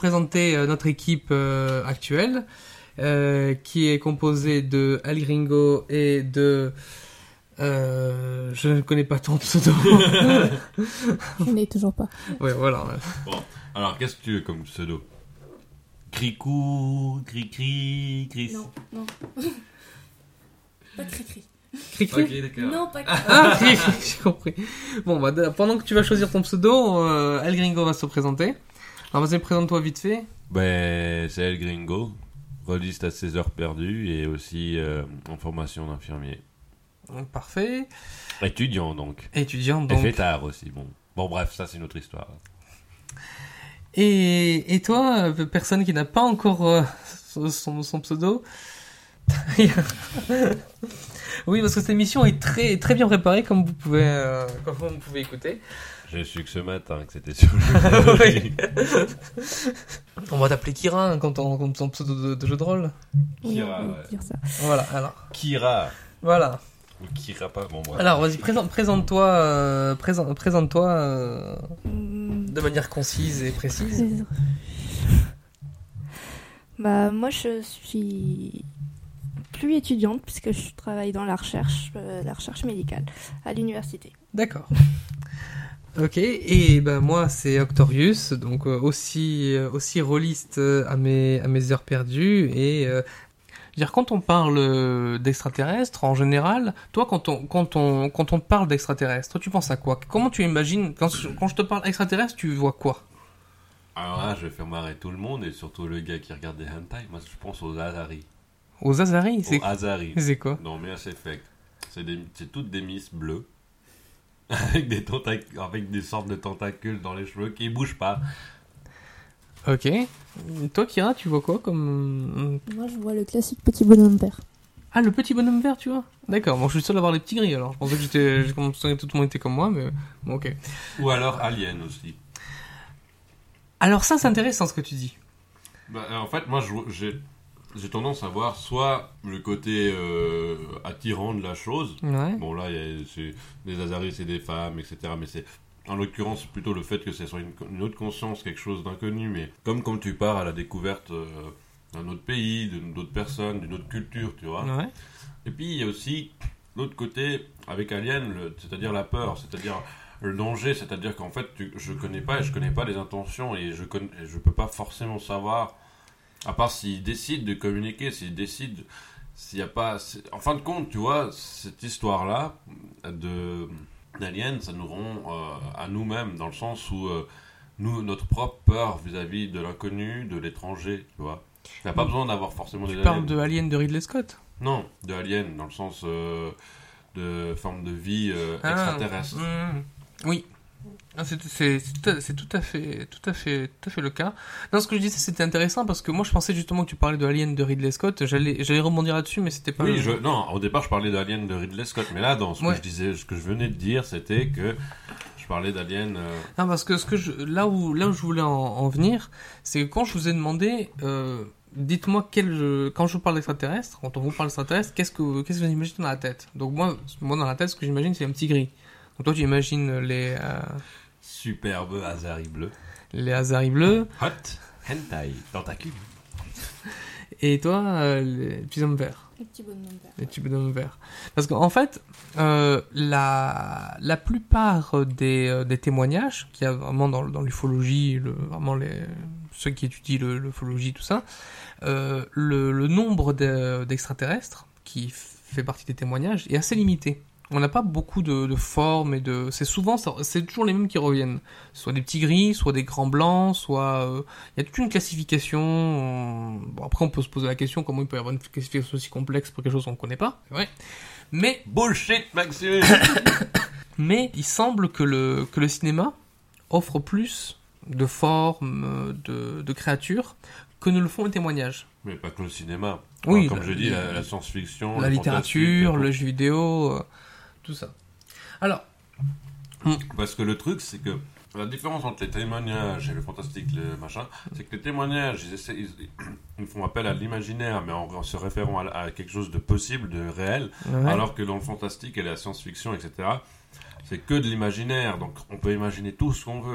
présenter notre équipe actuelle, qui est composée de El Gringo et de... je ne connais pas ton pseudo. Je n'ai toujours pas. Ouais, voilà. Bon, alors qu'est-ce que tu veux comme pseudo? Cricou, Cricri, Chris. Non. Pas cri-cri. Cri-cri. Ok, d'accord. Non, pas cri-cri. Ah, cri-cri, j'ai compris. Bon, bah, pendant que tu vas choisir ton pseudo, El Gringo va se présenter. Alors, vas-y, présente-toi vite fait. Ben, c'est El Gringo, rôliste à 16 heures perdues et aussi en formation d'infirmier. Parfait. Étudiant donc. Étudiant, Et donc. fêtard aussi, bon. Bon, bref, ça c'est une autre histoire. Et toi, personne qui n'a pas encore son pseudo. Oui, parce que cette émission est très, très bien préparée, comme vous pouvez écouter. J'ai su que ce matin que c'était sur le Oui. On va t'appeler Kira hein, quand ton pseudo de jeu de rôle. Oui, Kira, on peut ouais. dire ça. Voilà, alors. Kira. Voilà. Ou Kira pas, bon bref. Alors, vas-y, présente-toi Hmm, de manière concise et précise. Bah, moi, je suis plus étudiante puisque je travaille dans la recherche médicale à l'université. D'accord. Ok, et ben moi c'est Octorius, donc aussi rôliste à mes heures perdues et je veux dire quand on parle d'extraterrestres en général, toi quand on te parle d'extraterrestres, tu penses à quoi? Comment tu imagines quand je te parle extraterrestre, tu vois quoi? Alors là, je vais faire marrer tout le monde et surtout le gars qui regarde des hentai. Moi, je pense aux Azari. Aux Azaris, Aux Azari. c'est quoi? Non, mais Mass Effect. C'est toutes des miss bleues. avec des sortes de tentacules dans les cheveux qui bougent pas. Ok. Toi Kira, tu vois quoi comme... Moi, je vois le classique petit bonhomme vert. Ah, le petit bonhomme vert, tu vois? D'accord, bon je suis seul à avoir les petits gris alors. Je pensais que tout le monde était comme moi, mais bon ok. Ou alors Alien aussi. Alors ça c'est intéressant ce que tu dis. Bah, en fait, moi, j'ai tendance à voir soit le côté attirant de la chose. Ouais. Bon, là, des Azaris, c'est des femmes, etc. Mais c'est, en l'occurrence, plutôt le fait que ce soit une autre conscience, quelque chose d'inconnu. Mais comme tu pars à la découverte d'un autre pays, d'autres personnes, d'une autre culture, tu vois. Ouais. Et puis, il y a aussi l'autre côté, avec Alien, c'est-à-dire la peur, c'est-à-dire le danger, c'est-à-dire qu'en fait, je connais pas les intentions et je peux pas forcément savoir, à part s'ils décident de communiquer, s'il y a pas, en fin de compte, tu vois, cette histoire-là d'Alien, ça nous rend à nous-mêmes, dans le sens où notre propre peur vis-à-vis de l'inconnu, de l'étranger, tu vois. Il n'y a pas besoin d'avoir forcément des aliens. Tu parles de Alien de Ridley Scott? Non, de Alien, dans le sens de forme de vie extraterrestre. Oui. Ah, c'est tout à fait le cas. Non, ce que je disais, c'était intéressant parce que moi, je pensais justement que tu parlais de Alien de Ridley Scott. J'allais rebondir là-dessus, mais c'était pas. Oui, non, au départ, je parlais d'Alien de Ridley Scott, mais là, dans ce que je disais, ce que je venais de dire, c'était que je parlais d'Alien. Non, parce que là où je voulais en venir, c'est que quand je vous ai demandé, dites-moi quand je vous parle d'extraterrestre, quand on vous parle d'extraterrestre, qu'est-ce que vous imaginez dans la tête? Donc moi dans la tête, ce que j'imagine, c'est un petit gris. Donc toi, tu imagines les superbes Azari bleus. Les Azari bleus. Hot, hentai, tentacule. Et toi, les petits hommes verts. Les petits bonhommes verts. Les petits bonhommes verts. Parce qu'en fait, la plupart des témoignages qu'il y a vraiment dans l'ufologie, vraiment ceux qui étudient l'ufologie, tout ça, le nombre d'extraterrestres qui fait partie des témoignages est assez limité. On n'a pas beaucoup de formes et c'est toujours les mêmes qui reviennent. Soit des petits gris, soit des grands blancs, soit il y a toute une classification. Bon, après on peut se poser la question comment il peut y avoir une classification aussi complexe pour quelque chose qu'on ne connaît pas. C'est vrai. Mais bullshit, Maxime. Mais il semble que le cinéma offre plus de formes, de créatures que ne le font les témoignages. Mais pas que le cinéma. Oui, comme je dis, la science-fiction, la littérature, le jeu vidéo, tout ça. Alors, parce que le truc, c'est que la différence entre les témoignages et le fantastique, le machin, c'est que les témoignages, ils font appel à l'imaginaire, mais en se référant à quelque chose de possible, de réel, ouais. Alors que dans le fantastique et la science-fiction, etc., c'est que de l'imaginaire. Donc, on peut imaginer tout ce qu'on veut.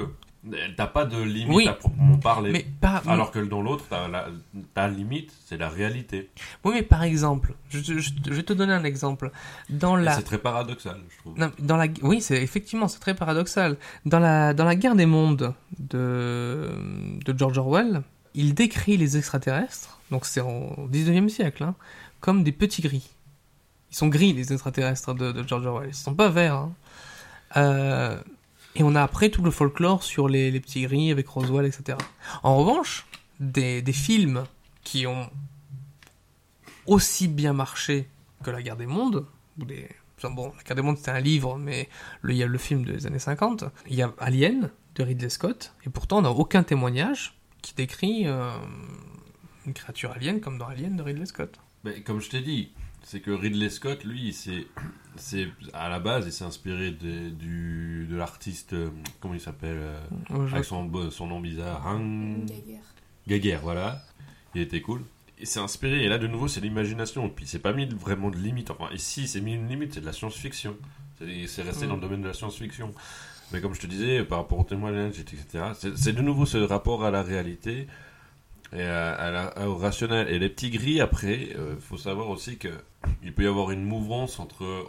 T'as pas de limite Oui. à proprement parler. Mais pas... Alors que dans l'autre, ta limite, c'est la réalité. Oui, mais par exemple, je vais te donner un exemple. Dans Et la... c'est très paradoxal, je trouve. Non, oui, c'est très paradoxal. Dans la guerre des mondes de George Orwell, il décrit les extraterrestres, donc c'est au 19e siècle, hein, comme des petits gris. Ils sont gris, les extraterrestres de George Orwell. Ils sont pas verts. Hein. Et on a après tout le folklore sur les petits gris avec Roswell, etc. En revanche, des films qui ont aussi bien marché que La Guerre des Mondes, bon, La Guerre des Mondes c'était un livre, mais il y a le film des années 50, il y a Alien de Ridley Scott, et pourtant on n'a aucun témoignage qui décrit une créature alien comme dans Alien de Ridley Scott. Mais comme je t'ai dit, c'est que Ridley Scott, lui, c'est à la base, il s'est inspiré de l'artiste, comment il s'appelle, avec son nom bizarre, Giger, voilà. Il était cool. Il s'est inspiré, et là, de nouveau, c'est l'imagination. Et puis, c'est pas mis vraiment de limite. Enfin, ici, c'est mis une limite, c'est de la science-fiction. C'est resté dans le domaine de la science-fiction. Mais comme je te disais, par rapport au témoignage, etc., c'est de nouveau ce rapport à la réalité et au rationnel. Et les petits gris, après, faut savoir aussi qu'il peut y avoir une mouvance entre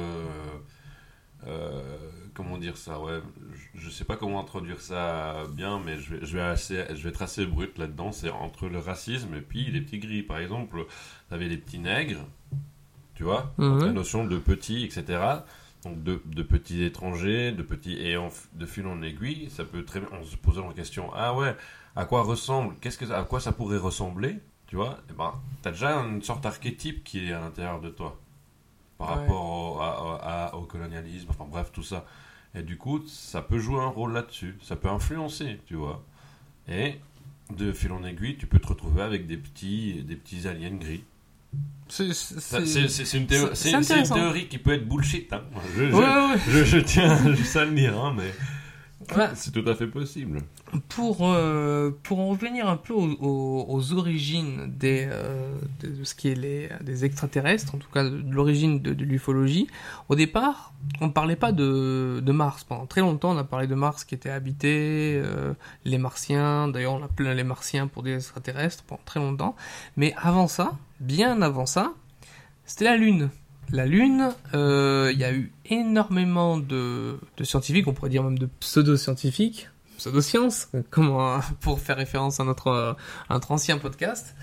comment dire ça, ouais, je sais pas comment introduire ça bien, mais je vais être assez brut là-dedans. C'est entre le racisme et puis les petits gris. Par exemple, t'avais les petits nègres, tu vois, la notion de petits, etc., donc de petits étrangers, de petits, et de fil en aiguille, ça peut très bien, en se posant la question, ah ouais, à quoi ressemble, à quoi ça pourrait ressembler, tu vois, et ben, t'as déjà une sorte d'archétype qui est à l'intérieur de toi, par rapport au colonialisme, enfin bref, tout ça. Et du coup, ça peut jouer un rôle là-dessus, ça peut influencer, tu vois. Et de fil en aiguille, tu peux te retrouver avec des petits aliens gris. C'est une théorie qui peut être bullshit, hein. Je tiens juste à le dire, hein, mais c'est tout à fait possible. Pour en revenir un peu aux origines de ce qui est des extraterrestres, en tout cas de l'origine de l'ufologie, au départ, on ne parlait pas de Mars. Pendant très longtemps, on a parlé de Mars qui était habité, les Martiens, d'ailleurs on appelait les Martiens pour des extraterrestres pendant très longtemps. Mais avant ça, bien avant ça, c'était la Lune. La Lune, il y a eu énormément de scientifiques, on pourrait dire même de pseudo-scientifiques, pseudo-sciences, pour faire référence à notre ancien podcast,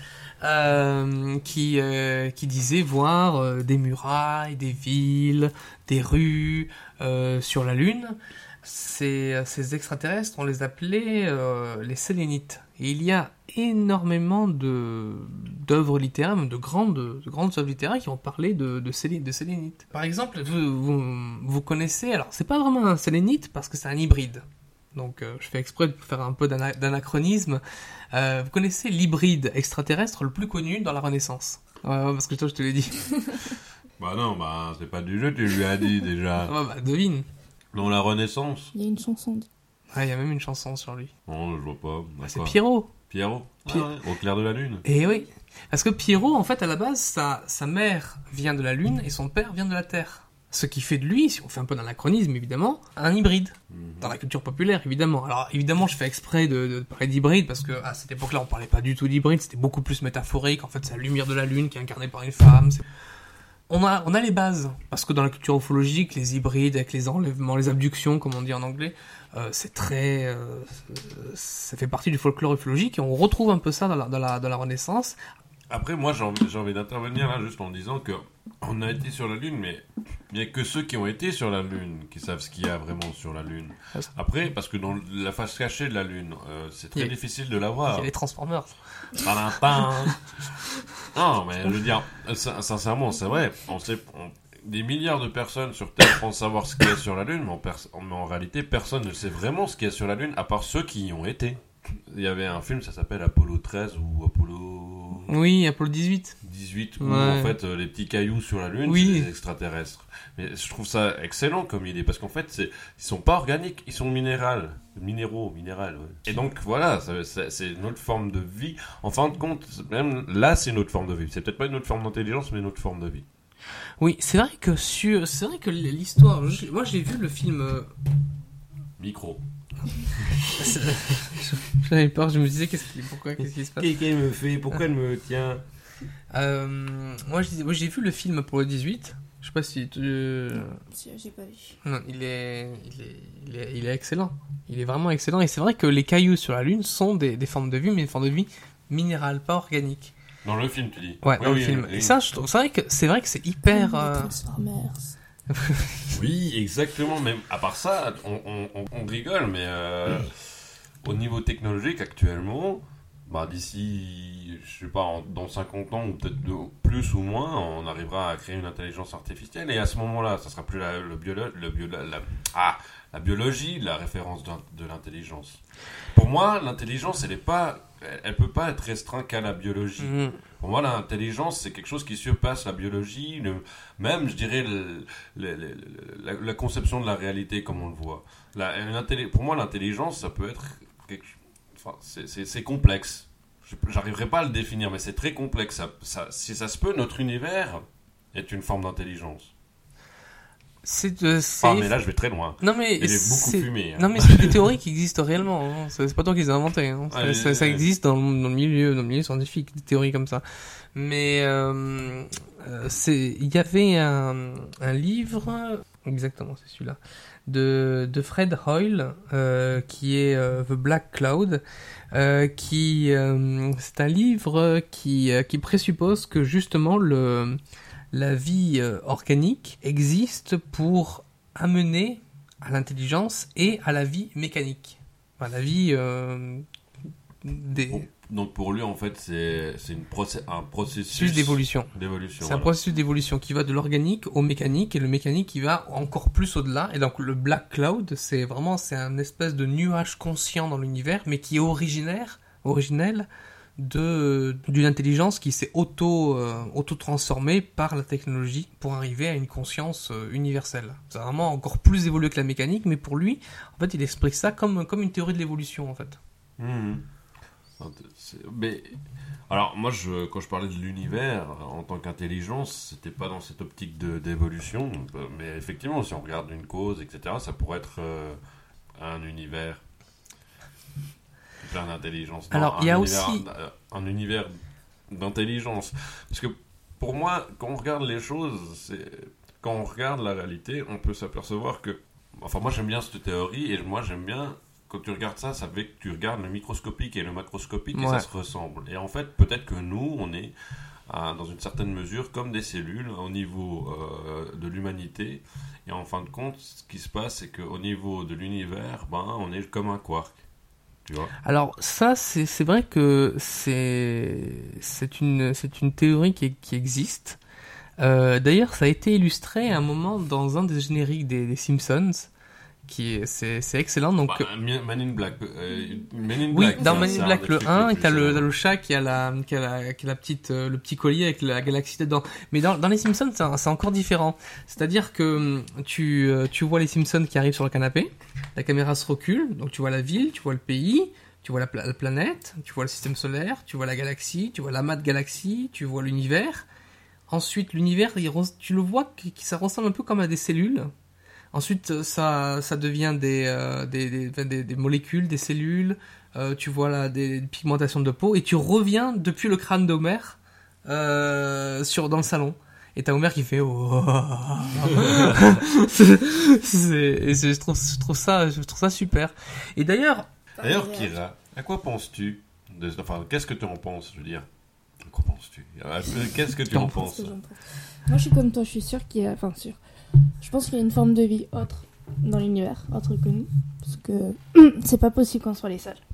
qui disaient voir des murailles, des villes, des rues sur la Lune. Ces extraterrestres, on les appelait les Sélénites. Et il y a énormément d'œuvres littéraires, même de grandes œuvres littéraires qui ont parlé de Sélénites. Par exemple, vous connaissez, alors c'est pas vraiment un Sélénite parce que c'est un hybride. Donc je fais exprès de faire un peu d'anachronisme. Vous connaissez l'hybride extraterrestre le plus connu dans la Renaissance. Parce que toi je te l'ai dit. Bah non, c'est pas du jeu, tu lui as dit déjà. Devine. Dans la Renaissance. Il y a une chanson. Il y a même une chanson sur lui. Non, je vois pas. C'est Pierrot. Pierrot. Au clair de la lune. Et oui. Parce que Pierrot, en fait, à la base, sa mère vient de la Lune et son père vient de la Terre. Ce qui fait de lui, si on fait un peu d'anachronisme, évidemment, un hybride. Dans la culture populaire, évidemment. Alors, évidemment, je fais exprès de parler d'hybride parce que à cette époque-là, on parlait pas du tout d'hybride. C'était beaucoup plus métaphorique. En fait, c'est la lumière de la Lune qui est incarnée par une femme. On a les bases, parce que dans la culture ufologique, les hybrides avec les enlèvements, les abductions, comme on dit en anglais, c'est très, ça fait partie du folklore ufologique et on retrouve un peu ça dans la Renaissance. Après, moi, j'ai envie d'intervenir là juste en disant que on a été sur la Lune, mais il n'y a que ceux qui ont été sur la Lune qui savent ce qu'il y a vraiment sur la Lune. Après, parce que dans la face cachée de la Lune, c'est très difficile de la voir. Il y a les Transformers. Non, mais je veux dire, sincèrement, c'est vrai. Des milliards de personnes sur Terre pensent savoir ce qu'il y a sur la Lune, mais en réalité, personne ne sait vraiment ce qu'il y a sur la Lune, à part ceux qui y ont été. Il y avait un film, ça s'appelle Apollo 13 ou Apollo... Oui, Apollo 18. 18, où en fait, les petits cailloux sur la Lune, c'est des extraterrestres. Mais je trouve ça excellent comme idée, parce qu'en fait, ils sont pas organiques, ils sont minéraux, ouais. Et donc, voilà, c'est une autre forme de vie. En fin de compte, même là, c'est une autre forme de vie. C'est peut-être pas une autre forme d'intelligence, mais une autre forme de vie. Oui, c'est vrai que l'histoire... Moi, j'ai vu le film... Micro. J'avais peur, je me disais qu'est-ce qui se passe. Qu'elle me fait? Pourquoi elle me tient? Moi j'ai vu le film pour le 18. Je sais pas si tu... J'ai pas vu. Non, il est excellent. Il est vraiment excellent. Et c'est vrai que les cailloux sur la Lune sont des formes de vie, mais des formes de vie minérales, pas organiques. Dans le film, tu dis? Ouais, dans le film. Et ça, c'est vrai que c'est hyper... Transformers. Oui, exactement. Même à part ça, on rigole, mais au niveau technologique actuellement, d'ici, je sais pas, dans 50 ans ou peut-être plus ou moins, on arrivera à créer une intelligence artificielle. Et à ce moment-là, ça sera plus la biologie, la référence de l'intelligence. Pour moi, l'intelligence, elle peut pas être restreinte qu'à la biologie. Pour moi, l'intelligence, c'est quelque chose qui surpasse la biologie, même, je dirais, la conception de la réalité comme on le voit. Pour moi, l'intelligence, ça peut être c'est complexe. J'arriverai pas à le définir, mais c'est très complexe. Si ça se peut, notre univers est une forme d'intelligence. Mais là, je vais très loin. Non, mais il est beaucoup fumé. Non, mais c'est des théories qui existent réellement. Hein. C'est pas toi qui les as inventées. Hein. Ça existe dans le milieu scientifique, des théories comme ça. Mais il y avait un livre, exactement, c'est celui-là, de Fred Hoyle, qui est The Black Cloud, c'est un livre qui présuppose que justement la vie organique existe pour amener à l'intelligence et à la vie mécanique. Enfin, la vie Donc pour lui, en fait, c'est un processus d'évolution. C'est un processus d'évolution qui va de l'organique au mécanique, et le mécanique qui va encore plus au-delà. Et donc le Black Cloud, c'est un espèce de nuage conscient dans l'univers, mais qui est originel d'une intelligence qui s'est auto-transformée par la technologie pour arriver à une conscience universelle. C'est vraiment encore plus évolué que la mécanique, mais pour lui, en fait, il explique ça comme une théorie de l'évolution, en fait. Mais alors moi, quand je parlais de l'univers en tant qu'intelligence, c'était pas dans cette optique d'évolution, mais effectivement, si on regarde une cause, etc., ça pourrait être un univers plein d'intelligence. Alors il y a aussi un univers d'intelligence, parce que pour moi, quand on regarde les choses, quand on regarde la réalité, on peut s'apercevoir que, enfin, moi j'aime bien cette théorie, et moi j'aime bien quand tu regardes ça fait que tu regardes le microscopique et le macroscopique, et ça se ressemble. Et en fait, peut-être que nous, on est dans une certaine mesure comme des cellules au niveau de l'humanité, et en fin de compte, ce qui se passe, c'est qu'au niveau de l'univers, on est comme un quark. Tu vois. Alors ça, c'est vrai que c'est une théorie qui existe. D'ailleurs, ça a été illustré à un moment dans un des génériques des Simpsons. C'est excellent. Donc Man in Black. Oui, dans Man in Black le 1, t'as le chat qui a la petite le petit collier avec la galaxie dedans. Mais dans les Simpsons, c'est encore différent. C'est-à-dire que tu vois les Simpsons qui arrivent sur le canapé, la caméra se recule, donc tu vois la ville, tu vois le pays, tu vois la planète, tu vois le système solaire, tu vois la galaxie, tu vois l'amas de galaxies, tu vois l'univers. Ensuite, l'univers, tu le vois ça ressemble un peu comme à des cellules. Ensuite, ça devient des molécules, des cellules. Tu vois là des pigmentations de peau, et tu reviens depuis le crâne d'Homer dans le salon. Et t'as Homer qui fait oh. Je trouve ça super. Et d'ailleurs, Kira, à quoi penses-tu enfin, qu'est-ce que tu en penses, je veux dire? À quoi penses-tu? Qu'est-ce que tu en penses? Moi, je suis comme toi, je suis sûre qu'il y a... Enfin, sûr. Je pense qu'il y a une forme de vie autre dans l'univers, autre que nous. Parce que c'est pas possible qu'on soit les seuls.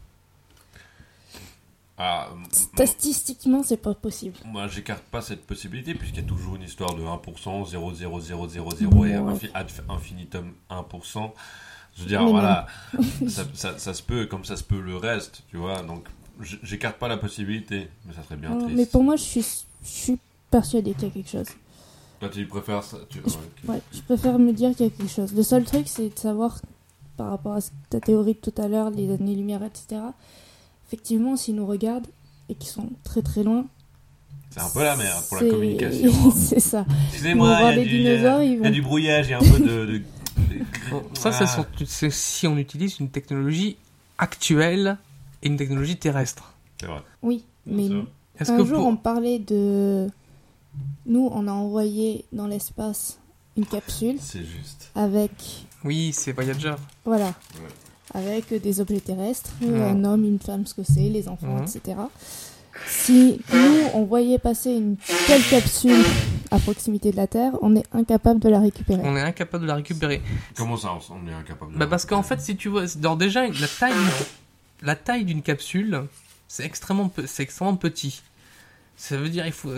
Statistiquement, c'est pas possible. Moi, j'écarte pas cette possibilité, puisqu'il y a toujours une histoire de 1%, 0,0000 et ad infinitum 1%. Je veux dire, mais voilà, ça se peut, comme ça se peut le reste, tu vois. Donc, j'écarte pas la possibilité, mais ça serait bien triste. Mais pour moi, je suis persuadée qu'il y a quelque chose. Toi, tu préfères ça Ouais, je préfère me dire qu'il y a quelque chose. Le seul truc, c'est de savoir, par rapport à ta théorie de tout à l'heure, les années-lumière, etc., effectivement, s'ils nous regardent et qu'ils sont très très loin... C'est un peu la merde pour la communication. C'est ça. Excusez-moi, il y a du brouillage, il y a un peu Bon, ça, c'est si on utilise une technologie actuelle et une technologie terrestre. C'est vrai. Oui, mais C'est un jour on parlait de... Nous, on a envoyé dans l'espace une capsule C'est juste. avec... Oui, c'est Voyager. Voilà. Ouais. Avec des objets terrestres, Ouais. un homme, une femme, ce que c'est, les enfants, Mhm. etc. Si nous, on voyait passer une telle capsule à proximité de la Terre, on est incapable de la récupérer. On est incapable de la récupérer. Comment ça, on est incapable de Bah parce qu'en fait, si tu vois, déjà la taille d'une capsule, c'est extrêmement petit. Ça veut dire il faut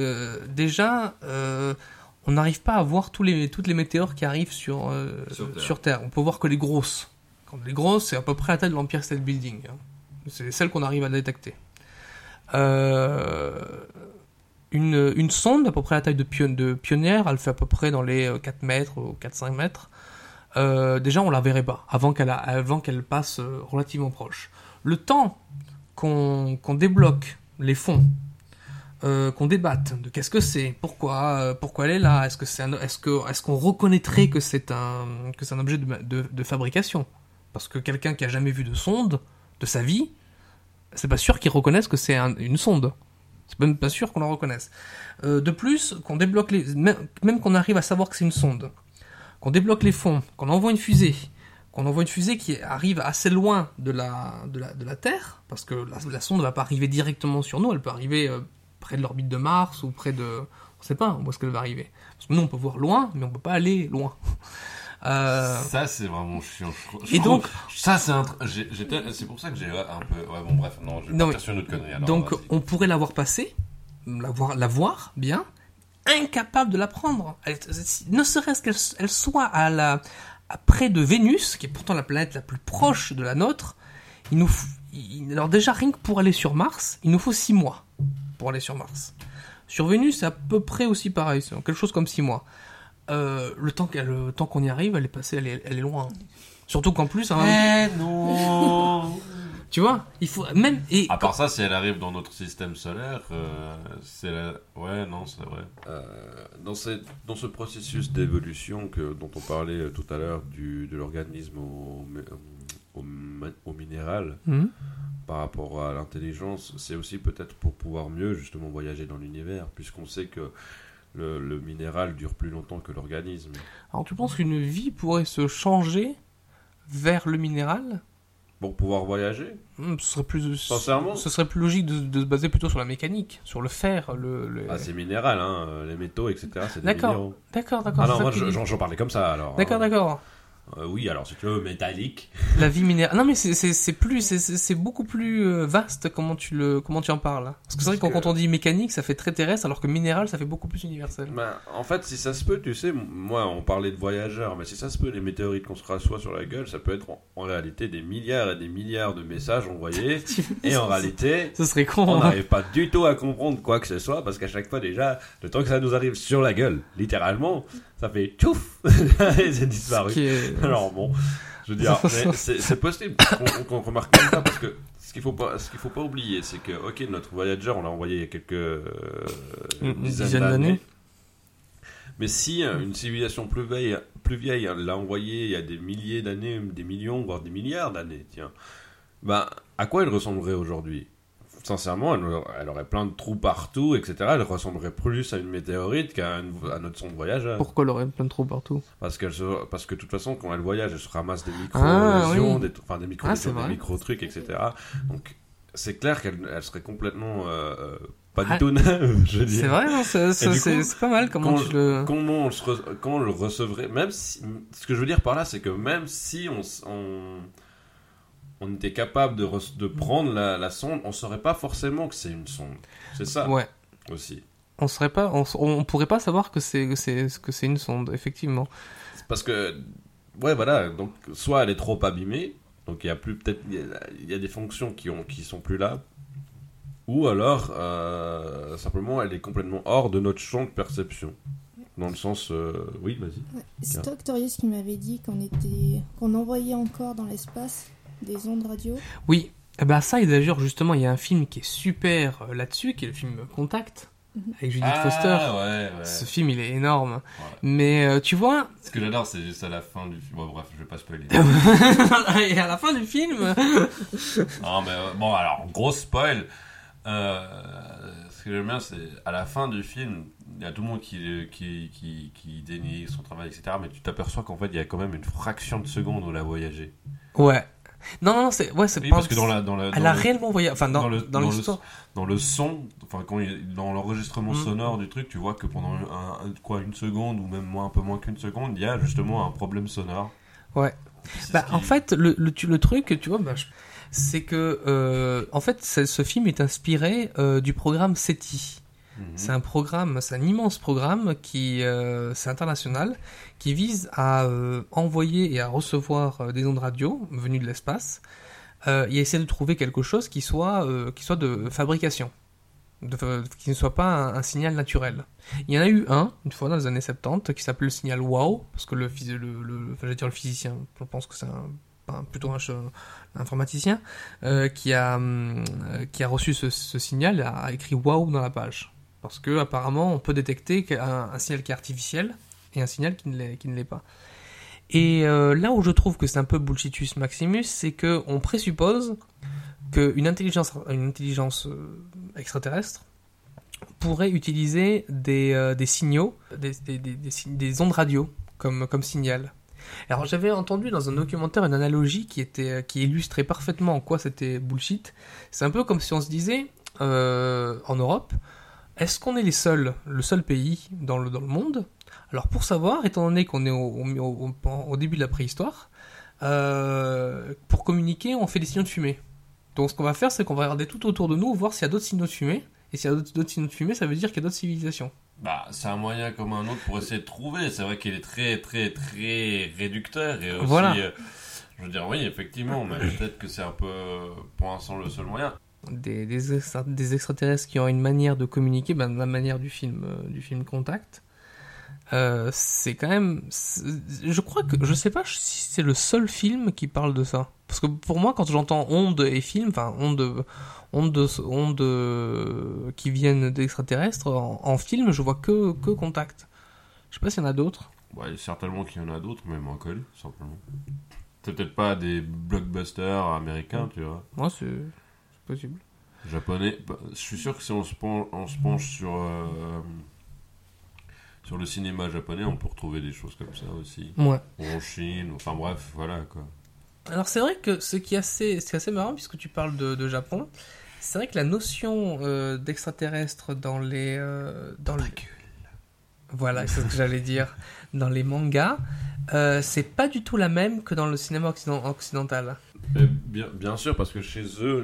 on n'arrive pas à voir toutes les météores qui arrivent sur Terre. On peut voir que les grosses. Quand les grosses, c'est à peu près la taille de l'Empire State Building. Hein. C'est celle qu'on arrive à détecter. Une sonde à peu près la taille de pionnière, elle fait à peu près dans les 4 mètres ou 4-5 mètres. Déjà, on la verrait pas avant qu'elle passe relativement proche. Le temps qu'on débloque les fonds, qu'on débatte de qu'est-ce que c'est, pourquoi elle est là, est-ce qu'on reconnaîtrait que c'est un objet de fabrication, parce que quelqu'un qui a jamais vu de sonde de sa vie, c'est pas sûr qu'il reconnaisse que c'est une sonde. C'est même pas sûr qu'on la reconnaisse. De plus, qu'on débloque même qu'on arrive à savoir que c'est une sonde, qu'on débloque les fonds, qu'on envoie une fusée qui arrive assez loin de la Terre, parce que la sonde ne va pas arriver directement sur nous, elle peut arriver près de l'orbite de Mars ou près de... On ne sait pas où est-ce qu'elle va arriver. Parce que nous, on peut voir loin, mais on ne peut pas aller loin. Ça, c'est vraiment chiant. Et donc... Ça, c'est c'est pour ça que j'ai un peu... Ouais, bon, bref, non, je vais partir sur une autre connerie. Alors, donc, vas-y. on pourrait la voir passer, la voir bien, incapable de la prendre. Ne serait-ce qu'elle soit près de Vénus, qui est pourtant la planète la plus proche de la nôtre. Alors déjà, rien que pour aller sur Mars, il nous faut 6 mois pour aller sur Mars. Sur Vénus, c'est à peu près aussi pareil, c'est quelque chose comme 6 mois. Le temps qu'on y arrive, elle est loin. Surtout qu'en plus... non. Tu vois, il faut même... À part ça, si elle arrive dans notre système solaire, ouais, non, c'est vrai. Dans ce processus d'évolution dont on parlait tout à l'heure de l'organisme au minéral, par rapport à l'intelligence, c'est aussi peut-être pour pouvoir mieux justement voyager dans l'univers, puisqu'on sait que le minéral dure plus longtemps que l'organisme. Alors tu penses qu'une vie pourrait se changer vers le minéral ? Pour pouvoir voyager ? Sincèrement ? Ce serait plus logique de se baser plutôt sur la mécanique, sur le fer, Ah, c'est minéral, hein, les métaux, etc. C'est des minéraux. D'accord. Ah non, moi j'en parlais comme ça alors. D'accord. Oui, alors si tu veux, métallique. La vie minérale. Non mais c'est beaucoup plus vaste comment tu en parles. Parce que c'est vrai que quand on dit mécanique, ça fait très terrestre, alors que minéral, ça fait beaucoup plus universel. En fait, si ça se peut, tu sais, moi on parlait de voyageurs, mais si ça se peut, les météorites qu'on se rassoit sur la gueule, ça peut être en réalité des milliards et des milliards de messages envoyés. Et en réalité, ce serait con. On n'arrive pas du tout à comprendre quoi que ce soit, parce qu'à chaque fois déjà, le temps que ça nous arrive sur la gueule, littéralement, ça fait tchouf et c'est disparu. Alors bon, je veux dire, mais c'est possible qu'on remarque même pas, parce que ce qu'il faut pas oublier, c'est que ok, notre Voyager, on l'a envoyé il y a quelques dizaines d'années. Mais si une civilisation plus vieille l'a envoyé il y a des milliers d'années, des millions, voire des milliards d'années, tiens, à quoi elle ressemblerait aujourd'hui ? Sincèrement, elle aurait plein de trous partout, etc. Elle ressemblerait plus à une météorite qu'à notre sonde voyageur. Pourquoi elle aurait plein de trous partout ? Parce que de toute façon, quand elle voyage, elle se ramasse des micro-lésions, des micro-trucs, etc. Donc, c'est clair qu'elle serait complètement pas du tout neuve, je veux dire. C'est vrai, non, c'est pas mal comment tu le... Comment on le recevrait, même si... Ce que je veux dire par là, c'est que même si on était capable de prendre la sonde, on saurait pas forcément que c'est une sonde. C'est ça. Ouais. Aussi. On pourrait pas savoir que c'est une sonde, effectivement. C'est parce que, ouais, voilà. Donc, soit elle est trop abîmée, donc il y a plus peut-être, il y a des fonctions qui sont plus là, ou alors simplement elle est complètement hors de notre champ de perception. Dans le sens, oui, vas-y. Ouais, c'est Octorius qui m'avait dit qu'on envoyait encore dans l'espace des ondes radio. Oui, ça et d'ailleurs justement il y a un film qui est super là-dessus, qui est le film Contact, avec Judith Foster. Ouais. Ce film, il est énorme. Ouais. Mais tu vois... Ce que j'adore, c'est juste à la fin du film. Bon, bref, je vais pas spoiler. Et à la fin du film... Non, mais bon, alors, gros spoil. Ce que j'aime bien, c'est à la fin du film, il y a tout le monde qui dénie son travail, etc. Mais tu t'aperçois qu'en fait, il y a quand même une fraction de seconde où elle a voyagé. Ouais. Non, c'est Oui, pas... parce que Elle a réellement voyagé. Enfin, dans l'histoire... Dans le son, enfin, dans l'enregistrement sonore du truc, tu vois que pendant une seconde, ou même un peu moins qu'une seconde, il y a justement un problème sonore. Ouais. En fait, le truc, tu vois, c'est que, en fait, ce film est inspiré du programme SETI. C'est un immense programme c'est international, qui vise à envoyer et à recevoir des ondes radio venues de l'espace, et essayer de trouver quelque chose qui soit de fabrication, qui ne soit pas un signal naturel. Il y en a eu une fois dans les années 70, qui s'appelle le signal WOW, parce que le physicien, je pense que c'est plutôt un informaticien, qui a reçu ce signal, a écrit WOW dans la page. Parce que apparemment on peut détecter un signal qui est artificiel et un signal qui ne l'est pas. Et là où je trouve que c'est un peu bullshitus maximus, c'est que on présuppose qu'une intelligence extraterrestre pourrait utiliser des signaux, des ondes radio comme signal. Alors j'avais entendu dans un documentaire une analogie qui illustrait parfaitement en quoi c'était bullshit. C'est un peu comme si on se disait en Europe, est-ce qu'on est le seul pays dans le monde? Alors pour savoir, étant donné qu'on est au début de la préhistoire, pour communiquer, on fait des signaux de fumée. Donc ce qu'on va faire, c'est qu'on va regarder tout autour de nous, voir s'il y a d'autres signaux de fumée. Et s'il y a d'autres signaux de fumée, ça veut dire qu'il y a d'autres civilisations. C'est un moyen comme un autre pour essayer de trouver. C'est vrai qu'il est très, très, très réducteur. Et aussi, voilà. Je veux dire, oui, effectivement, mais peut-être que c'est un peu, pour l'instant, le seul moyen. Des extraterrestres qui ont une manière de communiquer, la manière du film Contact, c'est quand même... je crois que... Je sais pas si c'est le seul film qui parle de ça. Parce que pour moi, quand j'entends ondes et films, enfin ondes qui viennent d'extraterrestres, en film, je vois que Contact. Je sais pas s'il y en a d'autres. Certainement qu'il y en a d'autres, mais moins connus, simplement. C'est peut-être pas des blockbusters américains, tu vois. Moi, c'est possible. Japonais, je suis sûr que si on se penche sur le cinéma japonais, on peut retrouver des choses comme ça aussi. Ouais. Ou en Chine, enfin bref, voilà quoi. Alors c'est vrai que c'est assez marrant puisque tu parles de Japon. C'est vrai que la notion d'extraterrestre dans les voilà, c'est ce que j'allais dire, dans les mangas, c'est pas du tout la même que dans le cinéma occidental. Bien sûr, parce que chez eux,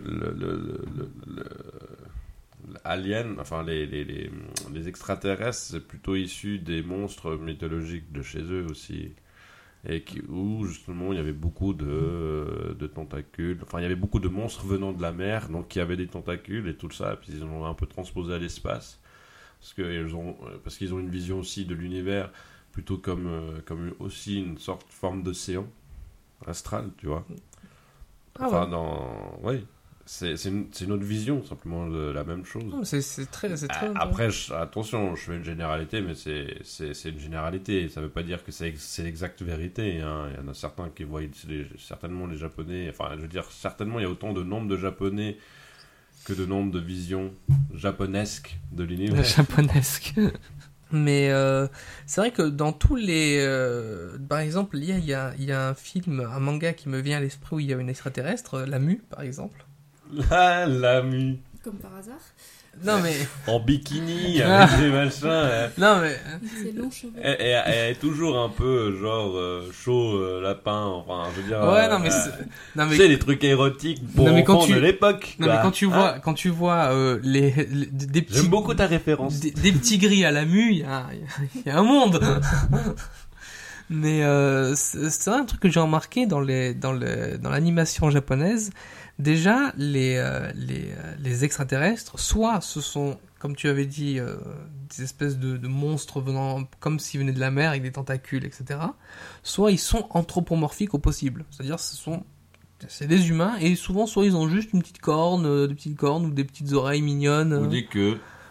l'alien, enfin les extraterrestres, c'est plutôt issu des monstres mythologiques de chez eux aussi. Et où justement il y avait beaucoup de tentacules, enfin il y avait beaucoup de monstres venant de la mer, donc qui avaient des tentacules et tout ça, et puis ils ont un peu transposé à l'espace, parce qu'ils ont une vision aussi de l'univers plutôt comme aussi une forme d'océan astral, tu vois. Enfin, oui, c'est une autre vision simplement de la même chose. Non, c'est très après, attention, je fais une généralité, mais c'est une généralité. Ça veut pas dire que c'est l'exacte vérité. Hein. Il y en a certains qui voient certainement les Japonais. Enfin, je veux dire, certainement, il y a autant de nombre de Japonais que de nombre de visions japonesques de l'univers. Japonesque. Mais c'est vrai que dans tous les... par exemple, il y a un film, un manga qui me vient à l'esprit où il y a une extraterrestre, La Mue, par exemple. La Mue. Comme par hasard. Non mais... En bikini, avec des machins. Non mais... C'est long cheveux. Elle est toujours un peu genre chaud, lapin, enfin je veux dire... Ouais, non mais... Tu sais, les trucs érotiques pour enfants de l'époque. Non mais quand tu vois des petits... J'aime beaucoup ta référence. Des petits gris à La Mue, il y a un monde. Mais c'est un truc que j'ai remarqué dans l'animation japonaise. Déjà, les extraterrestres, soit ce sont, comme tu avais dit, des espèces de monstres venant comme s'ils venaient de la mer avec des tentacules, etc. Soit ils sont anthropomorphiques au possible. C'est-à-dire c'est des humains et souvent soit ils ont juste une petite corne, des petites cornes ou des petites oreilles mignonnes. On dit que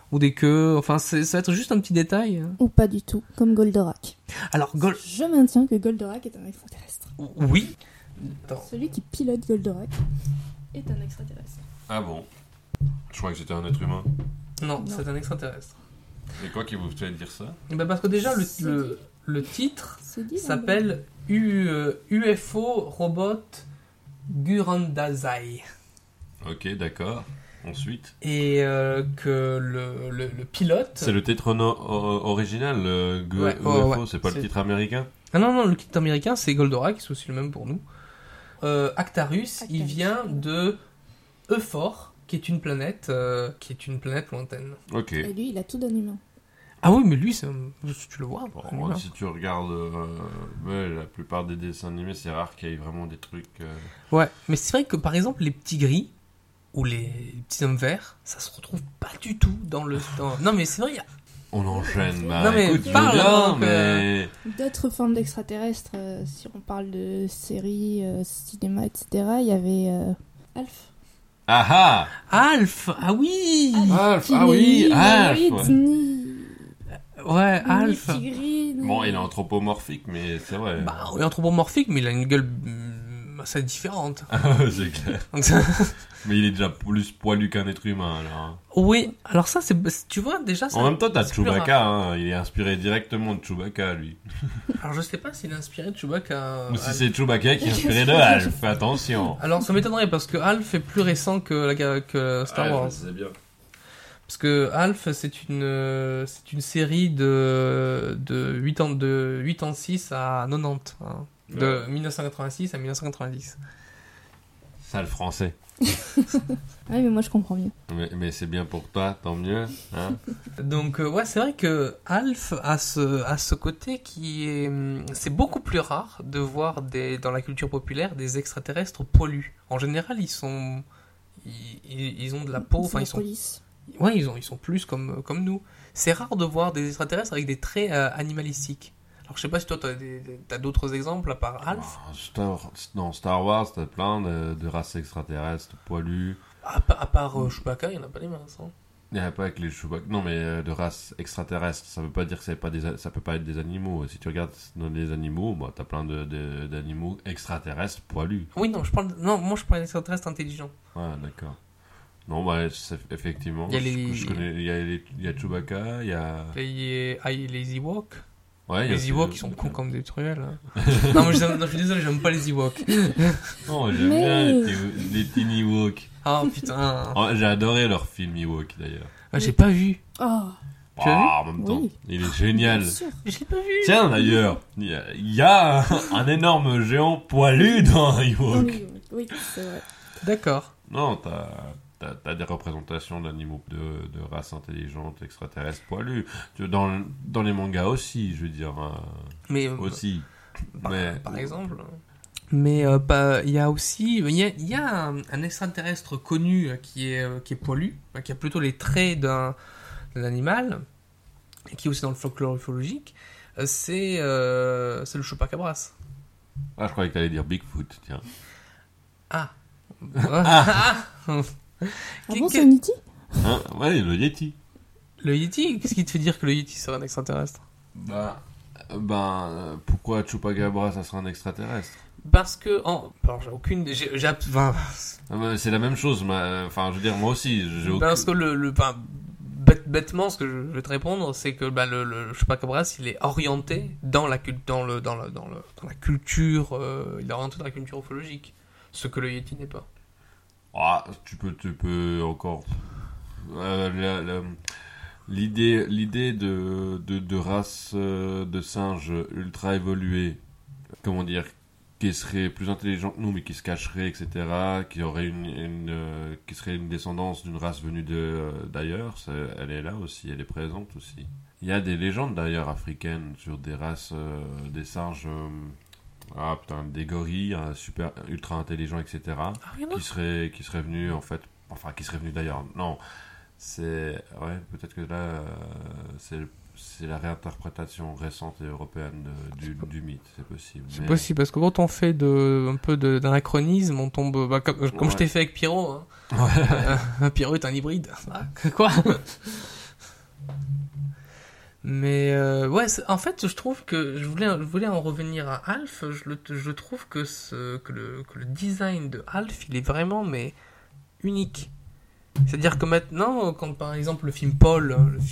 ou des queues. Enfin, ça va être juste un petit détail. Ou pas du tout, comme Goldorak. Alors, Je maintiens que Goldorak est un extraterrestre. Oui. Attends. Celui qui pilote Goldorak est un extraterrestre. Ah bon? Je crois que c'était un être humain. Non, Non. c'est un extraterrestre. Et quoi qui vous fait dire ça? Parce que déjà, C'est le titre C'est dit. s'appelle UFO Robot Gurandazai. Ok, d'accord. Ensuite? Et que le pilote... C'est le titre original, le Ouais, UFO, ouais, c'est pas c'est- le titre américain? Ah non, le titre américain, c'est Goldorak, c'est aussi le même pour nous. Actarus, il Actarus. vient de Euphor, qui est une planète lointaine. Ok. Et lui, il a tout d'un humain. Ah oui, mais lui, tu le vois. Bon, un humain. si tu regardes ouais, la plupart des dessins animés, c'est rare qu'il y ait vraiment des trucs... Ouais, mais c'est vrai que par exemple, les petits gris ou les petits hommes verts, ça se retrouve pas du tout dans le... Non mais c'est vrai, il y a... On enchaîne. Bah Non, mais écoute, je veux parle bien, avant que- mais... D'autres formes d'extraterrestres, si on parle de séries, cinéma, etc., il y avait Alf. Ah Alf. Ah oui. Alf, Qui ah oui, est Alf, ouais. Whitney. Ouais, Alf. Bon, il est anthropomorphique, mais c'est vrai. Bah, il est anthropomorphique, mais il a une gueule assez différente. C'est clair. Donc, ça- Mais il est déjà plus poilu qu'un être humain, alors. Oui, alors ça, tu vois, déjà... ça- En même temps, t'as c'est plus Chewbacca, rare. hein. Il est inspiré directement de Chewbacca, lui. Alors, je sais pas s'il est inspiré de Chewbacca. Ou si Alf. c'est Chewbacca qui est inspiré de Alf, attention. Alors, ça m'étonnerait, parce que Alf est plus récent que Star Wars. C'est bien. Parce que Alf, c'est une série de 86 à 90. Hein. De 1986 à 1990. Sale français. Ouais, mais moi je comprends mieux. Mais c'est bien pour toi, tant mieux. Hein. Donc ouais, c'est vrai que Alf a ce côté qui est... C'est beaucoup plus rare de voir dans la culture populaire des extraterrestres poilus. En général, ils ont de la peau, enfin C'est la ils sont... police. Ouais, ils sont plus comme nous. C'est rare de voir des extraterrestres avec des traits animalistiques. Alors je sais pas si toi t'as d'autres exemples à part Alf. Dans Star Wars, t'as plein de races extraterrestres poilues. À part Chewbacca, il n'y en a pas des masses. Hein. Il n'y a pas avec les Chewbacca. Non, mais de races extraterrestres, ça veut pas dire que ça peut pas être des animaux. Si tu regardes dans les animaux, bah, t'as plein d'animaux extraterrestres poilus. Oui, non, moi je parle d'extraterrestres intelligents. Ouais, d'accord. Non, bah, effectivement. Il y a les- Je connais, il y a Chewbacca, il y a... Les Ewoks. Ouais, il y a Les Ewoks, ils sont cons comme des truelles. Hein. non, mais je suis désolé, j'aime pas les Ewoks. Non, j'aime Mais- bien les Teen Ewoks. Oh putain. Oh, j'ai adoré leur film Ewok, d'ailleurs. Ah, j'ai pas vu. Oh, Tu as vu En même temps, Oui. il est génial. bien sûr. Je l'ai pas vu. Tiens, d'ailleurs, il y a un énorme géant poilu dans Ewok. Oui, c'est vrai. D'accord. Non, t'as des représentations d'animaux de races intelligentes, extraterrestres, poilus. Dans les mangas aussi, je veux dire. Mais Aussi. par exemple. Mais il y a aussi il y a un extraterrestre connu qui est poilu, qui a plutôt les traits d'un animal, et qui est aussi dans le folklore ufologique. C'est le Chupacabras. Ah, je croyais que t'allais dire Bigfoot, tiens. Ah. Ah bon, c'est un E.T. Hein, ouais, le Yeti. Le Yeti, qu'est-ce qui te fait dire que le Yeti serait un extraterrestre? Pourquoi Chupacabra, ça serait un extraterrestre? Parce que alors j'ai aucune C'est la même chose, enfin, je veux dire, moi aussi, j'ai aucune... parce que bêtement, ce que je vais te répondre, c'est que le Chupacabras, il est orienté dans la culture, il est orienté dans la culture ufologique, ce que le Yeti n'est pas. Ah, tu peux encore... L'idée de race de singes ultra évoluée, comment dire, qui serait plus intelligent que nous, mais qui se cacherait, etc., qui aurait qui serait une descendance d'une race venue d'ailleurs, elle est là aussi, elle est présente aussi. Il y a des légendes d'ailleurs africaines sur des races, des singes, des gorilles, super ultra intelligents, etc., qui seraient venus en fait, enfin qui seraient venus d'ailleurs. Non, peut-être que là, c'est la réinterprétation récente et européenne du mythe, c'est possible. C'est possible, parce que quand on fait un peu d'anachronisme, on tombe, comme je t'ai fait avec Pierrot. Hein. Ouais. Pierrot est un hybride. Quoi? Mais ouais, en fait, je trouve que je voulais en revenir à Alf. Je trouve que le design de Alf, il est vraiment mais unique. C'est-à-dire que maintenant, quand par exemple le film Paul,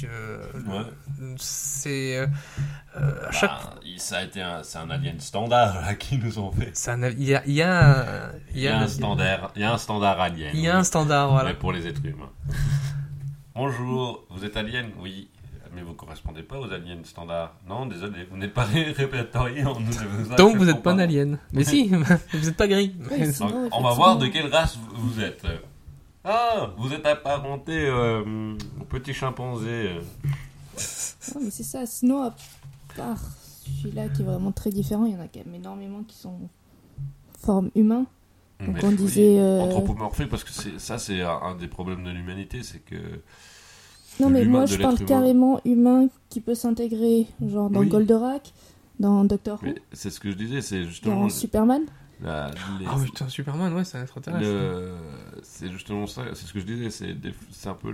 c'est à chaque c'est un alien standard là qu'ils nous ont fait. il y a un standard alien. Il y a un standard, voilà. Mais pour les êtres humains. Bonjour, vous êtes alien? Oui. Mais vous correspondez pas aux aliens standards. Non, désolé, vous n'êtes pas répertorié. Donc vous n'êtes pas un alien. Mais si, vous n'êtes pas gris. Ouais, donc, on va voir de quelle race vous êtes. Ah, vous êtes apparenté au petit chimpanzé. Non, mais c'est ça. Sinon, à part celui-là qui est vraiment très différent, il y en a quand même énormément qui sont forme humain. Donc Mais on disait... anthropomorphé, parce que c'est un des problèmes de l'humanité, c'est que... Non, mais moi de je l'être parle humain. carrément humain qui peut s'intégrer, genre dans Oui. Goldorak, dans Doctor Who, Mais c'est ce que je disais, c'est justement... dans Superman. Ah oui, putain, Superman, ouais, c'est un extraterrestre. C'est justement ça, c'est ce que je disais, c'est un peu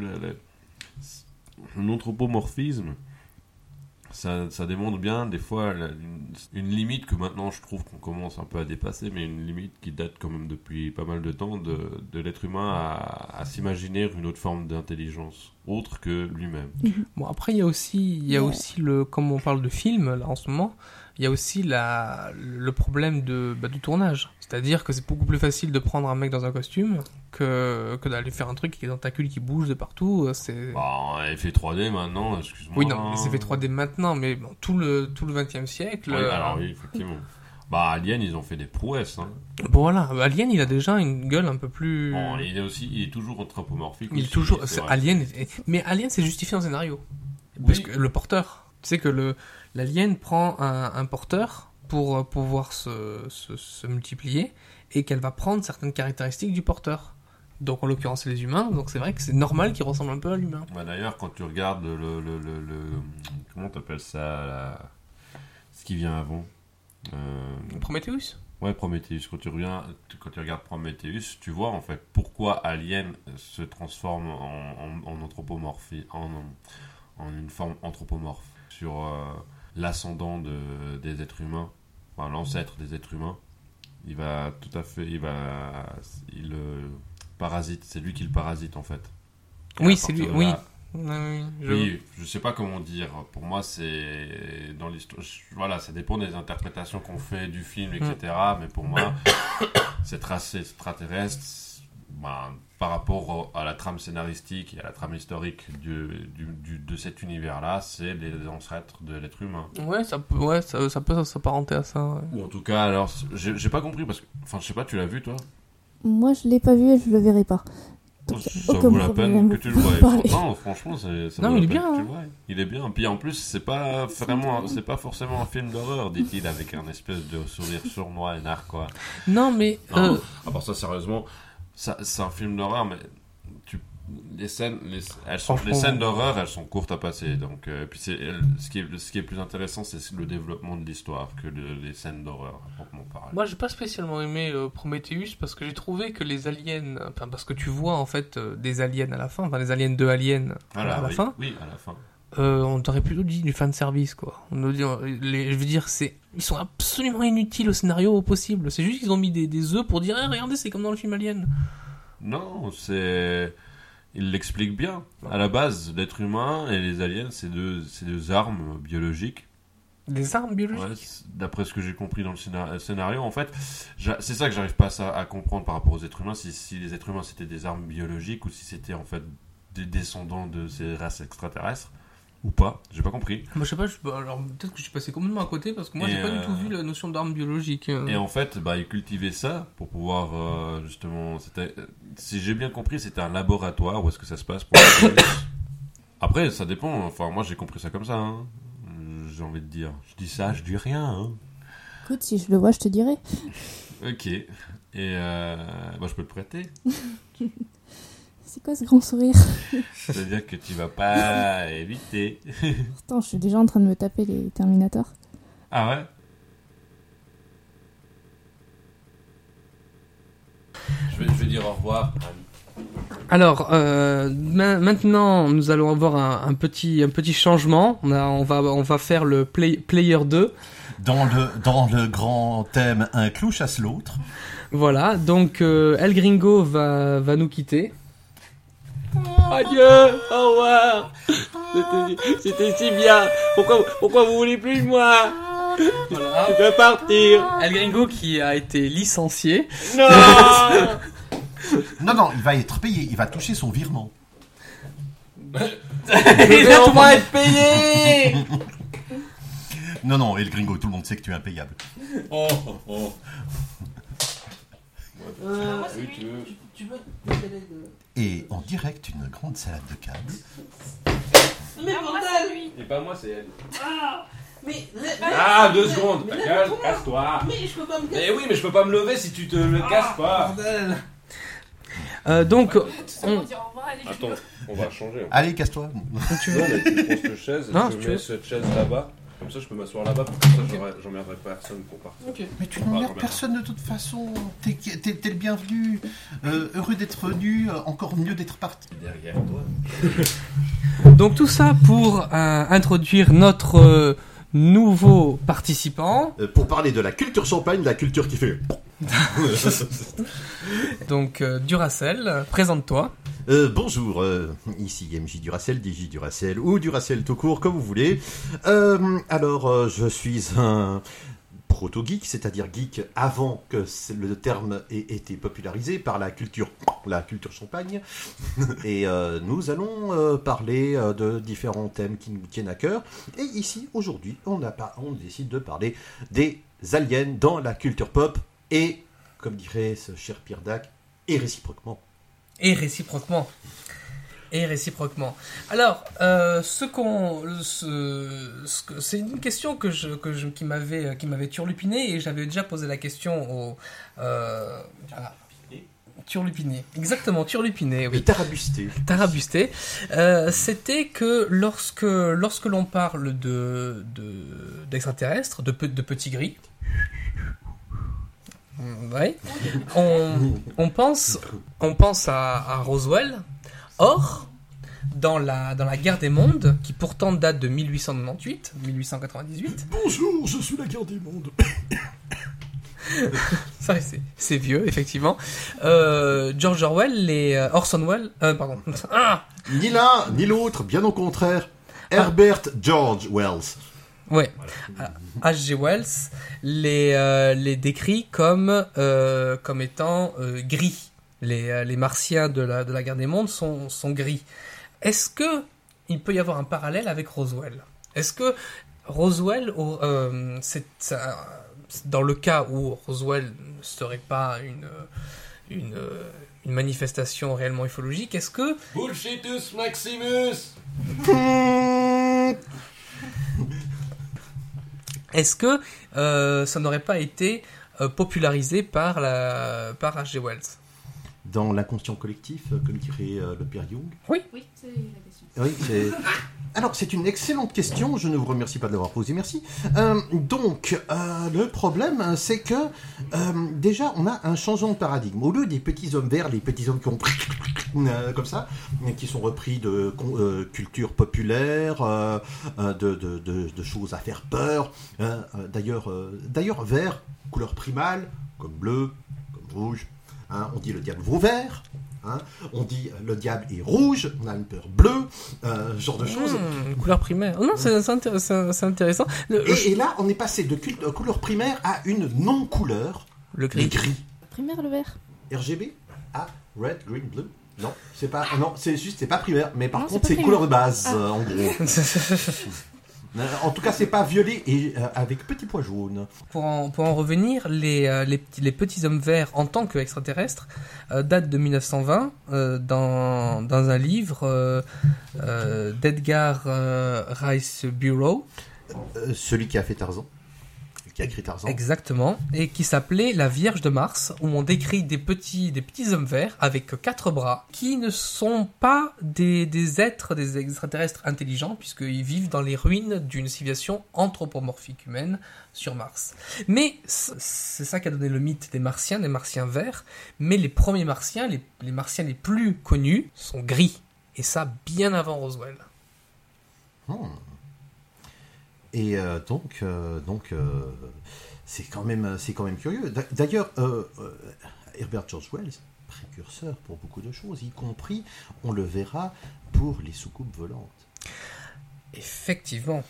l'anthropomorphisme. Ça démontre bien des fois une limite que maintenant je trouve qu'on commence un peu à dépasser, mais une limite qui date quand même depuis pas mal de temps de l'être humain à s'imaginer une autre forme d'intelligence autre que lui-même. Bon, après, il y a aussi comme on parle de film, là, en ce moment, il y a aussi le problème du tournage. C'est-à-dire que c'est beaucoup plus facile de prendre un mec dans un costume que d'aller faire un truc qui est tentacule qui bouge de partout. C'est... En effet 3D maintenant, excuse-moi. Oui, non, mais c'est fait 3D maintenant, mais bon, tout le 20e siècle... Oui, alors oui, effectivement. Alien, ils ont fait des prouesses. Hein. Bon, voilà, Alien, il a déjà une gueule un peu plus... Bon, il est toujours anthropomorphique. Il est aussi, toujours... c'est vrai. Alien, mais Alien, c'est justifié en scénario. Parce Oui. que le porteur... Tu sais que l'alien prend un porteur pour pouvoir se multiplier et qu'elle va prendre certaines caractéristiques du porteur. Donc en l'occurrence c'est les humains, donc c'est vrai que c'est normal qu'ils ressemblent un peu à l'humain. D'ailleurs, quand tu regardes comment t'appelles ça ce qui vient avant Prometheus. Ouais, Prometheus. Quand tu regardes Prometheus, tu vois en fait pourquoi Alien se transforme en anthropomorphie, en une forme anthropomorphe sur l'ascendant des êtres humains, enfin l'ancêtre des êtres humains. Il parasite, c'est lui qui le parasite en fait. Et Oui, à c'est partir lui. de Oui. là- Oui, Oui, je sais pas comment dire. Pour moi, c'est dans l'histoire. Voilà, ça dépend des interprétations qu'on fait du film, etc. Mais pour moi, cette race extraterrestre, par rapport à la trame scénaristique et à la trame historique de cet univers-là, c'est les ancêtres de l'être humain. Ouais, ça peut s'apparenter à ça. Ouais. Ou en tout cas, alors, j'ai pas compris parce que, enfin, je sais pas, tu l'as vu toi? Moi je l'ai pas vu et je le verrai pas. Donc, Ça aucun vaut la problème peine que tu le pour vois. parler. Non, franchement, ça Non, vaut il la est peine bien, que tu hein. le vois. Il est bien. Puis en plus, c'est pas forcément un film d'horreur, dit-il, avec un espèce de sourire sournois et narquois. Non, mais Non, à part ça, sérieusement, c'est un film d'horreur, mais les scènes d'horreur, elles sont courtes à passer. Donc, puis ce qui est plus intéressant, c'est le développement de l'histoire que les scènes d'horreur, à proprement parler. moi j'ai pas spécialement aimé Prometheus parce que j'ai trouvé que les aliens, enfin parce que tu vois en fait des aliens à la fin, enfin les aliens de Alien Voilà, à la oui, fin. oui, à la fin. On t'aurait plutôt dit du fan service quoi. Je veux dire, ils sont absolument inutiles au scénario au possible. C'est juste qu'ils ont mis des œufs pour dire regardez, c'est comme dans le film Alien. Non, il l'explique bien. À la base, l'être humain et les aliens, c'est deux armes biologiques. Des armes biologiques. Ouais, d'après ce que j'ai compris dans le scénario, en fait, c'est ça que j'arrive pas à comprendre par rapport aux êtres humains, si les êtres humains c'était des armes biologiques ou si c'était en fait des descendants de ces races extraterrestres ou pas. J'ai pas compris. Moi je sais pas, alors peut-être que je suis passé complètement à côté parce que moi Et j'ai pas du tout vu la notion d'arme biologique. Et en fait, ils cultivaient ça pour pouvoir justement. Si j'ai bien compris, c'était un laboratoire où est-ce que ça se passe pour les virus. Après, ça dépend. Enfin, moi j'ai compris ça comme ça. Hein. J'ai envie de dire. Je dis ça, je dis rien. Hein. Écoute, si je le vois, je te dirai. Ok. Et je peux te prêter. C'est quoi ce grand sourire? C'est-à-dire que tu vas pas éviter. Pourtant, je suis déjà en train de me taper les Terminators. Ah ouais? Je vais dire au revoir. Alors, maintenant, nous allons avoir un petit changement. On va faire le player 2. Dans le grand thème « Un clou chasse l'autre ». Voilà, donc El Gringo va nous quitter. Adieu, au revoir. C'était si bien. Pourquoi vous voulez plus de moi? Voilà. Je vais partir. El Gringo qui a été licencié. Non. Non, il va être payé. Il va toucher son virement. Il va au moins être payé. Non, El Gringo, tout le monde sait que tu es impayable. Oh. Et en direct, une grande salade de câbles. Mais bordel! Et pas moi, c'est elle. Mais 2 secondes. Casse-toi. Mais je peux pas me Mais oui, mais je peux pas me lever si tu te le casses pas. Donc, Attends, on va changer. Allez, casse-toi. tu Non, veux. mais tu prends cette chaise, Non, je tu mets veux. cette chaise là-bas. Comme ça, je peux m'asseoir là-bas. Comme ça, j'emmerderai personne pour partir. Mais tu n'emmerdes personne de toute façon. T'es le bienvenu. Heureux d'être venu. Encore mieux d'être parti. Derrière toi. Donc tout ça pour introduire notre nouveau participant. Pour parler de la culture champagne, la culture qui fait... Donc Duracell, présente-toi. Bonjour, ici MJ Duracell, DJ Duracell ou Duracell tout court, comme vous voulez. Alors, je suis un proto-geek, c'est-à-dire geek avant que le terme ait été popularisé par la culture champagne. Et nous allons parler de différents thèmes qui nous tiennent à cœur. Et ici, aujourd'hui, on décide de parler des aliens dans la culture pop. Et, comme dirait ce cher Pierre Dac, et réciproquement. Et réciproquement. Alors, c'est une question qui m'avait turlupiné, et j'avais déjà posé la question au turlupiné. Exactement, turlupiné. Oui. Et tarabusté. Tarabusté. C'était que lorsque l'on parle d'extraterrestres, de petits gris. Ouais. On pense à Roswell. Or, dans la guerre des mondes, qui pourtant date de 1898. Bonjour, je suis la guerre des mondes. Ça, c'est vieux, effectivement. George Orwell, Orson Welles, pardon. Ni l'un, ni l'autre, bien au contraire. Herbert George Wells. Ouais. H.G. Wells les décrit comme étant gris. Les martiens de la guerre des mondes sont gris. Est-ce que il peut y avoir un parallèle avec Roswell? Est-ce que Roswell, dans le cas où Roswell ne serait pas une manifestation réellement ufologique, est-ce que... Bullshitus Maximus. Est-ce que ça n'aurait pas été popularisé par H.G. Wells? Dans l'inconscient collectif, comme dirait le père Jung. Oui, c'est la question. Oui, alors, c'est une excellente question, je ne vous remercie pas de l'avoir posée, merci. Donc, le problème, c'est que, déjà, on a un changement de paradigme. Au lieu des petits hommes verts, les petits hommes qui ont... comme ça, qui sont repris de culture populaire, de choses à faire peur. D'ailleurs, vert, couleur primale, comme bleu, comme rouge. Hein, on dit le diable vaut vert. Hein, on dit le diable est rouge, on a une peur bleue, ce genre de choses. Couleur primaire. Oh non, c'est intéressant. Et là, on est passé de couleur primaire à une non-couleur. Le gris. Primaire, le vert. RGB à red, green, blue. Non, c'est pas. Non, c'est juste, c'est pas primaire. Mais par Non, contre, c'est c'est pas couleur de primaire. base, en gros. En tout cas, c'est pas violet et avec petit point jaune. Pour en revenir, les petits hommes verts en tant qu'extraterrestres datent de 1920 dans un livre d'Edgar Rice Burroughs. Celui qui a fait Tarzan. qui a écrit Tarzan. Exactement, et qui s'appelait La Vierge de Mars, où on décrit des petits hommes verts avec 4 bras, qui ne sont pas des êtres, des extraterrestres intelligents, puisqu'ils vivent dans les ruines d'une civilisation anthropomorphique humaine sur Mars. Mais c'est ça qui a donné le mythe des Martiens verts, mais les premiers Martiens, les Martiens les plus connus, sont gris, et ça bien avant Roswell. Et donc, c'est quand même curieux. D'ailleurs, Herbert George Wells, précurseur pour beaucoup de choses, y compris, on le verra, pour les soucoupes volantes. Effectivement.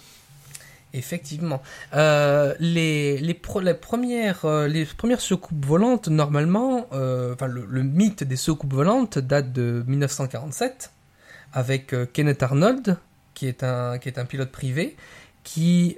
Les premières soucoupes volantes, normalement, le mythe des soucoupes volantes date de 1947, avec Kenneth Arnold, qui est un pilote privé, qui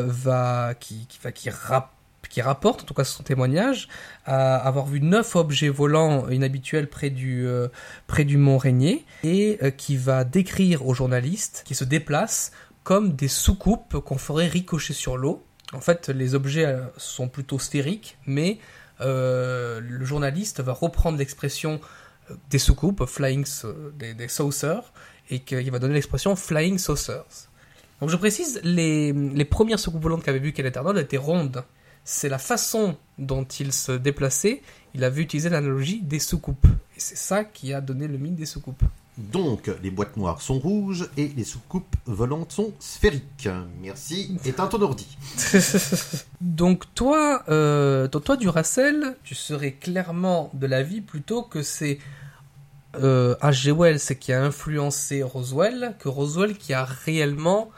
rapporte, en tout cas son témoignage, avoir vu 9 objets volants inhabituels près du mont Rainier, et qui va décrire aux journalistes qui se déplacent comme des soucoupes qu'on ferait ricocher sur l'eau. En fait, les objets sont plutôt sphériques, mais le journaliste va reprendre l'expression des soucoupes, des saucers, et qu'il va donner l'expression flying saucers. Donc je précise, les premières soucoupes volantes qu'avait vu Kenneth Arnold étaient rondes. C'est la façon dont il se déplaçait, il avait utilisé l'analogie des soucoupes. Et c'est ça qui a donné le mythe des soucoupes. Donc, les boîtes noires sont rouges et les soucoupes volantes sont sphériques. Merci, éteins ton ordi. Donc toi, Duracell, tu serais clairement de l'avis plutôt que c'est H.G. Wells qui a influencé Roswell, que Roswell qui a réellement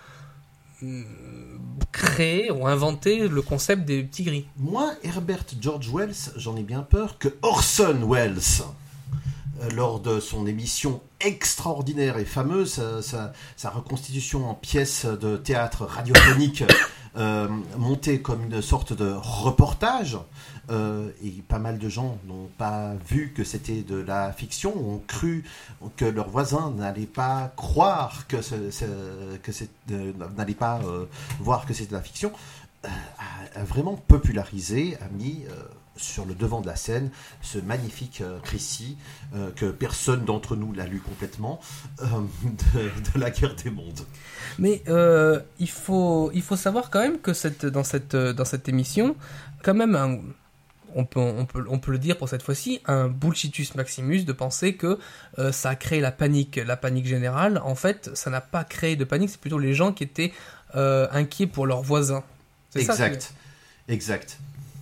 créé ou inventé le concept des petits gris. Moi, Herbert George Wells, j'en ai bien peur que Orson Welles, lors de son émission extraordinaire et fameuse, sa reconstitution en pièce de théâtre radiophonique, montée comme une sorte de reportage, et pas mal de gens n'ont pas vu que c'était de la fiction, ont cru que leurs voisins n'allaient pas croire n'allaient pas voir que c'était de la fiction, a vraiment popularisé, a mis sur le devant de la scène ce magnifique récit que personne d'entre nous l'a lu complètement, de la guerre des mondes. Mais il faut savoir quand même que dans cette émission, quand même, on peut le dire pour cette fois-ci, un bullshitus maximus de penser que ça a créé la panique générale. En fait, ça n'a pas créé de panique, c'est plutôt les gens qui étaient inquiets pour leurs voisins. C'est Exact.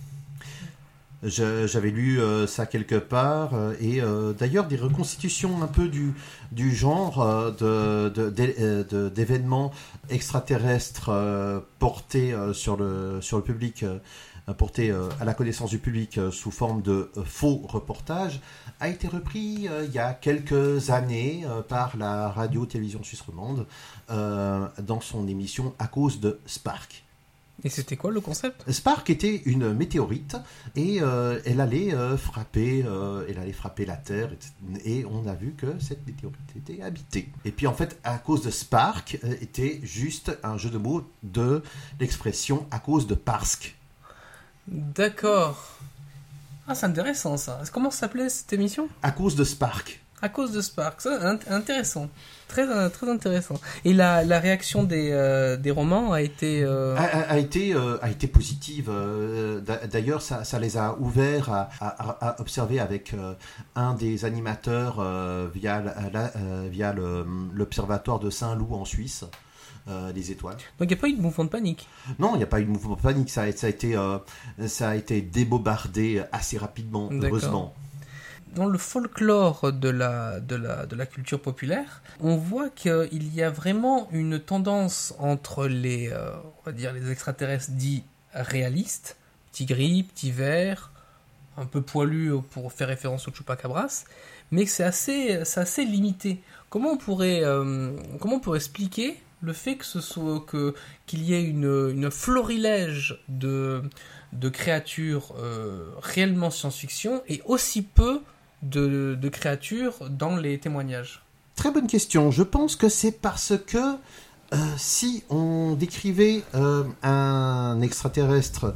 J'avais lu ça quelque part, et d'ailleurs des reconstitutions un peu du genre d'événements extraterrestres portés sur le public, portés à la connaissance du public sous forme de faux reportages, a été repris il y a quelques années par la radio-télévision suisse romande dans son émission À cause de Spark. Et c'était quoi le concept ? Spark était une météorite et elle allait frapper la Terre, et on a vu que cette météorite était habitée. Et puis en fait, à cause de Spark était juste un jeu de mots de l'expression à cause de Parsk. D'accord. Ah, c'est intéressant ça. Comment s'appelait cette émission ? À cause de Spark. À cause de Spark, ça, intéressant, très intéressant. Et la réaction des romans a été positive. D'ailleurs, ça les a ouverts à observer avec un des animateurs via l'observatoire de Saint-Loup en Suisse. Les étoiles. Donc il n'y a pas eu de mouvement de panique. Non, il n'y a pas eu de mouvement de panique. Ça a été débobardé assez rapidement, heureusement. Dans le folklore de la culture populaire, on voit qu'il y a vraiment une tendance entre les extraterrestres dits réalistes, petits gris, petits verts, un peu poilus pour faire référence au chupacabras, mais que c'est assez limité. Comment on pourrait expliquer le fait qu'il y ait une florilège de créatures réellement science-fiction et aussi peu de créatures dans les témoignages ? Très bonne question. Je pense que c'est parce que si on décrivait un extraterrestre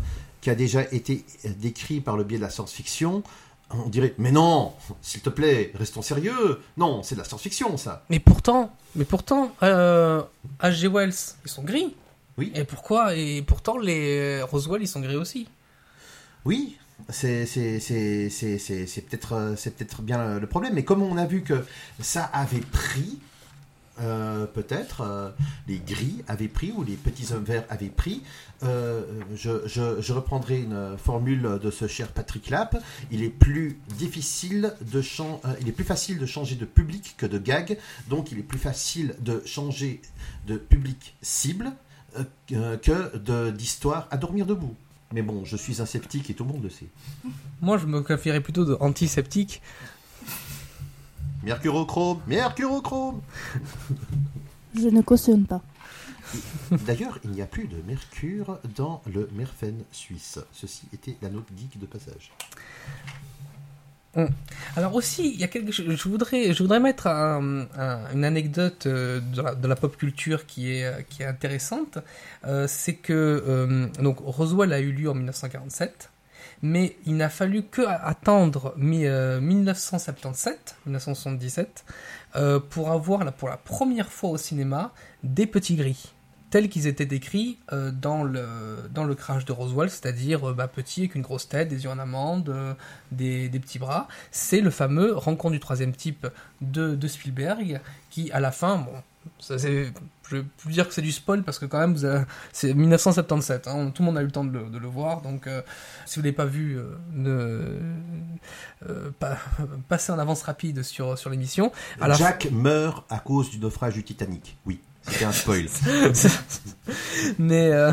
qui a déjà été décrit par le biais de la science-fiction, on dirait, mais non, s'il te plaît, restons sérieux. Non, c'est de la science-fiction, ça. Mais pourtant, H.G. Wells, ils sont gris. Oui. Et pourquoi? Et pourtant, les Roswell, ils sont gris aussi. Oui, c'est peut-être bien le problème. Mais comme on a vu que ça avait pris, peut-être, les gris avaient pris, ou les petits hommes verts avaient pris, je reprendrai une formule de ce cher Patrick Lapp. Il est plus facile de changer de public que de gag, donc il est plus facile de changer de public cible que d'histoire à dormir debout. Mais bon, je suis un sceptique et tout le monde le sait. Moi, je me qualifierais plutôt de antiseptique. Mercurochrome. Je ne cautionne pas. D'ailleurs, il n'y a plus de mercure dans le Merfen suisse. Ceci était la note geek de passage. Alors aussi, il y a quelque chose. Je voudrais mettre une anecdote de la pop culture qui est intéressante. C'est que donc Roswell a eu lieu en 1947, mais il n'a fallu que attendre 1977 pour avoir pour la première fois au cinéma des petits gris, tels qu'ils étaient décrits dans le crash de Roswell, c'est-à-dire petit avec une grosse tête, des yeux en amande, des petits bras. C'est le fameux Rencontre du troisième type de Spielberg, qui à la fin, bon, ça c'est, je vais plus dire que c'est du spoil parce que quand même c'est 1977, hein, tout le monde a eu le temps de le voir, donc si vous l'avez pas vu, passez en avance rapide sur l'émission. Jack meurt à cause du naufrage du Titanic. Oui. C'était un spoil. mais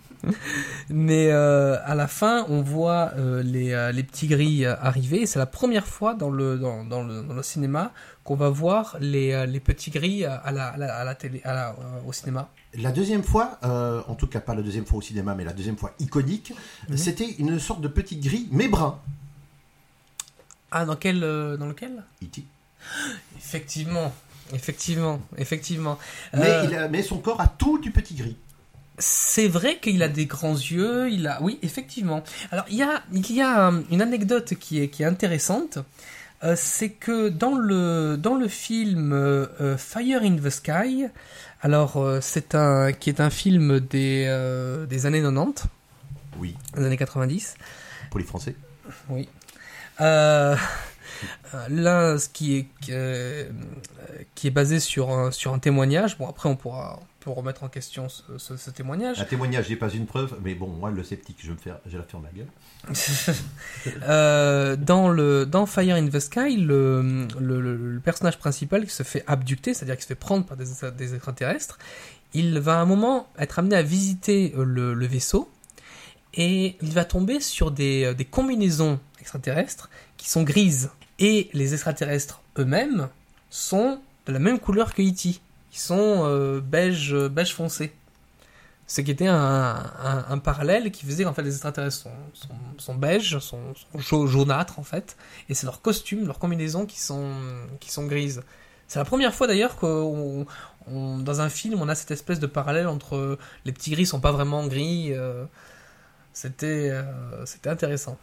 à la fin, on voit les petits gris arriver. Et c'est la première fois dans le cinéma qu'on va voir les petits gris à la télé, au cinéma. La deuxième fois, en tout cas pas la deuxième fois au cinéma, mais la deuxième fois iconique, c'était une sorte de petit gris, mais brun. Ah, dans lequel E.T. Effectivement. Mais son corps a tout du petit gris. C'est vrai qu'il a des grands yeux, oui, effectivement. Alors, il y a une anecdote qui est intéressante, c'est que dans le film Fire in the Sky, alors qui est un film des années 90, oui, des années 90. Pour les Français. Oui. Là, ce qui est basé sur un témoignage. Bon, après, on peut remettre en question ce témoignage. Un témoignage n'est pas une preuve, mais bon, moi, le sceptique, je la ferme ma gueule. Dans Fire in the Sky, le personnage principal qui se fait abducter, c'est-à-dire qui se fait prendre par des extraterrestres, il va à un moment être amené à visiter le vaisseau, et il va tomber sur des combinaisons extraterrestres qui sont grises. Et les extraterrestres eux-mêmes sont de la même couleur que E.T. Ils sont beige foncé. Ce qui était un parallèle qui faisait qu'en fait les extraterrestres sont beiges, sont jaunâtres en fait, et c'est leur costume, leur combinaison qui sont grises. C'est la première fois d'ailleurs que dans un film on a cette espèce de parallèle entre les petits gris sont pas vraiment gris. C'était intéressant.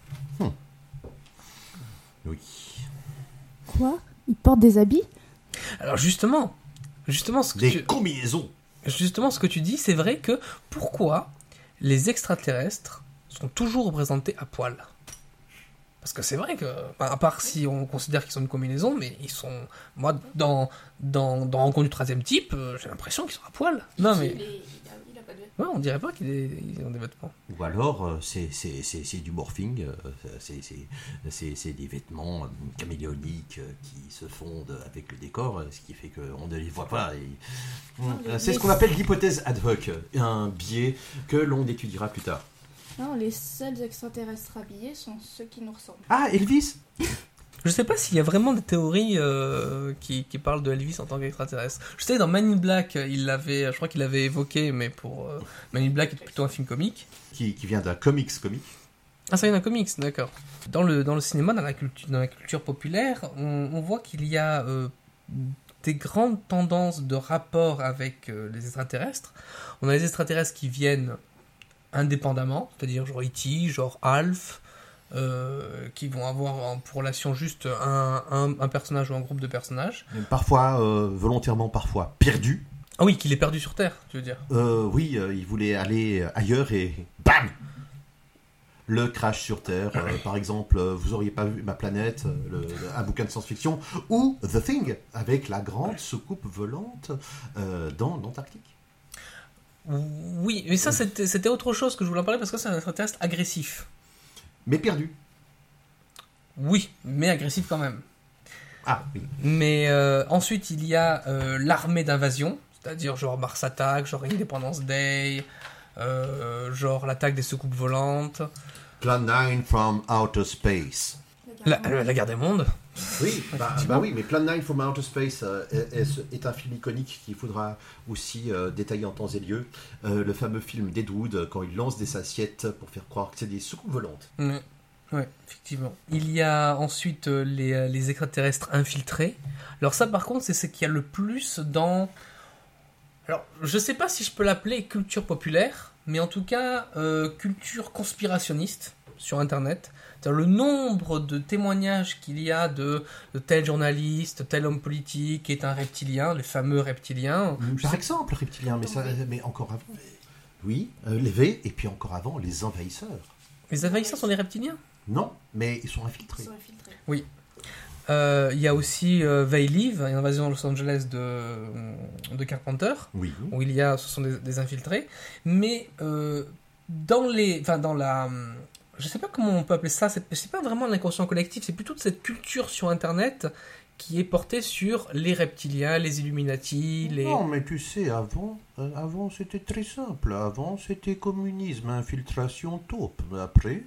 Oui. Quoi? Ils portent des habits? Alors justement combinaisons. Justement, ce que tu dis, c'est vrai que pourquoi les extraterrestres sont toujours représentés à poil? Parce que c'est vrai que, à part si on considère qu'ils sont une combinaison, mais ils sont, moi, dans Rencontre du troisième type, j'ai l'impression qu'ils sont à poil. Non mais. Il a pas de vêtements. Ouais, on dirait pas qu'ils ont des vêtements. Ou alors, c'est du morphing, c'est des vêtements caméléoniques qui se fondent avec le décor, ce qui fait qu'on ne les voit pas. C'est ce qu'on appelle l'hypothèse ad hoc, un biais que l'on étudiera plus tard. Non, les seuls extraterrestres habillés sont ceux qui nous ressemblent. Ah, Elvis? Je sais pas s'il y a vraiment des théories qui parlent de Elvis en tant qu'extraterrestre. Je sais, dans Man in Black, je crois qu'il l'avait évoqué, mais pour Man in Black est plutôt un film comique. Qui vient d'un comics. Ah, ça vient d'un comics, d'accord. Dans le cinéma, dans la culture populaire, on voit qu'il y a des grandes tendances de rapport avec les extraterrestres. On a les extraterrestres qui viennent indépendamment, c'est-à-dire genre E.T., genre Alf, qui vont avoir pour relation juste un personnage ou un groupe de personnages. Parfois, volontairement, parfois perdu. Ah oui, qu'il est perdu sur Terre, tu veux dire. Oui, il voulait aller ailleurs et bam, le crash sur Terre. Par exemple, vous auriez pas vu Ma planète, un bouquin de science-fiction, ou The Thing, avec la grande soucoupe volante dans l'Antarctique. Oui, mais ça c'était autre chose que je voulais en parler parce que c'est un extraterrestre agressif. Mais perdu. Oui, mais agressif quand même. Ah oui. Mais ensuite il y a l'armée d'invasion, c'est-à-dire genre Mars Attack, genre Independence Day, genre l'attaque des soucoupes volantes. Plan 9 from Outer Space. La guerre des mondes. Oui, bah oui, mais Plan 9 from Outer Space est un film iconique qu'il faudra aussi détailler en temps et lieu. Le fameux film d'Ed Wood, quand il lance des assiettes pour faire croire que c'est des soucoupes volantes. Oui, effectivement. Il y a ensuite les extraterrestres infiltrés. Alors ça par contre c'est ce qu'il y a le plus dans... Alors je sais pas si je peux l'appeler culture populaire, mais en tout cas culture conspirationniste sur internet. C'est-à-dire le nombre de témoignages qu'il y a de tel journaliste, tel homme politique est un reptilien, les fameux reptiliens. Par exemple, reptilien, mais encore avant. Oui, les V, et puis encore avant, les envahisseurs. Les envahisseurs sont des reptiliens ? Non, mais ils sont infiltrés. Oui. Il y a aussi They Live, une invasion à Los Angeles de Carpenter, Oui. où ce sont des infiltrés. Mais dans la... Je sais pas comment on peut appeler ça, c'est pas vraiment l'inconscient collectif, c'est plutôt de cette culture sur Internet qui est portée sur les reptiliens, les Illuminati, les... Non, mais tu sais, avant c'était très simple. Avant, c'était communisme, infiltration, taupe. Après,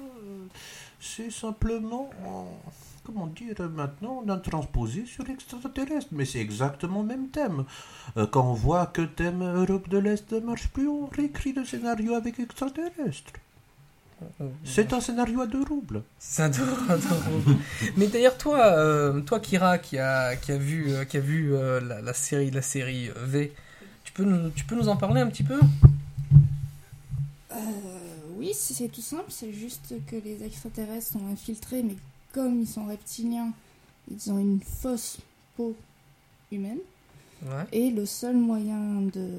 c'est simplement... Comment dire, maintenant, on a transposé sur l'extraterrestre. Mais c'est exactement le même thème. Quand on voit que le thème Europe de l'Est ne marche plus, on réécrit le scénario avec extraterrestre. C'est un scénario à 2 roubles. C'est un 2 roubles. Mais d'ailleurs, toi Kira, qui a vu la série V, tu peux nous en parler un petit peu ? Oui, c'est tout simple, c'est juste que les extraterrestres sont infiltrés, mais comme ils sont reptiliens, ils ont une fausse peau humaine. Ouais. Et le seul moyen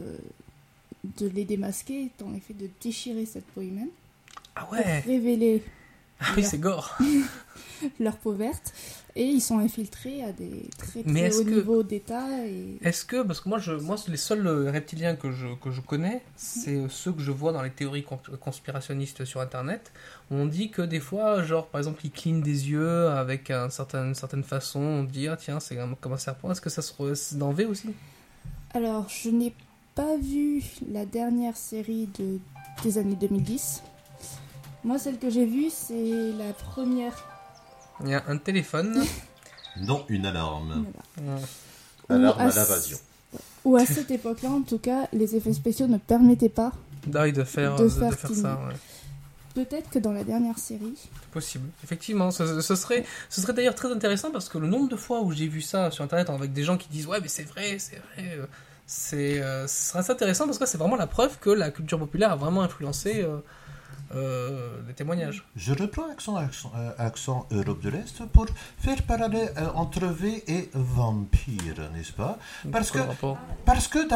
de les démasquer est en effet de déchirer cette peau humaine. Ah ouais. Pour révéler c'est gore. leur peau verte. Et ils sont infiltrés à des très hauts niveaux d'état. Est-ce que, parce que moi les seuls reptiliens que je connais, c'est ceux que je vois dans les théories conspirationnistes sur Internet, où on dit que des fois, genre par exemple, ils clignent des yeux avec une certaine façon, on dit ah tiens c'est comme un serpent. Est-ce que ça c'est dans V aussi ? Alors je n'ai pas vu la dernière série des années 2010. Moi, celle que j'ai vue, c'est la première. Il y a un téléphone. Non, une alarme. Voilà. Alarme à l'invasion. Ou à cette époque-là, en tout cas, les effets spéciaux ne permettaient pas de faire ça. Ouais. Peut-être que dans la dernière série. C'est possible. Effectivement, ce serait d'ailleurs très intéressant parce que le nombre de fois où j'ai vu ça sur Internet avec des gens qui disent ouais mais c'est vrai. Ce serait assez intéressant parce que c'est vraiment la preuve que la culture populaire a vraiment influencé des témoignages. Je reprends accent Europe de l'Est pour faire parallèle entre V et vampire, n'est-ce pas ? Parce que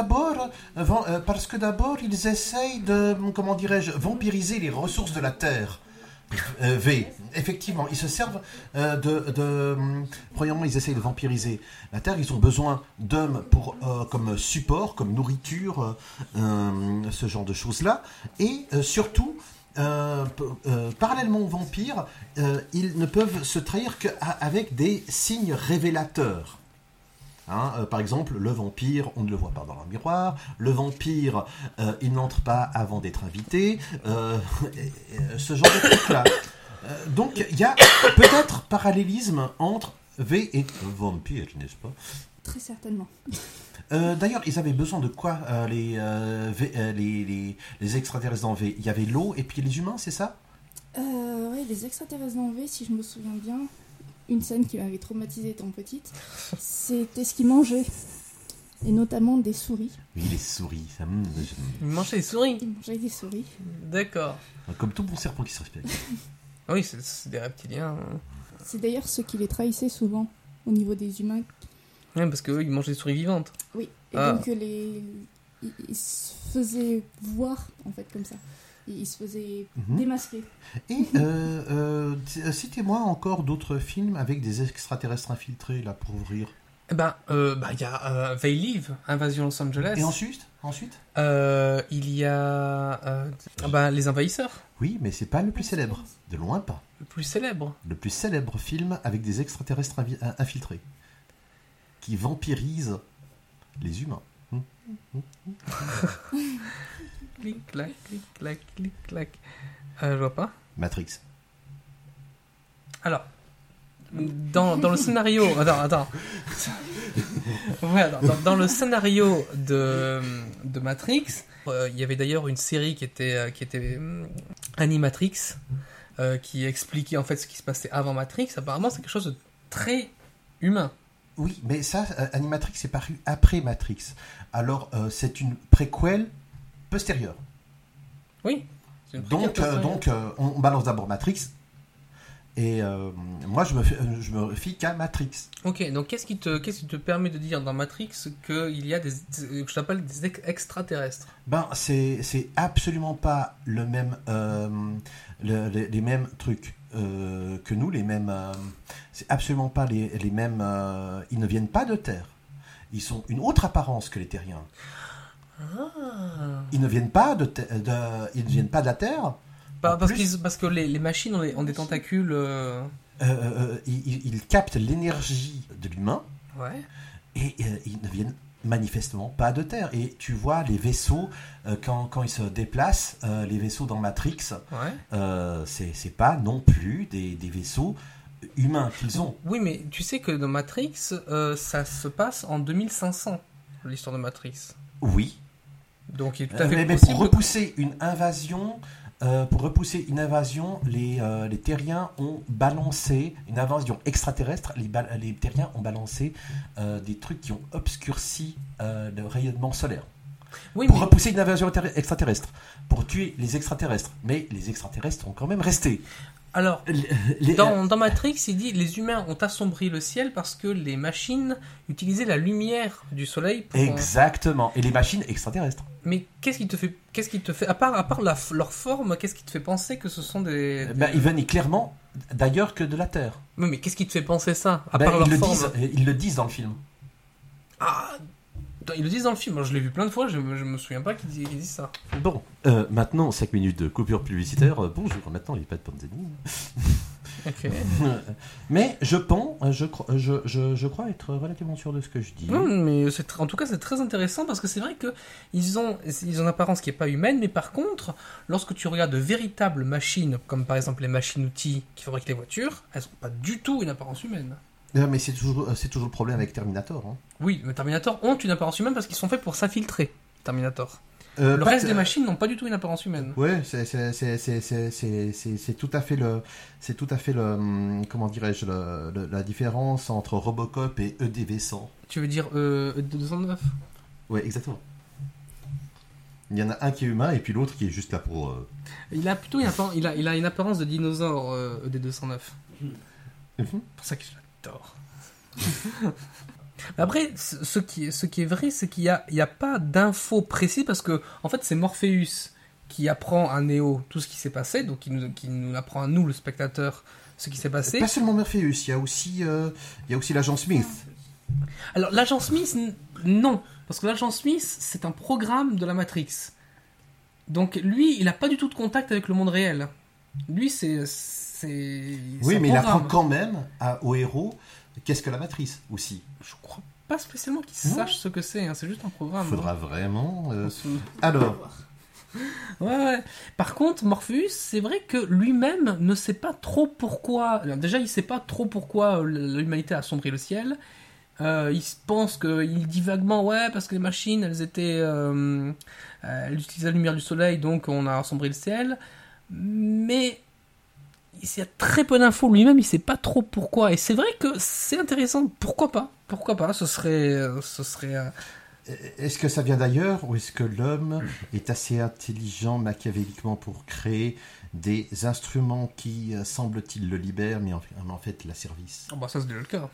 d'abord ils essayent de, comment dirais-je, vampiriser les ressources de la Terre. V, effectivement, ils se servent premièrement, ils essayent de vampiriser la Terre. Ils ont besoin d'hommes comme support, comme nourriture, ce genre de choses-là. Et surtout, parallèlement aux vampires, ils ne peuvent se trahir qu'avec des signes révélateurs. Par exemple, le vampire, on ne le voit pas dans un miroir. Le vampire, il n'entre pas avant d'être invité. Ce genre de trucs-là. Donc, il y a peut-être parallélisme entre V et vampire, n'est-ce pas ? Très certainement. D'ailleurs, ils avaient besoin de quoi, les extraterrestres en V ? Il y avait l'eau et puis les humains, c'est ça ? Oui, les extraterrestres en V, si je me souviens bien, une scène qui m'avait traumatisée étant petite, c'était ce qu'ils mangeaient. et notamment des souris. Oui, les souris, ça... Il mangeait les souris. Il mangeait des souris. D'accord. Comme tout bon serpent qui se respecte. Oui, c'est des reptiliens. C'est d'ailleurs ce qui les trahissaient souvent au niveau des humains. Ouais, parce qu'eux, ils mangent des souris vivantes. Oui, et Ah. donc ils se faisaient voir, en fait, comme ça. Ils se faisaient démasquer. Et citez-moi encore d'autres films avec des extraterrestres infiltrés, là, pour ouvrir. Eh ben, il y a They Live, Invasion Los Angeles. Et ensuite Il y a Les Envahisseurs, Oui, mais c'est pas le plus célèbre. De loin pas. le plus célèbre. Le plus célèbre film avec des extraterrestres infiltrés. Qui vampirisent les humains. Clic, clac, clic, clac, clic, clac. Je vois pas. Matrix. Alors, dans le scénario... Attends. Ouais, alors, dans le scénario de Matrix, il y avait d'ailleurs une série qui était Animatrix, qui expliquait en fait ce qui se passait avant Matrix. Apparemment, c'est quelque chose de très humain. Oui, mais ça, Animatrix est paru après Matrix. Alors, c'est une préquelle postérieure. Oui. c'est une Donc, préquelle. on balance d'abord Matrix. Et moi, je me fie qu'à Matrix. Ok, donc qu'est-ce qui te permet de dire dans Matrix qu'il y a que je t'appelle des extraterrestres? Ben, c'est absolument pas le même, les mêmes trucs que nous, les mêmes. C'est absolument pas les mêmes. Ils ne viennent pas de Terre. Ils sont une autre apparence que les Terriens. Ah. Ils ne viennent pas ils ne viennent pas de la Terre. Parce que les machines ont des tentacules. Ils captent l'énergie de l'humain Ouais. et ils ne viennent manifestement pas de Terre. Et tu vois les vaisseaux, quand ils se déplacent, les vaisseaux dans Matrix, Ouais. c'est pas non plus des vaisseaux humains qu'ils ont. Oui, mais tu sais que dans Matrix, ça se passe en 2500, l'histoire de Matrix. Oui. Donc il est tout à fait Mais possible. pour repousser une invasion, les Terriens ont balancé une invasion extraterrestre. Les Terriens ont balancé des trucs qui ont obscurci le rayonnement solaire. Oui, Pour mais repousser une invasion extraterrestre, pour tuer les extraterrestres. Mais les extraterrestres ont quand même resté. alors, Les- dans Matrix, il dit les humains ont assombri le ciel parce que les machines utilisaient la lumière du soleil pour... Exactement. Et les machines extraterrestres. Mais qu'est-ce qui te fait, à part leur forme, qu'est-ce qui te fait penser que ce sont des... Ben, ils venaient clairement d'ailleurs que de la Terre. Oui, mais qu'est-ce qui te fait penser ça, à Ben, part leur ils forme? le disent dans le film. Ah, ils le disent dans le film. Moi, je l'ai vu plein de fois, je me souviens pas qu'ils disent ça. Bon, maintenant 5 minutes de coupure publicitaire. Bonjour, maintenant les pattes Panzani. Ok. Mais je crois être relativement sûr de ce que je dis. Non, mais en tout cas, c'est très intéressant parce que c'est vrai que ils ont une apparence qui est pas humaine, mais par contre, lorsque tu regardes de véritables machines, comme par exemple les machines-outils qui fabriquent les voitures, elles ont pas du tout une apparence humaine. Mais c'est toujours le problème avec Terminator. Hein. Oui, les Terminator ont une apparence humaine parce qu'ils sont faits pour s'infiltrer. Terminator. Le Pas reste que- des machines n'ont pas du tout une apparence humaine. Ouais, c'est tout à fait le, comment dirais-je, la différence entre Robocop et EDV100. Tu veux dire 209? Ouais, exactement. Il y en a un qui est humain et puis l'autre qui est juste là pour. Il a plutôt il a une apparence de dinosaure ED209. Mhm. C'est pour ça que j'adore. Après, ce qui est vrai, c'est qu'il y a pas d'infos précises parce que en fait, c'est Morpheus qui apprend à Neo tout ce qui s'est passé, donc qui nous apprend à nous, le spectateur, ce qui s'est passé. Pas seulement Morpheus, il y a aussi l'agent Smith. Alors, l'agent Smith, non, parce que l'agent Smith, c'est un programme de la Matrix. Donc lui, il n'a pas du tout de contact avec le monde réel. Lui, c'est Oui, un mais il apprend programme. quand même au héros qu'est-ce que la matrice aussi. Je crois pas spécialement qu'il Non. sache ce que c'est, hein, c'est juste un programme. Faudra vraiment. hein. Alors, Ouais. Par contre, Morpheus, c'est vrai que lui-même ne sait pas trop pourquoi. Alors, déjà, il sait pas trop pourquoi l'humanité a sombré le ciel. Il pense il dit vaguement, ouais, parce que les machines, elles utilisaient la lumière du soleil, donc on a assombri le ciel. Mais il y a très peu d'infos. Lui-même, il sait pas trop pourquoi. Et c'est vrai que c'est intéressant. Pourquoi pas ? Ce serait est-ce que ça vient d'ailleurs ou est-ce que l'homme est assez intelligent machiavéliquement pour créer des instruments qui, semble-t-il, le libèrent, mais en fait l'asservissent? Oh, bah ça c'est déjà le cas.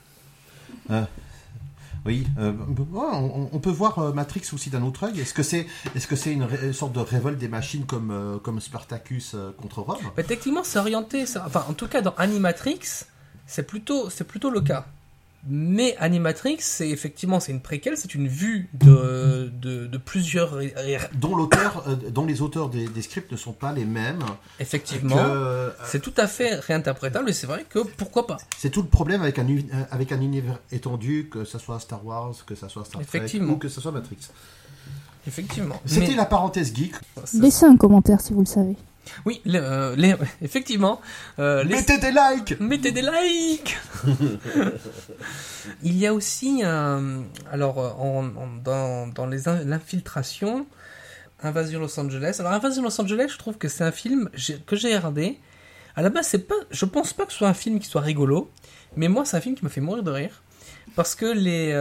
Oui, on peut voir Matrix aussi d'un autre œil. Est-ce que c'est une sorte de révolte des machines comme Spartacus contre Rome? Bah, techniquement c'est orienté, ça. Enfin en tout cas dans Animatrix, c'est plutôt le cas. Mais Animatrix, c'est une préquelle, c'est une vue de plusieurs... dont les auteurs des scripts ne sont pas les mêmes. Effectivement, c'est tout à fait réinterprétable et c'est vrai que pourquoi pas. C'est tout le problème avec un univers étendu, que ce soit Star Wars, que ce soit Star Trek ou que ce soit Matrix. Effectivement. C'était la parenthèse geek. Laissez un commentaire si vous le savez. Oui, effectivement. Mettez des likes. Mettez des likes. Il y a aussi, dans l'infiltration, Invasion Los Angeles. Alors Invasion Los Angeles, je trouve que c'est un film que j'ai regardé. À la base, je pense pas que ce soit un film qui soit rigolo, mais moi, c'est un film qui m'a fait mourir de rire parce que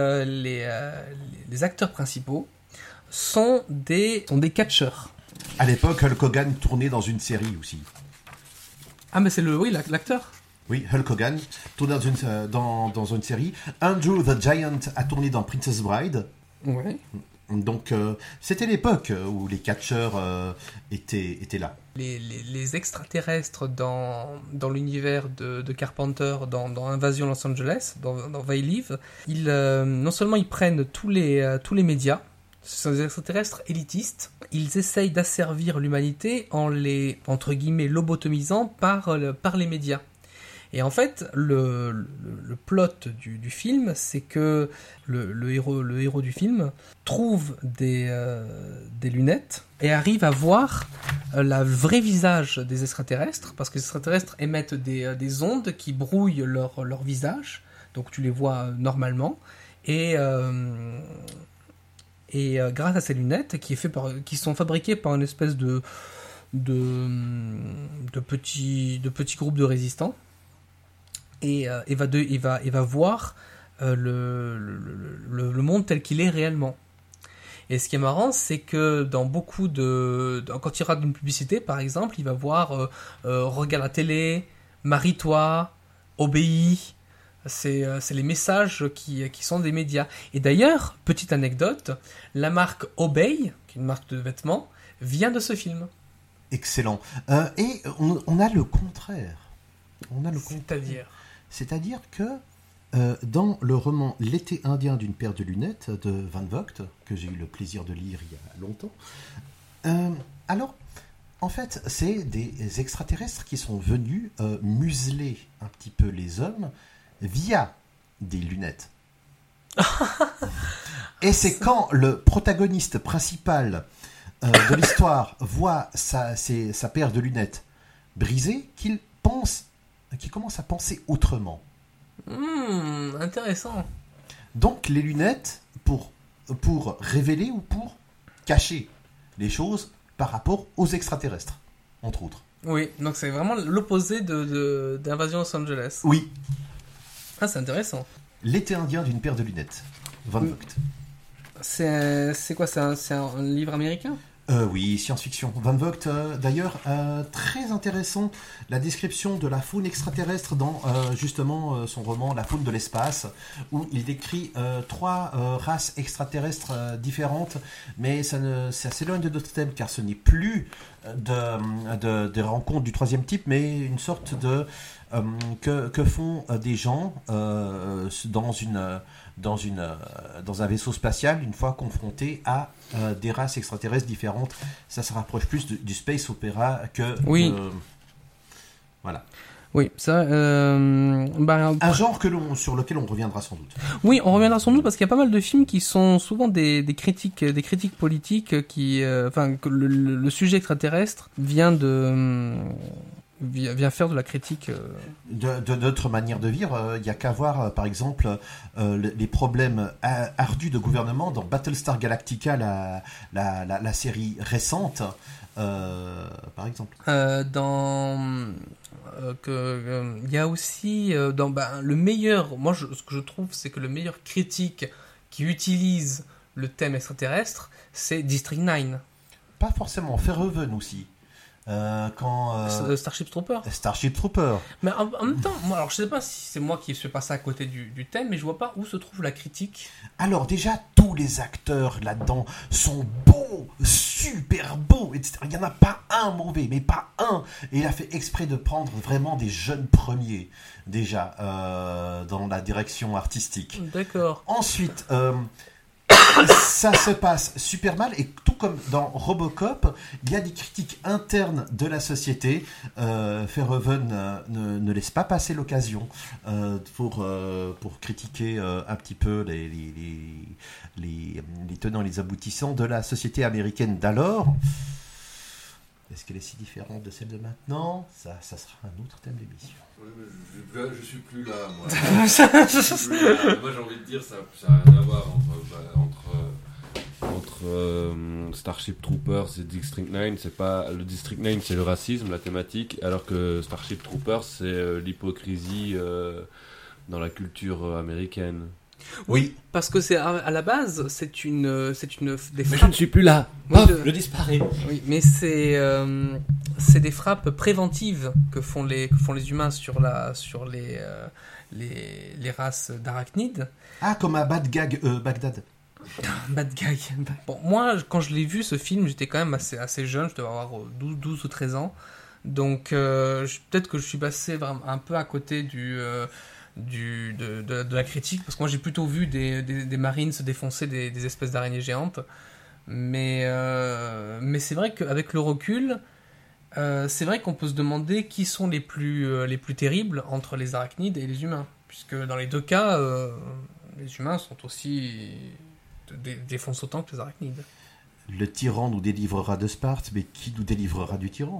les acteurs principaux sont des catcheurs. À l'époque, Hulk Hogan tournait dans une série aussi. Ah, mais c'est l'acteur. Oui, Hulk Hogan tournait dans une série. Andrew the Giant a tourné dans Princess Bride. Ouais. Donc, c'était l'époque où les catcheurs étaient là. Les extraterrestres dans l'univers de Carpenter, dans Invasion Los Angeles, dans They Live, non seulement ils prennent tous les médias, ce sont des extraterrestres élitistes. Ils essayent d'asservir l'humanité en les, entre guillemets, lobotomisant par les médias. Et en fait, le plot du film, c'est que le héros du film trouve des lunettes et arrive à voir le vrai visage des extraterrestres, parce que les extraterrestres émettent des ondes qui brouillent leur visage, donc tu les vois normalement, et grâce à ces lunettes qui sont fabriquées par une espèce de petits groupes de résistants, et va voir le monde tel qu'il est réellement. Et ce qui est marrant, c'est que dans beaucoup quand il regarde une publicité, par exemple, il va voir regarde la télé, marie-toi, obéis. C'est les messages qui sont des médias. Et d'ailleurs, petite anecdote, la marque Obey, qui est une marque de vêtements, vient de ce film. Excellent. Et on a le contraire. C'est-à-dire que dans le roman L'été indien d'une paire de lunettes de Van Vogt, que j'ai eu le plaisir de lire il y a longtemps, alors, en fait, c'est des extraterrestres qui sont venus museler un petit peu les hommes via des lunettes. Et c'est quand le protagoniste principal de l'histoire voit sa paire de lunettes brisée qu'il commence à penser autrement. Intéressant. Donc les lunettes pour révéler ou pour cacher les choses par rapport aux extraterrestres, entre autres. Oui, donc c'est vraiment l'opposé d'Invasion Los Angeles. Oui. Ah, c'est intéressant. L'été indien d'une paire de lunettes. Van Vogt. C'est quoi, c'est un livre américain ? Oui, science-fiction. Van Vogt, d'ailleurs, très intéressant, la description de la faune extraterrestre dans justement son roman La faune de l'espace, où il décrit 3 races extraterrestres différentes, mais ça s'éloigne de notre thème, car ce n'est plus des rencontres du 3e type, mais une sorte de... que font des gens dans un vaisseau spatial une fois confrontés à des races extraterrestres différentes. Ça se rapproche plus du space opéra que... Oui. Voilà. Oui, ça... un genre sur lequel on reviendra sans doute. Oui, on reviendra sans doute parce qu'il y a pas mal de films qui sont souvent des critiques politiques que le sujet extraterrestre vient faire de la critique. De notre manière de vivre, il n'y a qu'à voir, par exemple, les problèmes ardus de gouvernement dans Battlestar Galactica, la série récente, par exemple. Il y a aussi le meilleur. Moi, ce que je trouve, c'est que le meilleur critique qui utilise le thème extraterrestre, c'est District 9. Pas forcément. Verhoeven aussi. Starship Trooper. Starship Trooper. Mais en même temps, moi, alors je sais pas si c'est moi qui suis passé à côté du thème, mais je vois pas où se trouve la critique. Alors déjà, tous les acteurs là-dedans sont beaux, super beaux, etc. Il n'y en a pas un mauvais, mais pas un. Et il a fait exprès de prendre vraiment des jeunes premiers, déjà, dans la direction artistique. D'accord. Ensuite, ça se passe super mal, et tout comme dans Robocop, il y a des critiques internes de la société. Verhoeven ne laisse pas passer l'occasion pour critiquer un petit peu les tenants et les aboutissants de la société américaine d'alors. Est-ce qu'elle est si différente de celle de maintenant ? Ça sera un autre thème d'émission. Oui, mais je suis plus là, moi. Moi, j'ai envie de dire, ça n'a rien à voir entre Starship Troopers et District 9. C'est pas, le District 9, c'est le racisme, la thématique, alors que Starship Troopers, c'est l'hypocrisie dans la culture américaine. Oui, parce que c'est à la base, c'est une des Mais je ne suis plus là. Oui, Je disparais. Oui, mais c'est des frappes préventives que font les humains sur les races d'arachnides. Ah, comme à Bagdad. Bad guy. Bon, moi, quand je l'ai vu, ce film, j'étais quand même assez jeune, je devais avoir 12 ou 13 ans. Donc, peut-être que je suis passé vraiment un peu à côté de la critique, parce que moi, j'ai plutôt vu des marines se défoncer des espèces d'araignées géantes. Mais c'est vrai qu'avec le recul, c'est vrai qu'on peut se demander qui sont les plus terribles entre les arachnides et les humains. Puisque dans les deux cas, les humains sont aussi... défoncent autant que les arachnides. Le tyran nous délivrera de Sparte, mais qui nous délivrera du tyran ?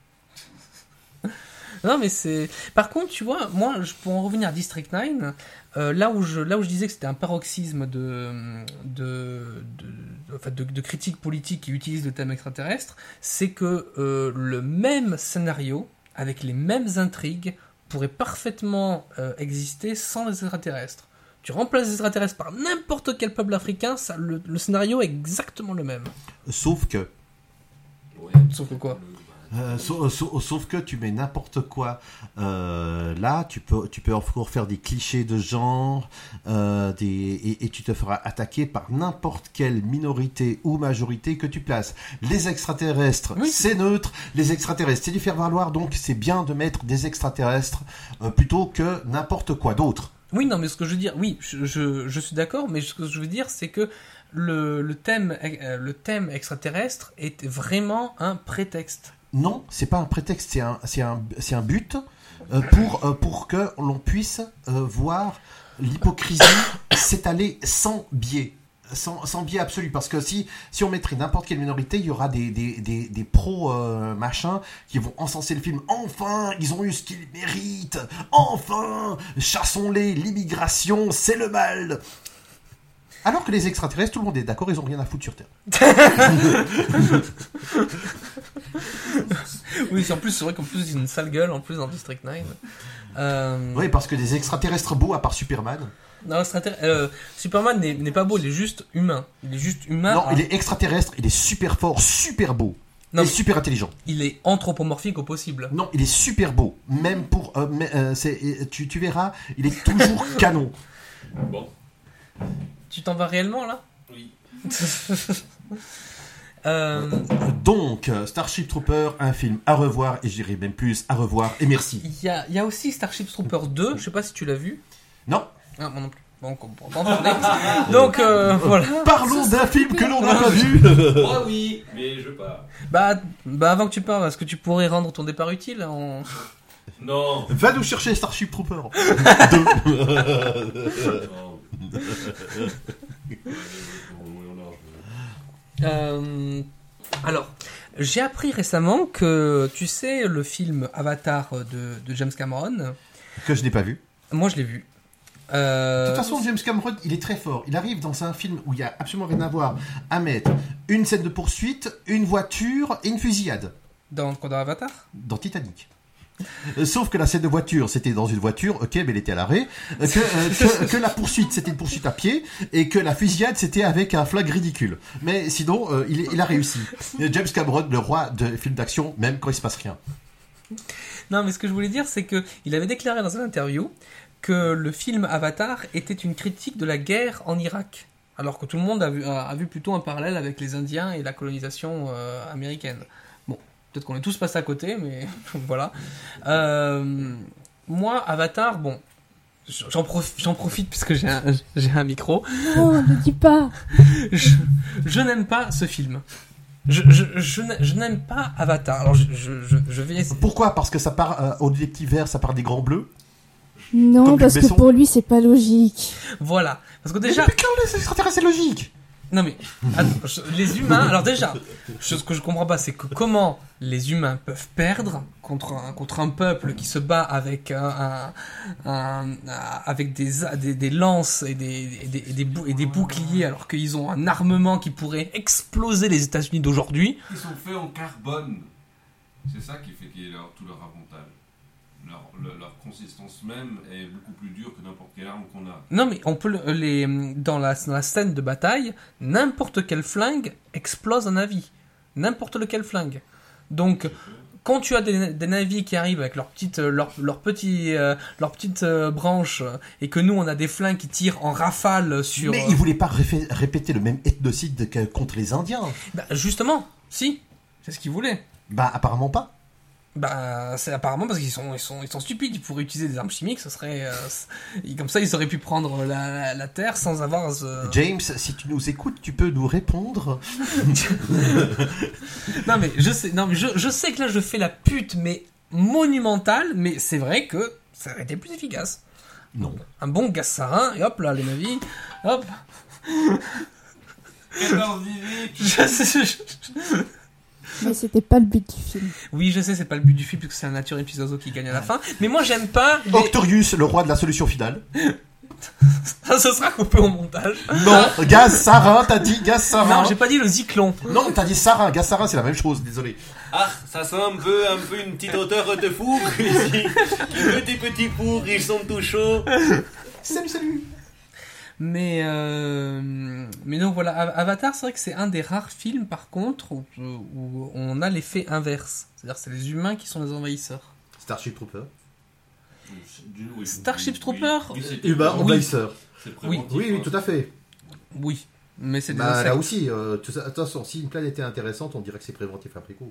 Non, mais c'est... Par contre, tu vois, moi, pour en revenir à District 9, là où je disais que c'était un paroxysme de critique politique qui utilise le thème extraterrestre, c'est que le même scénario, avec les mêmes intrigues, pourrait parfaitement exister sans les extraterrestres. Tu remplaces les extraterrestres par n'importe quel peuple africain, le scénario est exactement le même. Sauf que... Ouais. Sauf que quoi ? Sauf que tu mets n'importe quoi là, tu peux encore faire des clichés de genre et tu te feras attaquer par n'importe quelle minorité ou majorité que tu places. Les extraterrestres, oui, c'est neutre. Les extraterrestres, c'est du faire valoir, donc c'est bien de mettre des extraterrestres plutôt que n'importe quoi d'autre. Oui, non, mais ce que je veux dire, oui, je suis d'accord, mais ce que je veux dire, c'est que le thème extraterrestre est vraiment un prétexte. Non, c'est pas un prétexte, c'est un but pour que l'on puisse voir l'hypocrisie s'étaler sans biais. Sans biais absolu, parce que si on mettrait n'importe quelle minorité, il y aura des pros machins qui vont encenser le film. Enfin, ils ont eu ce qu'ils méritent. Enfin, chassons-les, l'immigration, c'est le mal. Alors que les extraterrestres, tout le monde est d'accord, ils ont rien à foutre sur Terre. Oui, en plus, c'est vrai qu'en plus, ils ont une sale gueule, en plus, dans District 9. Oui, parce que des extraterrestres beaux, à part Superman... Non, Superman n'est pas beau, il est juste humain. Il est juste humain. Non, il est extraterrestre, il est super fort, super beau. Non, et super intelligent. Il est anthropomorphique au possible. Non, il est super beau. Même pour... tu verras, il est toujours canon. Bon. Tu t'en vas réellement, là ? Oui. Donc, Starship Trooper, un film à revoir, et je dirais même plus, à revoir, et merci. Il y a aussi Starship Trooper 2, je sais pas si tu l'as vu. Non. Ah, moi non plus. Bon, donc, voilà. Parlons d'un film que l'on n'a pas vu. Moi oui, mais je pars. Bah, avant que tu parles, est-ce que tu pourrais rendre ton départ utile en... Non. Va nous chercher Starship Trooper. Alors, j'ai appris récemment que, tu sais, le film Avatar de James Cameron... Que je n'ai pas vu. Moi, je l'ai vu. De toute façon, James Cameron, il est très fort. Il arrive dans un film où il n'y a absolument rien à voir à mettre une scène de poursuite, une voiture et une fusillade. Dans Avatar ? Dans Titanic. Sauf que la scène de voiture, c'était dans une voiture, ok, mais elle était à l'arrêt. Que la poursuite, c'était une poursuite à pied, et que la fusillade, c'était avec un flingue ridicule. Mais sinon, il a réussi. James Cameron, le roi de films d'action, même quand il se passe rien. Non, mais ce que je voulais dire, c'est que il avait déclaré dans une interview que le film Avatar était une critique de la guerre en Irak, alors que tout le monde a vu plutôt un parallèle avec les Indiens et la colonisation américaine. Bon, peut-être qu'on est tous passés à côté, mais voilà. Moi, Avatar, bon, j'en profite puisque j'ai un micro. Non, ne dis pas. Je n'aime pas ce film. Je n'aime pas Avatar. Alors je vais essayer. Pourquoi ? Parce que ça part au détective vert, ça part des grands bleus. Non, Comme parce Luc que Besson. pour lui, c'est pas logique. Voilà. Parce que déjà. Mais quand les extraterrestres, c'est logique. Non mais, attends, les humains, alors déjà, ce que je comprends pas, c'est que comment les humains peuvent perdre contre un peuple qui se bat avec avec des lances et des boucliers, alors qu'ils ont un armement qui pourrait exploser les États-Unis d'aujourd'hui. Ils sont faits en carbone. C'est ça qui fait qu'il y a tout leur avantage. Leur consistance même est beaucoup plus dure que n'importe quelle arme qu'on a. Non mais on peut dans la scène de bataille, n'importe quel flingue explose un avis. N'importe lequel flingue. Donc quand tu as des navires qui arrivent avec leurs petites branches et que nous on a des flingues qui tirent en rafale sur... Mais ils voulaient pas répéter le même ethnocide contre les Indiens. Bah, justement, si, c'est ce qu'ils voulaient. Bah apparemment pas. Bah, c'est apparemment parce qu'ils sont stupides. Ils pourraient utiliser des armes chimiques, ce serait comme ça ils auraient pu prendre la terre sans avoir. James, si tu nous écoutes, tu peux nous répondre. Non mais je sais que là je fais la pute mais monumentale, mais c'est vrai que ça aurait été plus efficace. Non. Un bon gaz sarin et hop là les navires, hop. 14-18. Mais c'était pas le but du film. Oui, je sais, c'est pas le but du film, puisque c'est un nature épisode qui gagne à la fin. Mais moi, j'aime pas. Octorius, le roi de la solution finale. Ça, ce sera coupé au montage. Non, gaz sarin, t'as dit gaz sarin. Non, j'ai pas dit le zyklon. Non, t'as dit sarin, gaz sarin, c'est la même chose, désolé. Ah, ça sent un peu une petite odeur de four ici. Des petits fours, ils sont tout chauds. Salut. Mais donc voilà, Avatar, c'est vrai que c'est un des rares films, par contre, où on a l'effet inverse. C'est-à-dire, c'est les humains qui sont les envahisseurs. Starship Trooper. Starship Trooper Humain Oui. envahisseur. C'est Oui. préventif, Oui, hein. tout à fait. Oui, mais c'est des Bah, insectes. là aussi, attention, si une planète était intéressante, on dirait que c'est préventif après coup.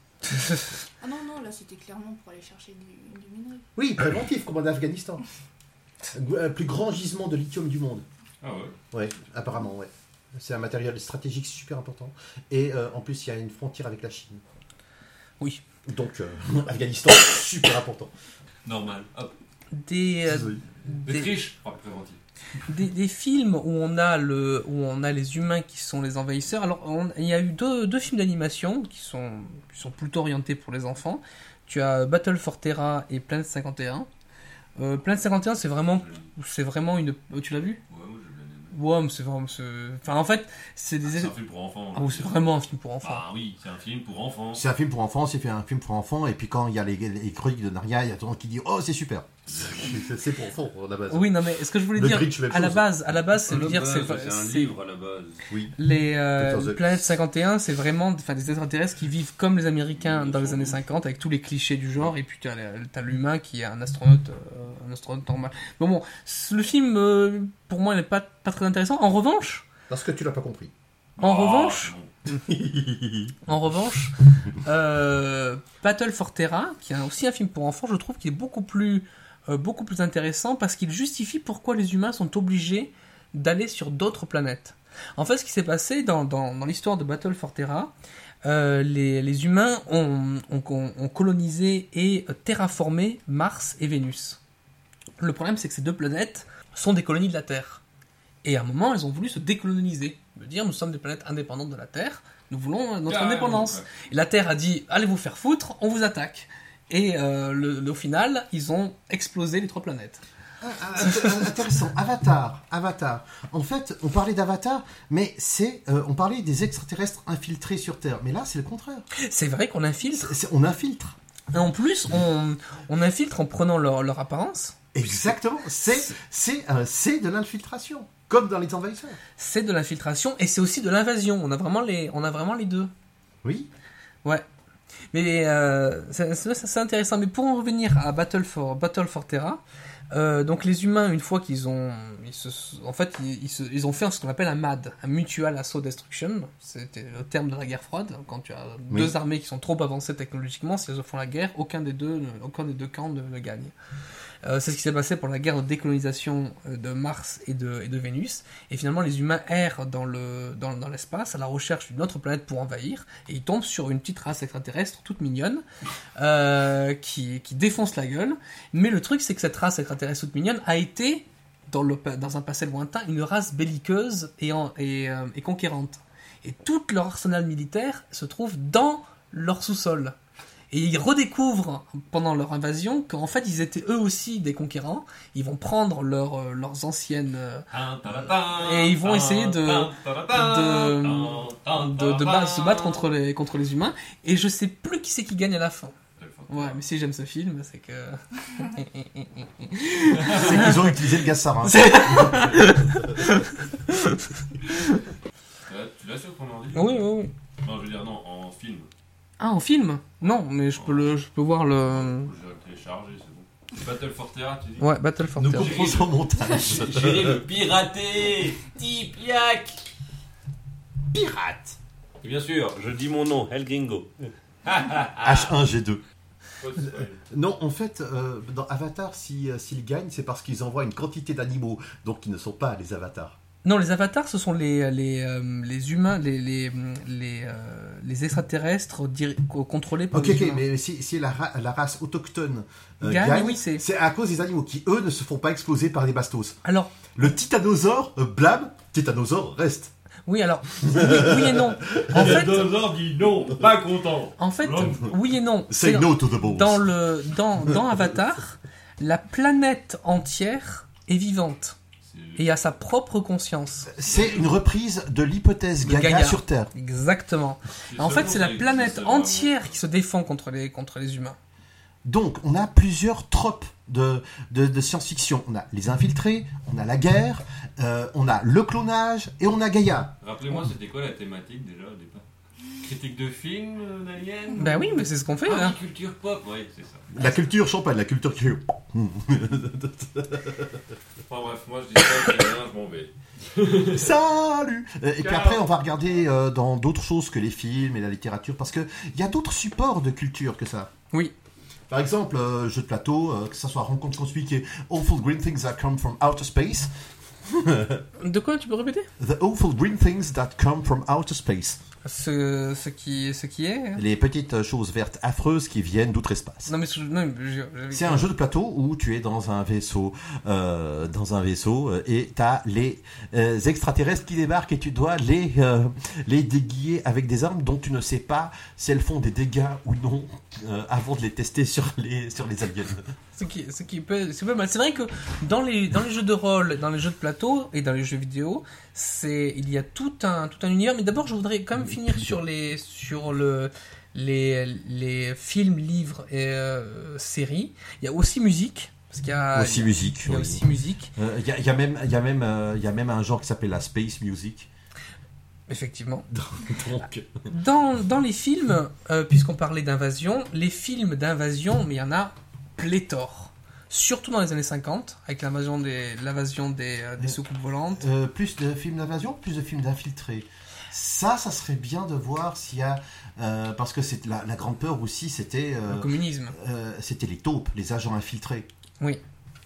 Ah non, là c'était clairement pour aller chercher du minerai. Oui, préventif, comme en Afghanistan. Plus grand gisement de lithium du monde. Ah ouais. Ouais, apparemment, ouais. C'est un matériel stratégique super important. Et en plus, il y a une frontière avec la Chine. Oui. Donc, Afghanistan, super important. Normal. Hop. Des Triche. Pas préventif. des films où on a les humains qui sont les envahisseurs. Alors il y a eu deux films d'animation qui sont plutôt orientés pour les enfants. Tu as Battle for Terra et Planet 51. Planet 51 c'est vraiment une... Tu l'as vu? Ouais, moi j'ai bien aimé. Ouais, mais c'est vraiment... Enfin en fait c'est des... C'est un film pour enfants. Ah oui, c'est vraiment un film pour enfants. Ah oui, c'est un film pour enfants. C'est un film pour enfants, c'est fait un film pour enfants, et puis quand il y a les chroniques de Narnia, il y a tout le monde qui dit « Oh, c'est super !» C'est pour enfants, à la base. Oui, non mais ce que je voulais Le dire Grinch, même à la chose. base c'est de dire C'est un livre à la base. Oui. les Dr. Planète 51, c'est vraiment des extraterrestres qui vivent comme les Américains dans les années 50 avec tous les clichés du genre, et puis t'as l'humain qui est un astronaute normal. Bon, le film pour moi il n'est pas très intéressant. En revanche, Parce que tu l'as pas compris. En Ah, revanche, bon. Battle for Terra, qui est aussi un film pour enfants, je trouve qu'il est beaucoup plus intéressant parce qu'il justifie pourquoi les humains sont obligés d'aller sur d'autres planètes. En fait, ce qui s'est passé dans l'histoire de Battle for Terra, les humains ont colonisé et terraformé Mars et Vénus. Le problème, c'est que ces deux planètes sont des colonies de la Terre. Et à un moment, elles ont voulu se décoloniser. De dire, nous sommes des planètes indépendantes de la Terre, nous voulons notre Carrément, indépendance. ouais. Et la Terre a dit, allez vous faire foutre, on vous attaque. Et au final, ils ont explosé les trois planètes. Intéressant. Avatar. En fait, on parlait d'Avatar, mais on parlait des extraterrestres infiltrés sur Terre. Mais là, c'est le contraire. C'est vrai qu'on infiltre. On infiltre. Et en plus, on infiltre en prenant leur apparence. Exactement, c'est de l'infiltration, comme dans les envahisseurs. C'est de l'infiltration et c'est aussi de l'invasion. On a vraiment les deux. Oui. Ouais. Mais c'est intéressant. Mais pour en revenir à Battle for Terra, donc les humains, une fois qu'ils ont, ils ont fait ce qu'on appelle un MAD, un Mutual Assault Destruction. C'était le terme de la guerre froide. Quand tu as deux armées qui sont trop avancées technologiquement, si elles font la guerre, aucun des deux camps ne gagne. C'est ce qui s'est passé pour la guerre de décolonisation de Mars et de Vénus. Et finalement, les humains errent dans l'espace à la recherche d'une autre planète pour envahir. Et ils tombent sur une petite race extraterrestre toute mignonne qui défonce la gueule. Mais le truc, c'est que cette race extraterrestre toute mignonne a été, dans un passé lointain, une race belliqueuse et conquérante. Et tout leur arsenal militaire se trouve dans leur sous-sol. Et ils redécouvrent pendant leur invasion qu'en fait ils étaient eux aussi des conquérants. Ils vont prendre leurs anciennes et ils vont essayer de se battre contre les humains. Et je sais plus qui c'est qui gagne à la fin. Ouais, mais si j'aime ce film, c'est que c'est qu'ils ont utilisé le gaz sarin. Tu l'as sur ton ordi? Oui. Non, je veux dire non, en film. Ah, en film? Non, mais je peux voir le... Je vais le télécharger, c'est bon. Battle for Terra, tu dis? Ouais, Battle for Nous Terra. couperons son montage. J'irai le pirater. Tipiak. Pirate. Et bien sûr, je dis mon nom, El Gringo. H1G2. Ouais, c'est pas- Non, en fait, dans Avatar, s'ils gagnent, c'est parce qu'ils envoient une quantité d'animaux, donc ils ne sont pas les avatars. Non, les avatars, ce sont les humains, les extraterrestres contrôlés par les Ok, humains. mais si la race autochtone Gagne, gagne, oui, c'est... c'est à cause des animaux qui, eux, ne se font pas exploser par des bastos. Alors, Le titanosaure blâme, titanosaure reste. oui, alors, oui et non. En fait, Dinosaure dit non, pas content. oui et non. Say C'est no to the balls. dans Avatar, la planète entière est vivante et a sa propre conscience. C'est une reprise de l'hypothèse Gaïa sur Terre. Exactement. En fait, c'est la planète entière qui se défend contre les humains. Donc, on a plusieurs tropes de science-fiction. On a les infiltrés, on a la guerre, on a le clonage et on a Gaïa. Rappelez-moi, c'était quoi la thématique déjà au départ? Critique de film d'Alien? Ben oui, mais c'est ce qu'on fait. Hein. Culture pop, oui, c'est ça. La culture champagne, la culture qui... Enfin bref, moi je dis ça, je m'en vais. Salut. Et puis après, on va regarder dans d'autres choses que les films et la littérature, parce qu'il y a d'autres supports de culture que ça. Oui. Par exemple, jeu de plateau, que ça soit Rencontre Cosmique et Awful Green Things That Come From Outer Space. De quoi tu peux répéter? The Awful Green Things That Come From Outer Space. Ce qui est. Les petites choses vertes affreuses qui viennent d'outre-espace. Non mais C'est un jeu de plateau où tu es dans un vaisseau, et t'as les extraterrestres qui débarquent et tu dois les déguiller avec des armes dont tu ne sais pas si elles font des dégâts ou non avant de les tester sur les aliens. Ce qui peut c'est pas mal. C'est vrai que dans les jeux de rôle, dans les jeux de plateau et dans les jeux vidéo, il y a tout un univers. Mais d'abord, je voudrais quand même finir sur les films, livres et séries. Il y a aussi musique. Parce qu'il y a Aussi musique. Il y a oui. aussi musique. Il y a même un genre qui s'appelle la space music. Effectivement. Donc, Dans les films, puisqu'on parlait d'invasion, les films d'invasion, mais il y en a pléthore. Surtout dans les années 50, avec l'invasion des soucoupes volantes. plus de films d'invasion, plus de films d'infiltrés. Ça serait bien de voir s'il y a... parce que c'est la grande peur aussi, c'était... Le communisme. c'était les taupes, les agents infiltrés. Oui.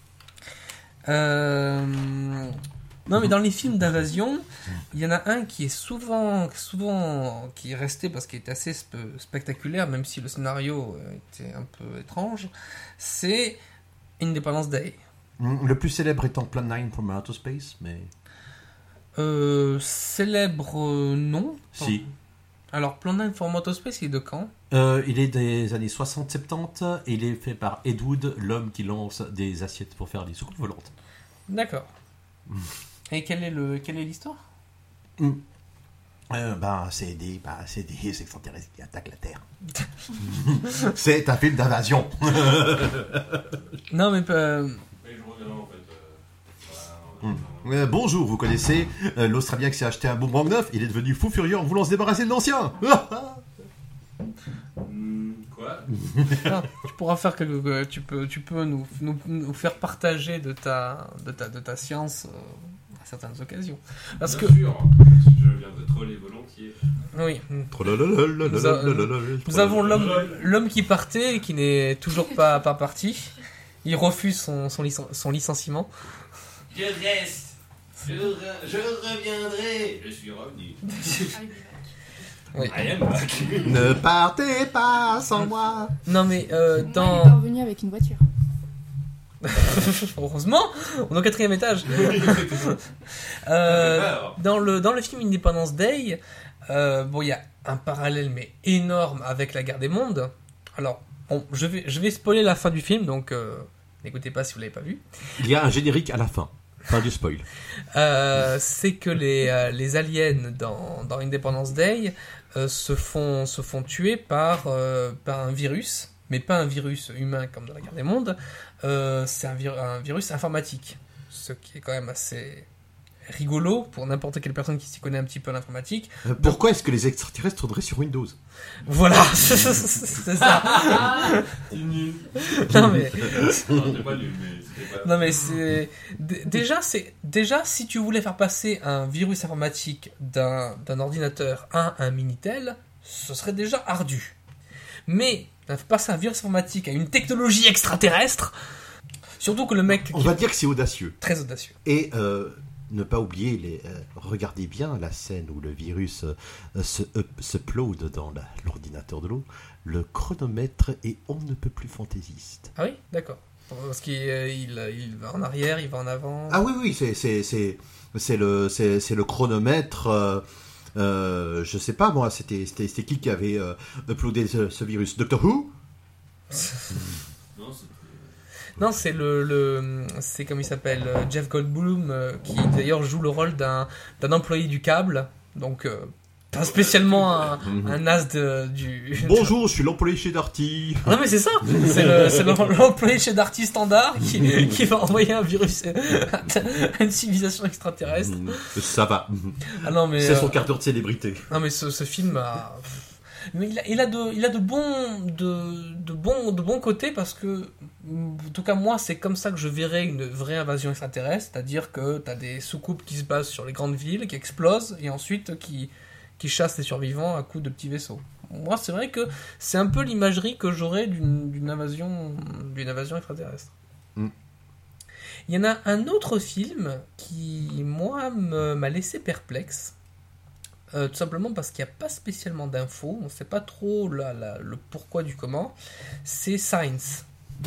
Non, mais dans les films d'invasion, il y en a un qui est souvent qui est resté parce qu'il est assez spectaculaire, même si le scénario était un peu étrange. C'est Independence Day. Le plus célèbre étant Plan 9 from Outer Space, mais... Célèbre, non. Si. Alors, Plan 9 from Outer Space, il est de quand? Il est des années 60-70 et il est fait par Ed Wood, l'homme qui lance des assiettes pour faire des soucoupes volantes. D'accord. Et quelle est l'histoire? C'est des extraterrestres qui attaquent la Terre. C'est un film d'invasion. Non, mais pas... Mais je reviens en fait. Bonjour, vous connaissez l'Australien qui s'est acheté un boomerang neuf, il est devenu fou furieux en voulant se débarrasser de l'ancien. Quoi? Non, tu pourras faire quelque... Tu peux nous faire partager de ta science à certaines occasions. Parce que... Bien sûr, je viens de troller volontiers. Oui. Nous avons l'homme qui partait et qui n'est toujours pas parti. Il refuse son licenciement. Je reste. Je reviendrai. Je suis revenu. Oui. I am back. Ne partez pas sans moi. Non mais Il est dans... parvenu avec une voiture. Heureusement, on est au 4e étage. Dans le film Independence Day, il y a un parallèle mais énorme avec la guerre des mondes. Alors, je vais spoiler la fin du film, donc n'écoutez pas si vous l'avez pas vu. Il y a un générique à la fin. Fin du spoil. C'est que les aliens dans Independence Day se font tuer par un virus. Mais pas un virus humain comme dans la guerre des mondes, c'est un virus informatique. Ce qui est quand même assez rigolo pour n'importe quelle personne qui s'y connaît un petit peu en informatique. Pourquoi est-ce que les extraterrestres tourneraient sur Windows? Voilà, c'est ça. Non mais... C'était pas nul, mais c'était pas... Non mais c'est... Déjà, si tu voulais faire passer un virus informatique d'un ordinateur à un Minitel, ce serait déjà ardu. Mais... passer un virus informatique à une technologie extraterrestre, surtout que le mec... On va dire que c'est audacieux. Très audacieux. Et ne pas oublier, regardez bien la scène où le virus se upload dans l'ordinateur de l'eau. Le chronomètre est on ne peut plus fantaisiste. Ah oui, d'accord. Parce qu'il va en arrière, il va en avant. Ah oui, c'est le chronomètre... je sais pas moi, c'était qui avait uploadé ce virus? Doctor Who? Non, c'est c'est comme il s'appelle, Jeff Goldblum, qui d'ailleurs joue le rôle d'un employé du câble, donc pas spécialement un as du... Bonjour, je suis l'employé chez Darty. Non mais c'est ça, c'est l'employé chez Darty standard qui va envoyer un virus à une civilisation extraterrestre. Ça va. Ah non mais c'est son quart d'heure de célébrité. Non mais ce film a... Mais il a de bons côtés parce que, en tout cas moi, c'est comme ça que je verrais une vraie invasion extraterrestre, c'est-à-dire que t'as des soucoupes qui se basent sur les grandes villes, qui explosent et ensuite qui chassent les survivants à coups de petits vaisseaux. Moi, c'est vrai que c'est un peu l'imagerie que j'aurais d'une invasion extraterrestre. Il y en a un autre film qui, moi, m'a laissé perplexe. Tout simplement parce qu'il n'y a pas spécialement d'infos, on ne sait pas trop le pourquoi du comment. C'est Science.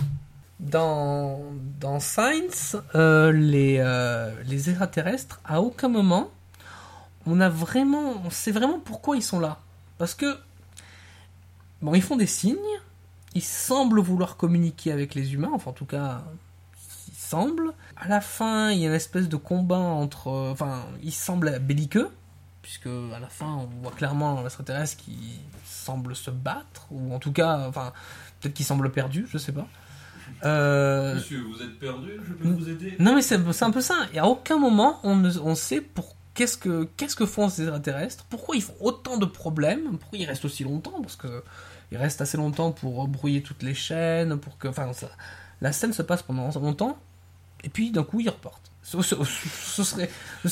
Dans Science, les extraterrestres, à aucun moment, on sait vraiment pourquoi ils sont là. Parce que, bon, ils font des signes, ils semblent vouloir communiquer avec les humains, enfin en tout cas, ils semblent. À la fin, il y a une espèce de combat entre... ils semblent belliqueux, puisque à la fin on voit clairement l'extraterrestre qui semble se battre, ou en tout cas, peut-être qu'il semble perdu, je sais pas. Monsieur, vous êtes perdu, je peux vous aider? Non mais c'est un peu ça, et à aucun moment on sait qu'est-ce que font ces extraterrestres, pourquoi ils font autant de problèmes, pourquoi ils restent aussi longtemps, parce que ils restent assez longtemps pour brouiller toutes les chaînes, pour que... la scène se passe pendant longtemps, et puis d'un coup ils repartent. Ce serait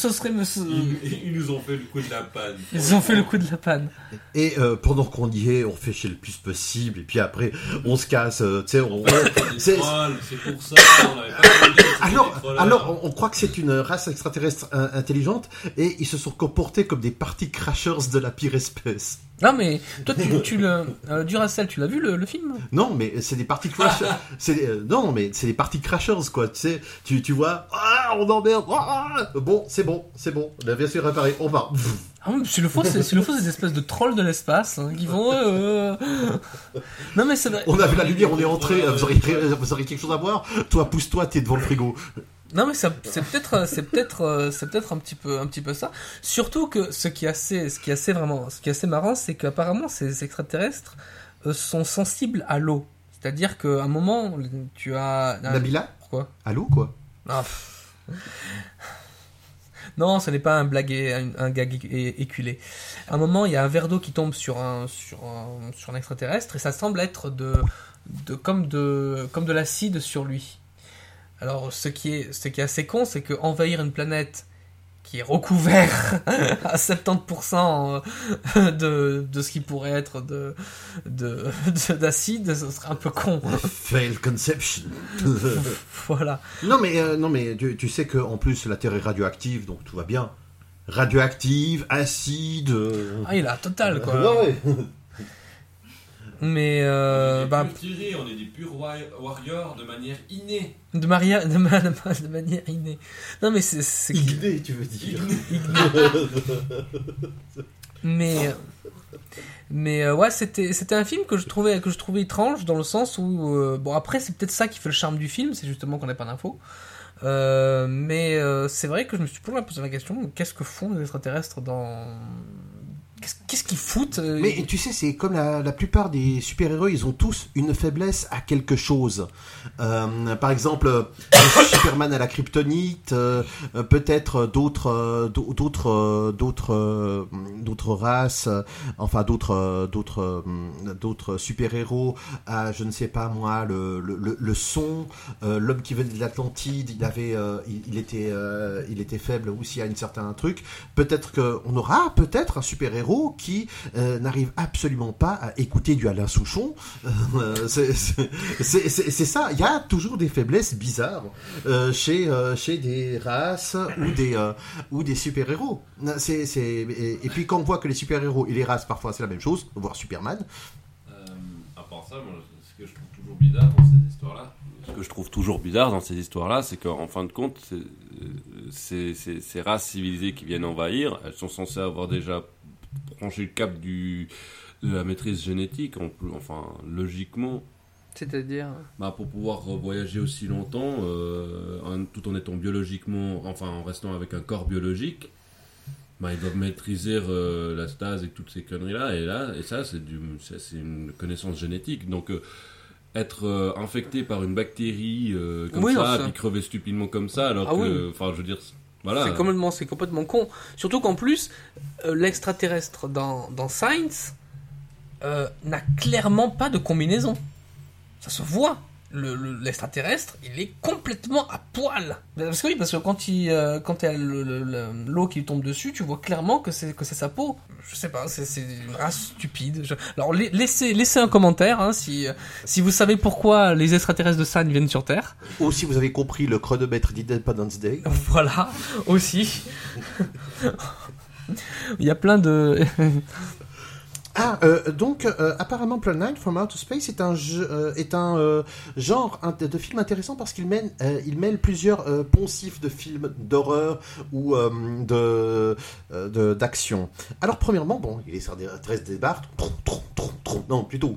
Ils nous ont fait le coup de la panne. Ils ont fait le coup de la panne. Et pendant qu'on y est, on fait chier le plus possible, et puis après, on se casse, tu sais, c'est pour ça, on n'avait pas compris. Alors, on croit que c'est une race extraterrestre intelligente, et ils se sont comportés comme des party crashers de la pire espèce. Non mais, toi, Duracell, tu l'as vu le film? Non, mais c'est des party crashers. Non, mais c'est des party crashers, quoi, tu sais, tu vois, on emmerde, bon, c'est bon, la version est réparée, on va. Ah oui, c'est le faux des espèces de trolls de l'espace qui vont... Non mais c'est vrai. On a vu la lumière, on est entré, vous aurez quelque chose à boire? Toi, pousse-toi, t'es devant le frigo. Non mais c'est peut-être un petit peu ça. Surtout que ce qui est assez marrant, c'est qu'apparemment ces extraterrestres sont sensibles à l'eau. C'est-à-dire qu'à un moment tu as Nabila ? Quoi ? À l'eau, quoi. Ah, non, ce n'est pas un gag éculé. À un moment, il y a un verre d'eau qui tombe sur un extraterrestre et ça semble être comme de l'acide sur lui. Alors, ce qui est assez con, c'est que envahir une planète qui est recouvert à 70% de ce qui pourrait être d'acide, ce serait un peu con. Fail conception. Voilà. Non mais tu sais qu'en plus la Terre est radioactive, donc tout va bien. Radioactive, acide. Ah, il a total quoi. Ouais. Mais on est des purs warriors de manière innée. de manière innée. Non mais c'est Igné, tu veux dire. Mais ouais, c'était un film que je trouvais étrange dans le sens où bon, après c'est peut-être ça qui fait le charme du film, c'est justement qu'on n'a pas d'infos. Mais c'est vrai que je me suis toujours posé la question, qu'est-ce que font les extraterrestres dans... Qu'est-ce qu'ils foutent Mais tu sais, c'est comme la plupart des super-héros, ils ont tous une faiblesse à quelque chose. Par exemple, Superman à la kryptonite, peut-être d'autres races, enfin d'autres super-héros à, je ne sais pas moi, le son, l'homme qui venait de l'Atlantide, il était faible aussi à un certain truc. Peut-être qu'on aura un super-héros qui n'arrive absolument pas à écouter du Alain Souchon. C'est ça. Il y a toujours des faiblesses bizarres chez des races ou des super-héros. Et puis quand on voit que les super-héros et les races parfois c'est la même chose, voire Superman. À part ça, moi, ce que je trouve toujours bizarre dans ces histoires-là, c'est qu'en fin de compte, ces races civilisées qui viennent envahir, elles sont censées avoir déjà franchi le cap de la maîtrise génétique, enfin logiquement. C'est-à-dire Pour pouvoir voyager aussi longtemps, tout en étant biologiquement, enfin en restant avec un corps biologique, ils doivent maîtriser la stase et toutes ces conneries-là. Et ça, c'est une connaissance génétique. Donc être infecté par une bactérie comme ça, puis crever stupidement comme ça, alors que, enfin, je veux dire. Voilà. C'est complètement con. Surtout qu'en plus, l'extraterrestre dans Science n'a clairement pas de combinaison. Ça se voit. L'extraterrestre, il est complètement à poil. Parce que quand il y a l'eau qui lui tombe dessus, tu vois clairement que c'est sa peau. Je sais pas, c'est une race stupide. Alors laissez un commentaire hein, si vous savez pourquoi les extraterrestres de Science viennent sur Terre. Ou si vous avez compris le chronomètre d'Independence Day. Voilà, aussi. Il y a plein de... Donc apparemment Plan 9 from Outer Space est un genre de film intéressant parce qu'il mêle plusieurs poncifs de films d'horreur ou d'action. Alors premièrement, il est sur des 13 débarques, non plutôt.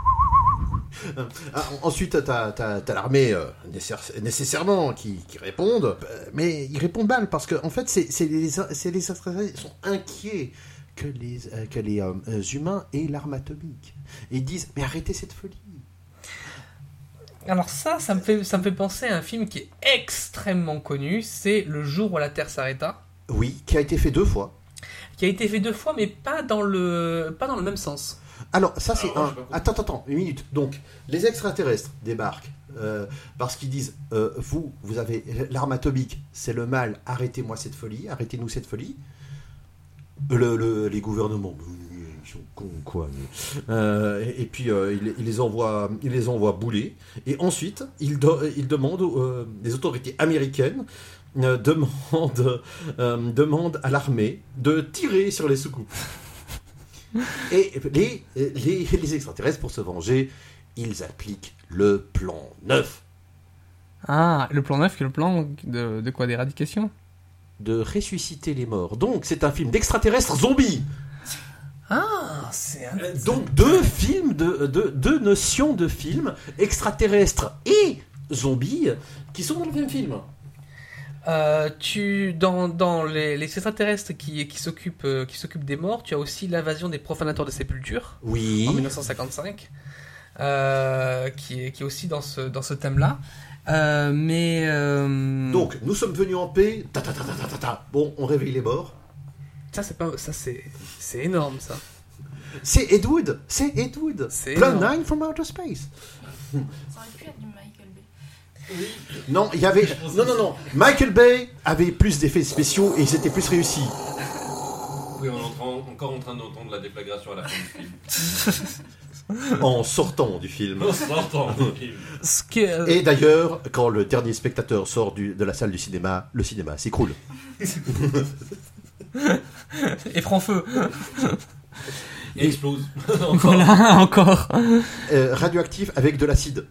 Ensuite t'as l'armée nécessairement qui répondent, mais ils répondent mal parce que en fait c'est les extraterrestres sont inquiets que les humains aient l'arme atomique. Et ils disent, mais arrêtez cette folie. Alors ça me fait penser à un film qui est extrêmement connu, c'est Le jour où la Terre s'arrêta. Oui, qui a été fait 2 fois. Qui a été fait 2 fois, mais pas dans le même sens. Alors, ça c'est un... Attends, une minute. Donc, les extraterrestres débarquent parce qu'ils disent, vous avez l'arme atomique, c'est le mal, arrêtez-nous cette folie. Les gouvernements, ils sont cons quoi. Et puis ils les envoient bouler. Et ensuite ils demandent, les autorités américaines demandent à l'armée de tirer sur les soucoupes. Et les extraterrestres, pour se venger, ils appliquent le plan 9. Ah, le plan 9 qui est le plan de quoi, d'éradication ? De ressusciter les morts. Donc, c'est un film d'extraterrestres zombies. Ah, c'est un... Donc, 2 films, deux notions de films extraterrestres et zombies qui sont dans le même film. Dans les extraterrestres qui s'occupent des morts, tu as aussi l'invasion des profanateurs de sépultures Oui. en 1955, qui est aussi dans ce thème-là. Donc, nous sommes venus en paix. Bon, on réveille les morts. C'est énorme ça. C'est Ed Wood. C'est Plan énorme. 9 from Outer Space. Ça aurait pu être du Michael Bay. Non, il y avait. Non. Michael Bay avait plus d'effets spéciaux et ils étaient plus réussis. Oui, on est encore en train d'entendre la déflagration à la fin du film. En sortant du film. On s'entend du film. Et d'ailleurs, quand le dernier spectateur sort de la salle du cinéma, le cinéma s'écroule. Et prend feu. Il explose. Voilà, encore. Radioactif avec de l'acide.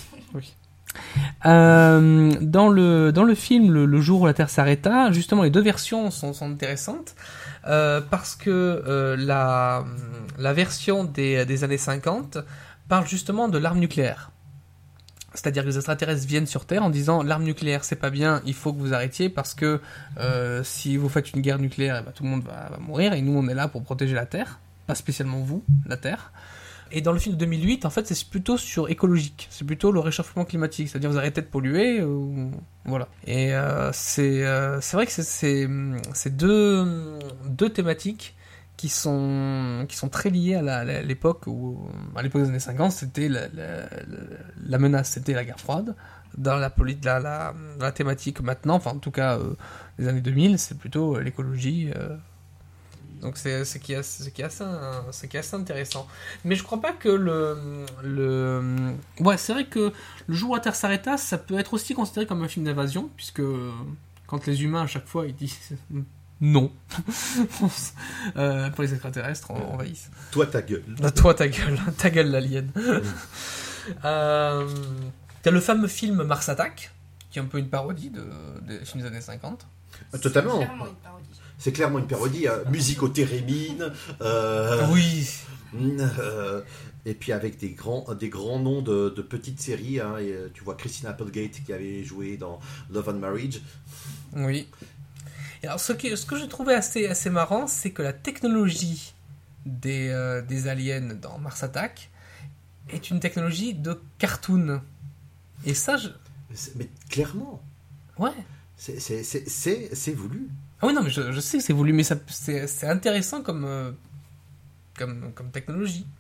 Dans le film le jour où la Terre s'arrêta, justement les deux versions sont intéressantes parce que la version des années 50 parle justement de l'arme nucléaire. C'est-à-dire que les extraterrestres viennent sur Terre en disant l'arme nucléaire c'est pas bien, il faut que vous arrêtiez parce que si vous faites une guerre nucléaire, tout le monde va mourir et nous on est là pour protéger la Terre, pas spécialement vous, la Terre. Et dans le film de 2008, en fait, c'est plutôt sur écologique, c'est plutôt le réchauffement climatique, c'est-à-dire vous arrêtez de polluer, voilà. Et c'est vrai que c'est deux thématiques qui sont très liées à l'époque où, à l'époque des années 50, c'était la menace, c'était la guerre froide. Dans la thématique maintenant, enfin en tout cas les années 2000, c'est plutôt l'écologie. Donc c'est ce qui est assez intéressant. Mais je crois pas que ouais, c'est vrai que le jour où la Terre s'arrêta, ça peut être aussi considéré comme un film d'invasion, puisque quand les humains à chaque fois ils disent non pour les extraterrestres envahissent. Toi ta gueule. Toi ta gueule l'alien. T'as le fameux film Mars Attack, qui est un peu une parodie des films des années 50. Totalement. C'est clairement une parodie. C'est clairement une parodie. Musicotérémine. Oui. Et puis avec des grands noms de petites séries. Hein, et, tu vois Christina Applegate qui avait joué dans Love and Marriage. Oui. Et alors ce que j'ai trouvé assez marrant, c'est que la technologie des aliens dans Mars Attack est une technologie de cartoon. Et ça, Mais clairement. Ouais. C'est voulu. Ah oui, non, mais je sais que c'est voulu, mais c'est intéressant comme technologie.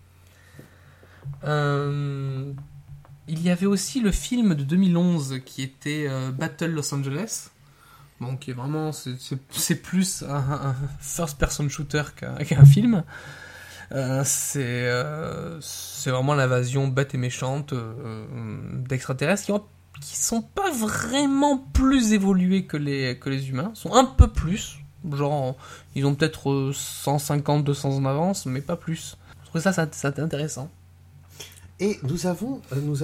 Il y avait aussi le film de 2011 qui était Battle Los Angeles. Bon, qui est vraiment... C'est plus un first-person shooter qu'un film. C'est vraiment l'invasion bête et méchante d'extraterrestres qui sont pas vraiment plus évolués que les humains, sont un peu plus, genre ils ont peut-être 150-200 ans d'avance, mais pas plus. Je trouve ça intéressant. Et nous avons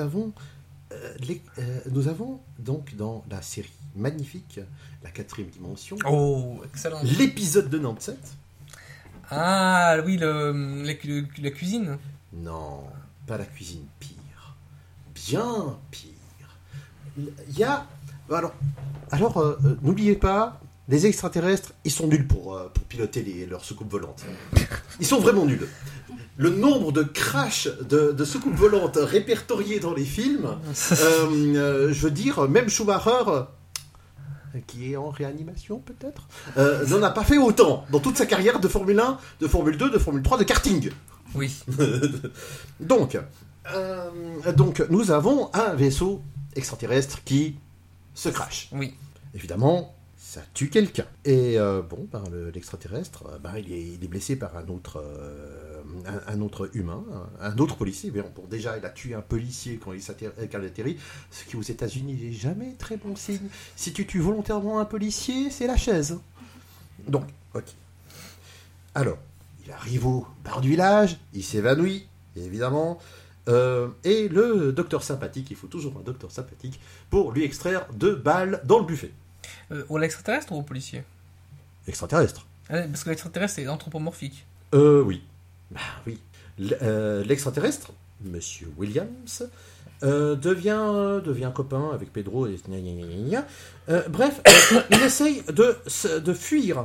donc dans la série magnifique, la 4e dimension, Excellent. l'épisode de 97. Ah oui, la cuisine. Non, pas la cuisine, pire. Bien pire. Il y a... Alors, n'oubliez pas, les extraterrestres, ils sont nuls pour piloter leurs soucoupes volantes. Ils sont vraiment nuls. Le nombre de crashs de soucoupes volantes répertoriés dans les films, je veux dire, même Schumacher, qui est en réanimation peut-être, n'en a pas fait autant dans toute sa carrière de Formule 1, de Formule 2, de Formule 3, de karting. Oui. Donc, nous avons un vaisseau extraterrestre qui se crache. Oui. Évidemment, ça tue quelqu'un. Et l'extraterrestre, il est blessé par un autre humain, un autre policier. Bon, déjà, il a tué un policier quand il atterrit, ce qui aux États-Unis n'est jamais très bon signe. Si tu tues volontairement un policier, c'est la chaise. Donc, ok. Alors, il arrive au bar du village, il s'évanouit, évidemment. Et le docteur sympathique, il faut toujours un docteur sympathique pour lui extraire 2 balles dans le buffet. Ou l'extraterrestre ou au policier? Extraterrestre. Parce que l'extraterrestre c'est anthropomorphique. Oui. Bah oui. L'extraterrestre, Monsieur Williams, devient copain avec Pedro. Et bref, il essaye de fuir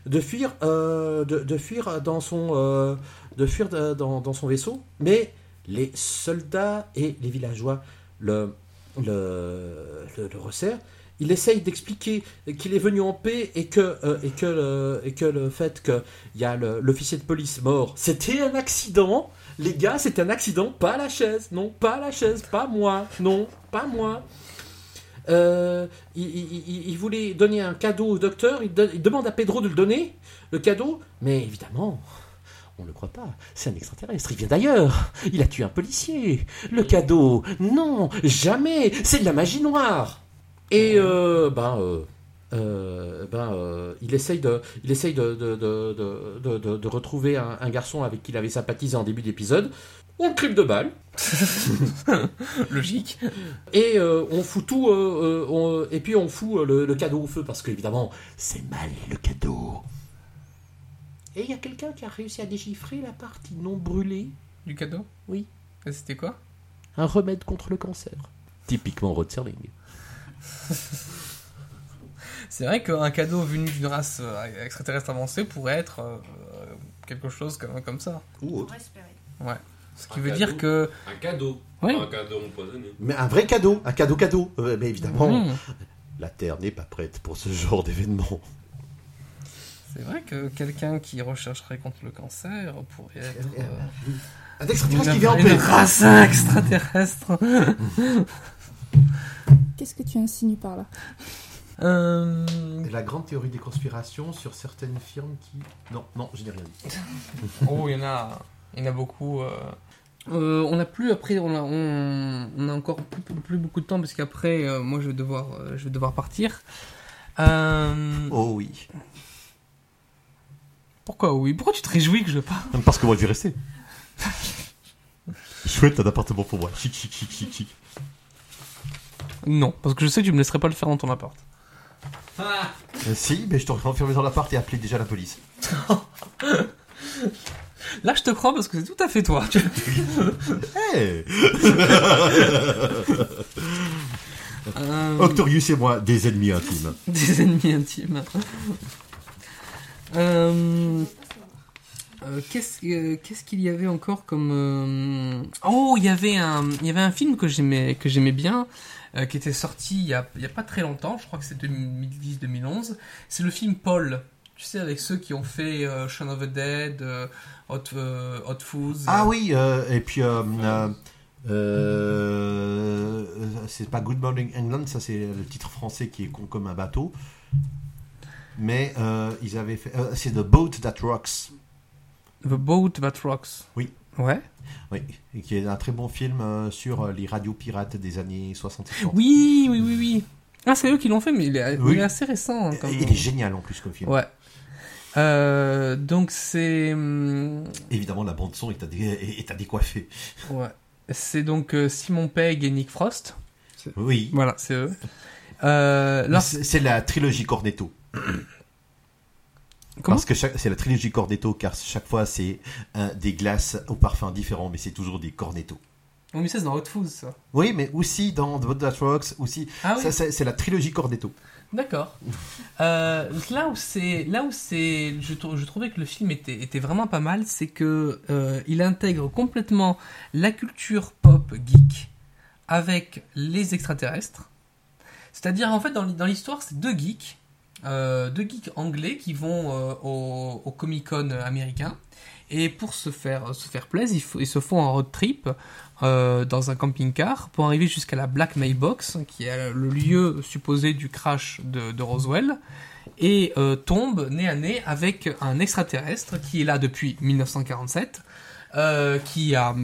dans son vaisseau, mais les soldats et les villageois le resserrent. Il essaye d'expliquer qu'il est venu en paix et que le fait qu'il y a l'officier de police mort, c'était un accident. Les gars, c'était un accident, pas la chaise. Non, pas la chaise, pas moi. Non, pas moi. Il voulait donner un cadeau au docteur. Il demande à Pedro de le donner, le cadeau. Mais évidemment, on ne le croit pas. C'est un extraterrestre. Il vient d'ailleurs. Il a tué un policier. Le cadeau, non, jamais. C'est de la magie noire. Et il essaye de retrouver un garçon avec qui il avait sympathisé en début d'épisode. On le crible de balles. Logique. Et on fout tout. Et puis on fout le cadeau au feu parce qu'évidemment, c'est mal le cadeau. Et il y a quelqu'un qui a réussi à déchiffrer la partie non brûlée Du cadeau? Oui. Et c'était quoi? Un remède contre le cancer. Typiquement Rod Serling. C'est vrai qu'un cadeau venu d'une race extraterrestre avancée pourrait être quelque chose comme ça. Ou autre. Ouais. Ce qui veut dire que... Un cadeau. Oui. Pas un cadeau empoisonné. Mais un vrai cadeau. Un cadeau. Mais évidemment, Mmh. la Terre n'est pas prête pour ce genre d'événement. C'est vrai que quelqu'un qui rechercherait contre le cancer pourrait être... Un extraterrestre qui vient en une paix. race extraterrestre. Qu'est-ce que tu insinues par là? La grande théorie des conspirations sur certaines firmes qui... Non, je n'ai rien dit. Oh, il y en a beaucoup. On n'a plus après, on a encore plus beaucoup de temps parce qu'après, moi je vais devoir partir. Oh oui. Pourquoi oui? Pourquoi tu te réjouis que je parte? Parce que moi je vais rester. Chouette, un appartement pour moi. Chic. Non, parce que je sais que tu me laisserais pas le faire dans ton appart. Si, mais je t'aurais enfermé dans l'appart et appelé déjà la police. Là, je te crois parce que c'est tout à fait toi. Hey. Octorius et moi, des ennemis intimes. Des ennemis intimes. Qu'est-ce qu'il y avait encore comme... Oh, il y avait un film que j'aimais bien, qui était sorti il y a pas très longtemps, je crois que c'est 2010-2011. C'est le film Paul. Tu sais, avec ceux qui ont fait Shaun of the Dead, Hot Fuzz. Ah oui, et puis... c'est pas Good Morning England, ça c'est le titre français qui est con comme un bateau. Mais ils avaient fait... c'est The Boat That Rocks. The Boat That Rocks. Oui. Ouais. Oui, et qui est un très bon film sur les radios pirates des années 60. Oui. Ah, c'est eux qui l'ont fait, mais il est assez récent. Hein, il est génial en plus comme film. Ouais. Donc c'est... Évidemment, la bande-son est à décoiffer. Ouais. C'est donc Simon Pegg et Nick Frost. Oui. Voilà, c'est eux. C'est la trilogie Cornetto. Comment? Parce que c'est la trilogie Cornetto, car chaque fois c'est des glaces au parfum différent, mais c'est toujours des Cornetto. Oh, mais ça c'est dans Hot Fuzz, ça. Oui, mais aussi dans The Boat That Rocks, aussi. Ah, oui. C'est la trilogie Cornetto. D'accord. Là où je trouvais que le film était vraiment pas mal, c'est que il intègre complètement la culture pop geek avec les extraterrestres. C'est-à-dire en fait dans l'histoire c'est deux geeks anglais qui vont au Comic-Con américain et pour se faire plaisir ils se font un road trip dans un camping-car pour arriver jusqu'à la Black Mailbox qui est le lieu supposé du crash de Roswell et tombe nez à nez avec un extraterrestre qui est là depuis 1947 qui a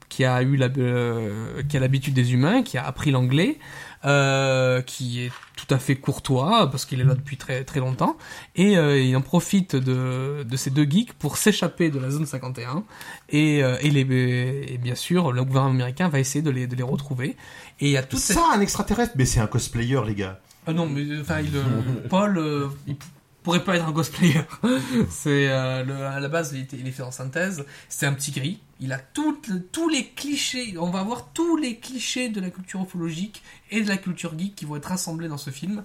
l'habitude des humains, qui a appris l'anglais, qui est tout à fait courtois parce qu'il est là depuis très très longtemps et il en profite de ces deux geeks pour s'échapper de la zone 51 et bien sûr le gouvernement américain va essayer de les retrouver et il y a un extraterrestre, mais c'est un cosplayer les gars. non mais enfin Paul pourrait pas être un cosplayer. C'est à la base, il est fait en synthèse. C'est un petit gris. Il a tous les clichés. On va avoir tous les clichés de la culture ufologique et de la culture geek qui vont être rassemblés dans ce film.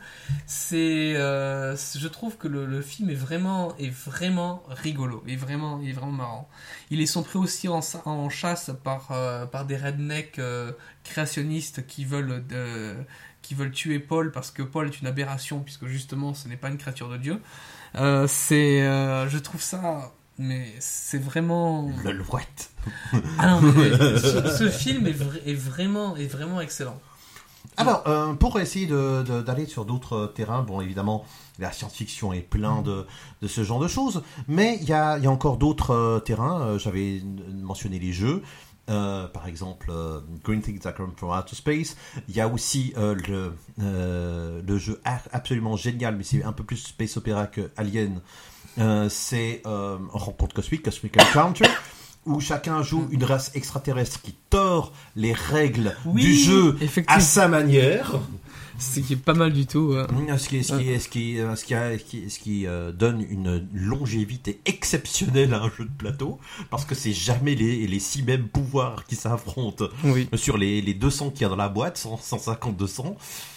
Je trouve que le film est vraiment rigolo, est vraiment marrant. Ils sont pris aussi en chasse par des rednecks créationnistes qui veulent tuer Paul parce que Paul est une aberration, puisque justement ce n'est pas une créature de Dieu. Je trouve ça, mais c'est vraiment... L'alouette. Ah non, mais ce film est vraiment excellent. Alors, pour essayer d'aller sur d'autres terrains, bon, évidemment, la science-fiction est plein de ce genre de choses, mais il y a encore d'autres terrains. J'avais mentionné les jeux. Par exemple, Green Things That Come From Outer Space. Il y a aussi le jeu absolument génial, mais c'est un peu plus space opéra que Alien. C'est Rencontre Cosmic Encounter, où chacun joue une race extraterrestre qui tord les règles du jeu à sa manière. Ce qui est pas mal du tout. Ce qui donne une longévité exceptionnelle à un jeu de plateau, parce que c'est jamais les 6 mêmes pouvoirs qui s'affrontent sur les 200 qu'il y a dans la boîte, 150-200.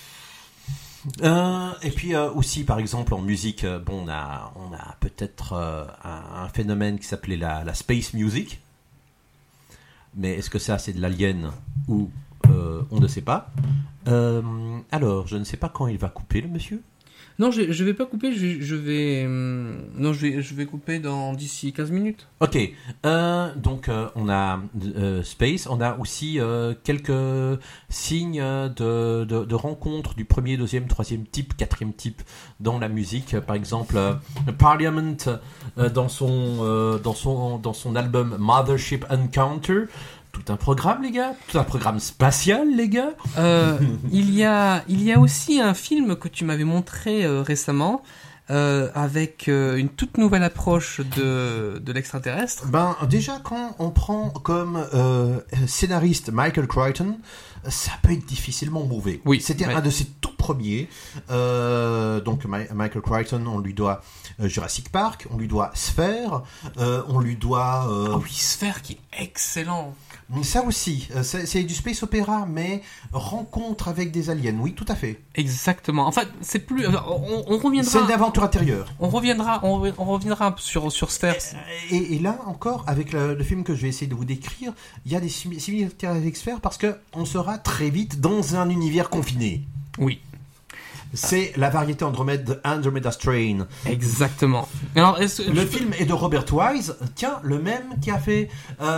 Et puis aussi, par exemple, en musique, on a peut-être un phénomène qui s'appelait la space music. Mais est-ce que ça, c'est de l'alien ou on ne sait pas. Alors, je ne sais pas quand il va couper, le monsieur. Non, je vais pas couper, je vais couper d'ici 15 minutes. Ok, donc on a Space, on a aussi quelques signes de rencontres du premier, deuxième, troisième type, quatrième type dans la musique. Par exemple, Parliament dans son album Mothership Encounter. Tout un programme, les gars. Tout un programme spatial, les gars. Il y a aussi un film que tu m'avais montré récemment avec une toute nouvelle approche de l'extraterrestre. Ben, déjà, quand on prend comme scénariste Michael Crichton, ça peut être difficilement mauvais. Oui, c'était un de ses tout premiers. Donc, Michael Crichton, on lui doit Jurassic Park, on lui doit Sphère, on lui doit... Ah oui, Sphère qui est excellent. Ça aussi, c'est du space opéra, mais rencontre avec des aliens, oui, tout à fait. Exactement. En fait, c'est plus... On reviendra... C'est une aventure intérieure. On reviendra sur Sphère. Et là, encore, avec le film que je vais essayer de vous décrire, il y a des similarités avec Sphère, parce qu'on sera très vite dans un univers confiné. Oui. C'est la variété Andromède de Andromeda Strain. Exactement. Alors, le film est de Robert Wise, tiens, le même qui a fait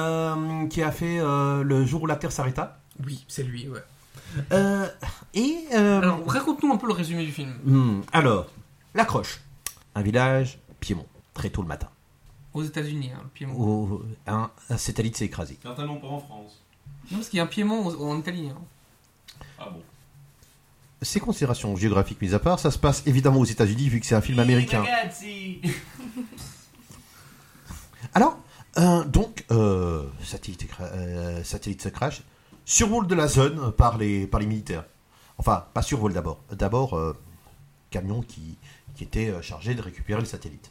Le jour où la Terre s'arrêta. Oui, c'est lui, ouais. Alors, raconte-nous un peu le résumé du film. Alors, l'accroche. Un village, Piémont, très tôt le matin. Aux États-Unis, le Piémont. Un satellite s'est écrasé. Certainement pas en France. Non, parce qu'il y a un Piémont en Italie. Ah bon. Ces considérations géographiques mises à part, ça se passe évidemment aux États-Unis vu que c'est un film américain. Alors, donc, satellite se crash, survol de la zone par les militaires. Enfin, pas survol d'abord. D'abord, camion qui était chargé de récupérer le satellite.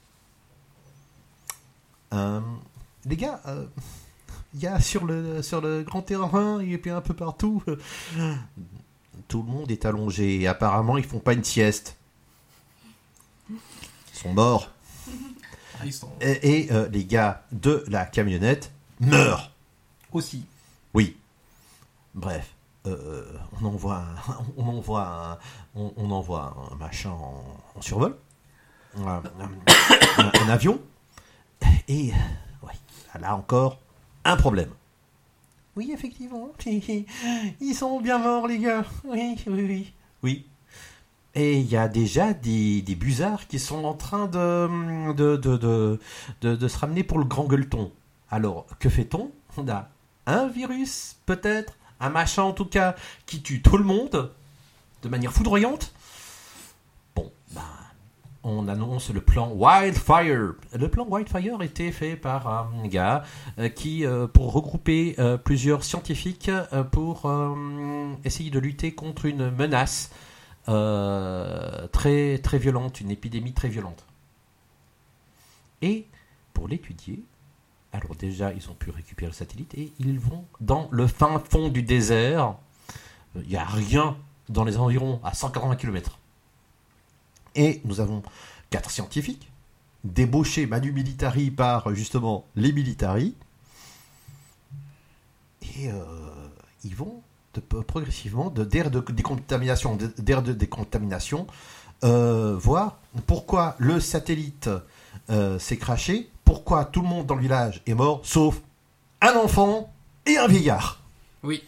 Les gars, il y a sur le grand terrain et puis un peu partout... Tout le monde est allongé et apparemment ils font pas une sieste. Ils sont morts. Et les gars de la camionnette meurent. Aussi. Oui. Bref, on envoie un machin en survol. Un avion. Et là encore, un problème. Oui, effectivement. Ils sont bien morts, les gars. Oui. Et il y a déjà des busards qui sont en train de se ramener pour le grand gueuleton. Alors, que fait-on ? On a un virus, peut-être, un machin en tout cas, qui tue tout le monde, de manière foudroyante. Bon, on annonce le plan Wildfire. Le plan Wildfire était fait par un gars qui, pour regrouper plusieurs scientifiques pour essayer de lutter contre une menace très, très violente, une épidémie très violente. Et pour l'étudier, alors déjà, ils ont pu récupérer le satellite et ils vont dans le fin fond du désert. Il n'y a rien dans les environs, à 180 km. Et nous avons 4 scientifiques, débauchés manu militari par justement les militaris. Et ils vont progressivement d'air de décontamination, voir pourquoi le satellite s'est crashé, pourquoi tout le monde dans le village est mort, sauf un enfant et un vieillard. Oui.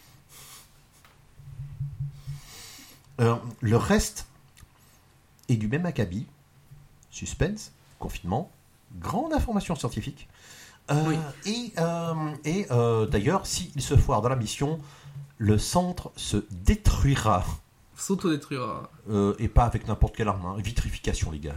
Le reste est du même acabit. Suspense, confinement, grande information scientifique. Oui. Et d'ailleurs, s'il se foire dans la mission, le centre se détruira. S'autodétruira. Et pas avec n'importe quelle arme. Vitrification, les gars.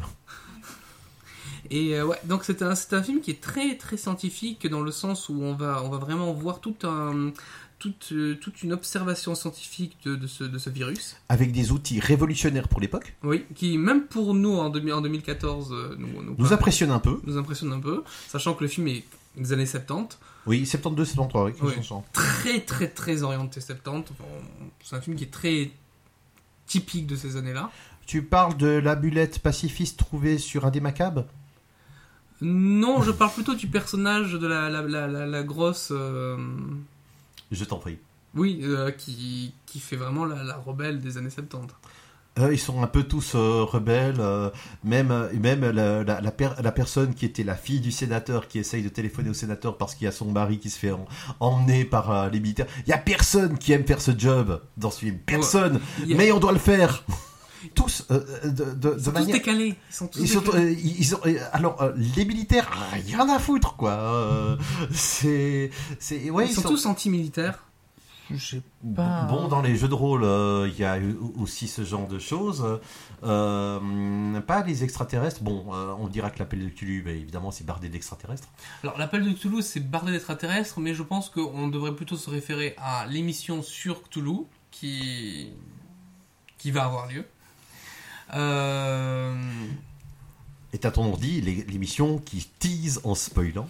Et ouais, donc c'est un film qui est très très scientifique dans le sens où on va vraiment voir toute une observation scientifique de ce virus. Avec des outils révolutionnaires pour l'époque. Oui, qui même pour nous en 2014 nous impressionne un peu. Nous impressionne un peu, sachant que le film est des années 70. Oui, 72, 73, oui. Très très très orienté 70. Enfin, c'est un film qui est très typique de ces années-là. Tu parles de la bulette pacifiste trouvée sur un des macabres ? Non, je parle plutôt du personnage de la grosse... Je t'en prie. Oui, qui fait vraiment la rebelle des années 70. Ils sont un peu tous rebelles, même la personne qui était la fille du sénateur qui essaye de téléphoner au sénateur parce qu'il y a son mari qui se fait emmener par les militaires. Il n'y a personne qui aime faire ce job dans ce film. Personne. Ouais. Mais on doit le faire. Tous ils sont tous décalés. Alors les militaires, rien à foutre quoi. Ouais, ils sont tous anti-militaires. Bon, dans les jeux de rôle, il y a aussi ce genre de choses. Pas les extraterrestres. Bon, on dira que l'appel de Cthulhu, bah, évidemment, c'est bardé d'extraterrestres. Alors, l'appel de Cthulhu, c'est bardé d'extraterrestres, mais je pense qu'on devrait plutôt se référer à l'émission sur Cthulhu qui va avoir lieu. Et t'as ton ordi, l'émission qui tease en spoilant.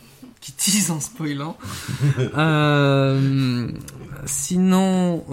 Sinon...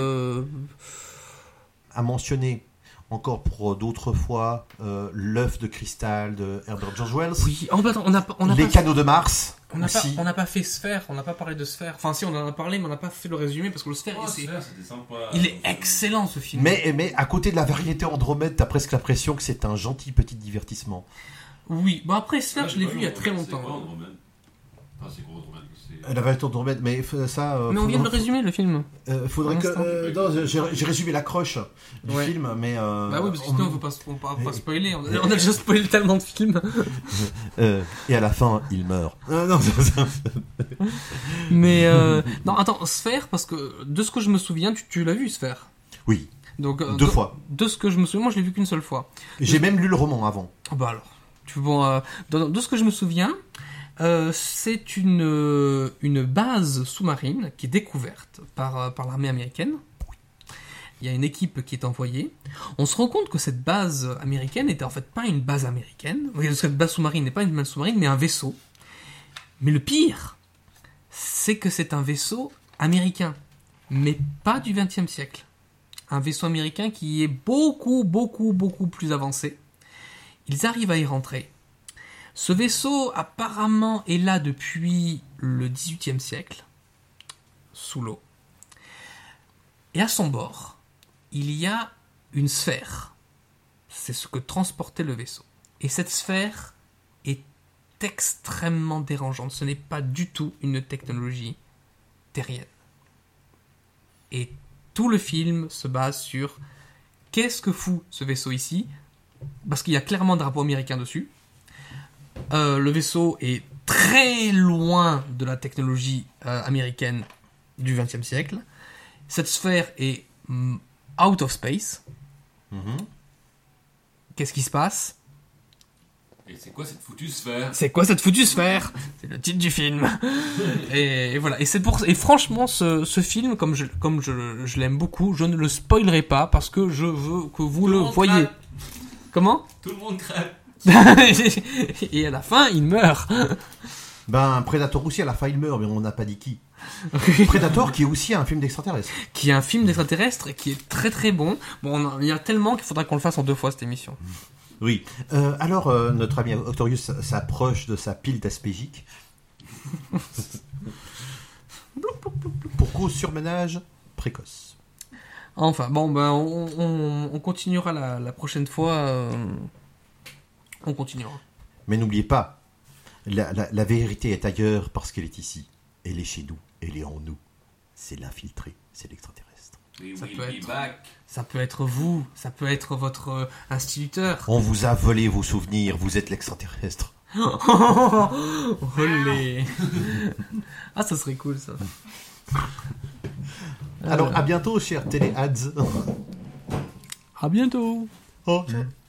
À mentionner encore pour d'autres fois l'œuf de cristal de Herbert George Wells. Oui, on a les canaux de Mars. On n'a pas fait Sphère, on n'a pas parlé de Sphère. Enfin, si, on en a parlé, mais on n'a pas fait le résumé parce que le Sphère, c'était sympa. Il est excellent ce film. Mais à côté de la variété Andromède, t'as presque l'impression que c'est un gentil petit divertissement. Oui, bon après Sphère, je l'ai vu il y a très longtemps. C'est quoi Andromède ? Enfin, c'est quoi Andromède ? La variété Andromède, mais ça. Mais on vient de le résumer le film. Faudrait que. Non, j'ai résumé l'accroche du film, mais. Bah oui, parce que sinon on peut pas spoiler. On a déjà spoilé tellement de films. Et à la fin, il meurt. Non, mais non, attends, Sphère, parce que de ce que je me souviens, tu l'as vu Sphère ? Oui. Donc 2 fois. De ce que je me souviens, moi je l'ai vu qu'une seule fois. J'ai même lu le roman avant. Bah alors, de ce que je me souviens. C'est une base sous-marine qui est découverte par l'armée américaine. Il y a une équipe qui est envoyée. On se rend compte que cette base américaine n'était en fait pas une base américaine. Cette base sous-marine n'est pas une base sous-marine, mais un vaisseau. Mais le pire, c'est que c'est un vaisseau américain, mais pas du XXe siècle. Un vaisseau américain qui est beaucoup, beaucoup, beaucoup plus avancé. Ils arrivent à y rentrer. Ce vaisseau, apparemment, est là depuis le XVIIIe siècle, sous l'eau. Et à son bord, il y a une sphère. C'est ce que transportait le vaisseau. Et cette sphère est extrêmement dérangeante. Ce n'est pas du tout une technologie terrienne. Et tout le film se base sur qu'est-ce que fout ce vaisseau ici ? Parce qu'il y a clairement un drapeau américain dessus. Le vaisseau est très loin de la technologie américaine du XXe siècle. Cette sphère est out of space. Mm-hmm. Qu'est-ce qui se passe ? Et c'est quoi cette foutue sphère ? C'est le titre du film. Et voilà. Et franchement, ce film, comme je l'aime beaucoup, je ne le spoilerai pas parce que je veux que vous le voyez. Crève. Comment ? Tout le monde crève. Et à la fin, il meurt. Ben, Predator aussi, à la fin, il meurt, mais on n'a pas dit qui. Predator, qui est aussi un film d'extraterrestre. Qui est un film d'extraterrestre qui est très très bon. Bon, il y a tellement qu'il faudra qu'on le fasse en 2 fois cette émission. Oui. Alors, notre ami Octorius s'approche de sa pile d'aspégique. Pour cause surmenage précoce. Enfin, bon, ben, on continuera la prochaine fois. On continuera. Mais n'oubliez pas, la vérité est ailleurs parce qu'elle est ici. Elle est chez nous, elle est en nous. C'est l'infiltré, c'est l'extraterrestre. Ça peut être vous, ça peut être votre instituteur. On vous a volé vos souvenirs, vous êtes l'extraterrestre. Olé. Ah, ça serait cool, ça. Alors, à bientôt, chers télé-ads. À bientôt. Oh.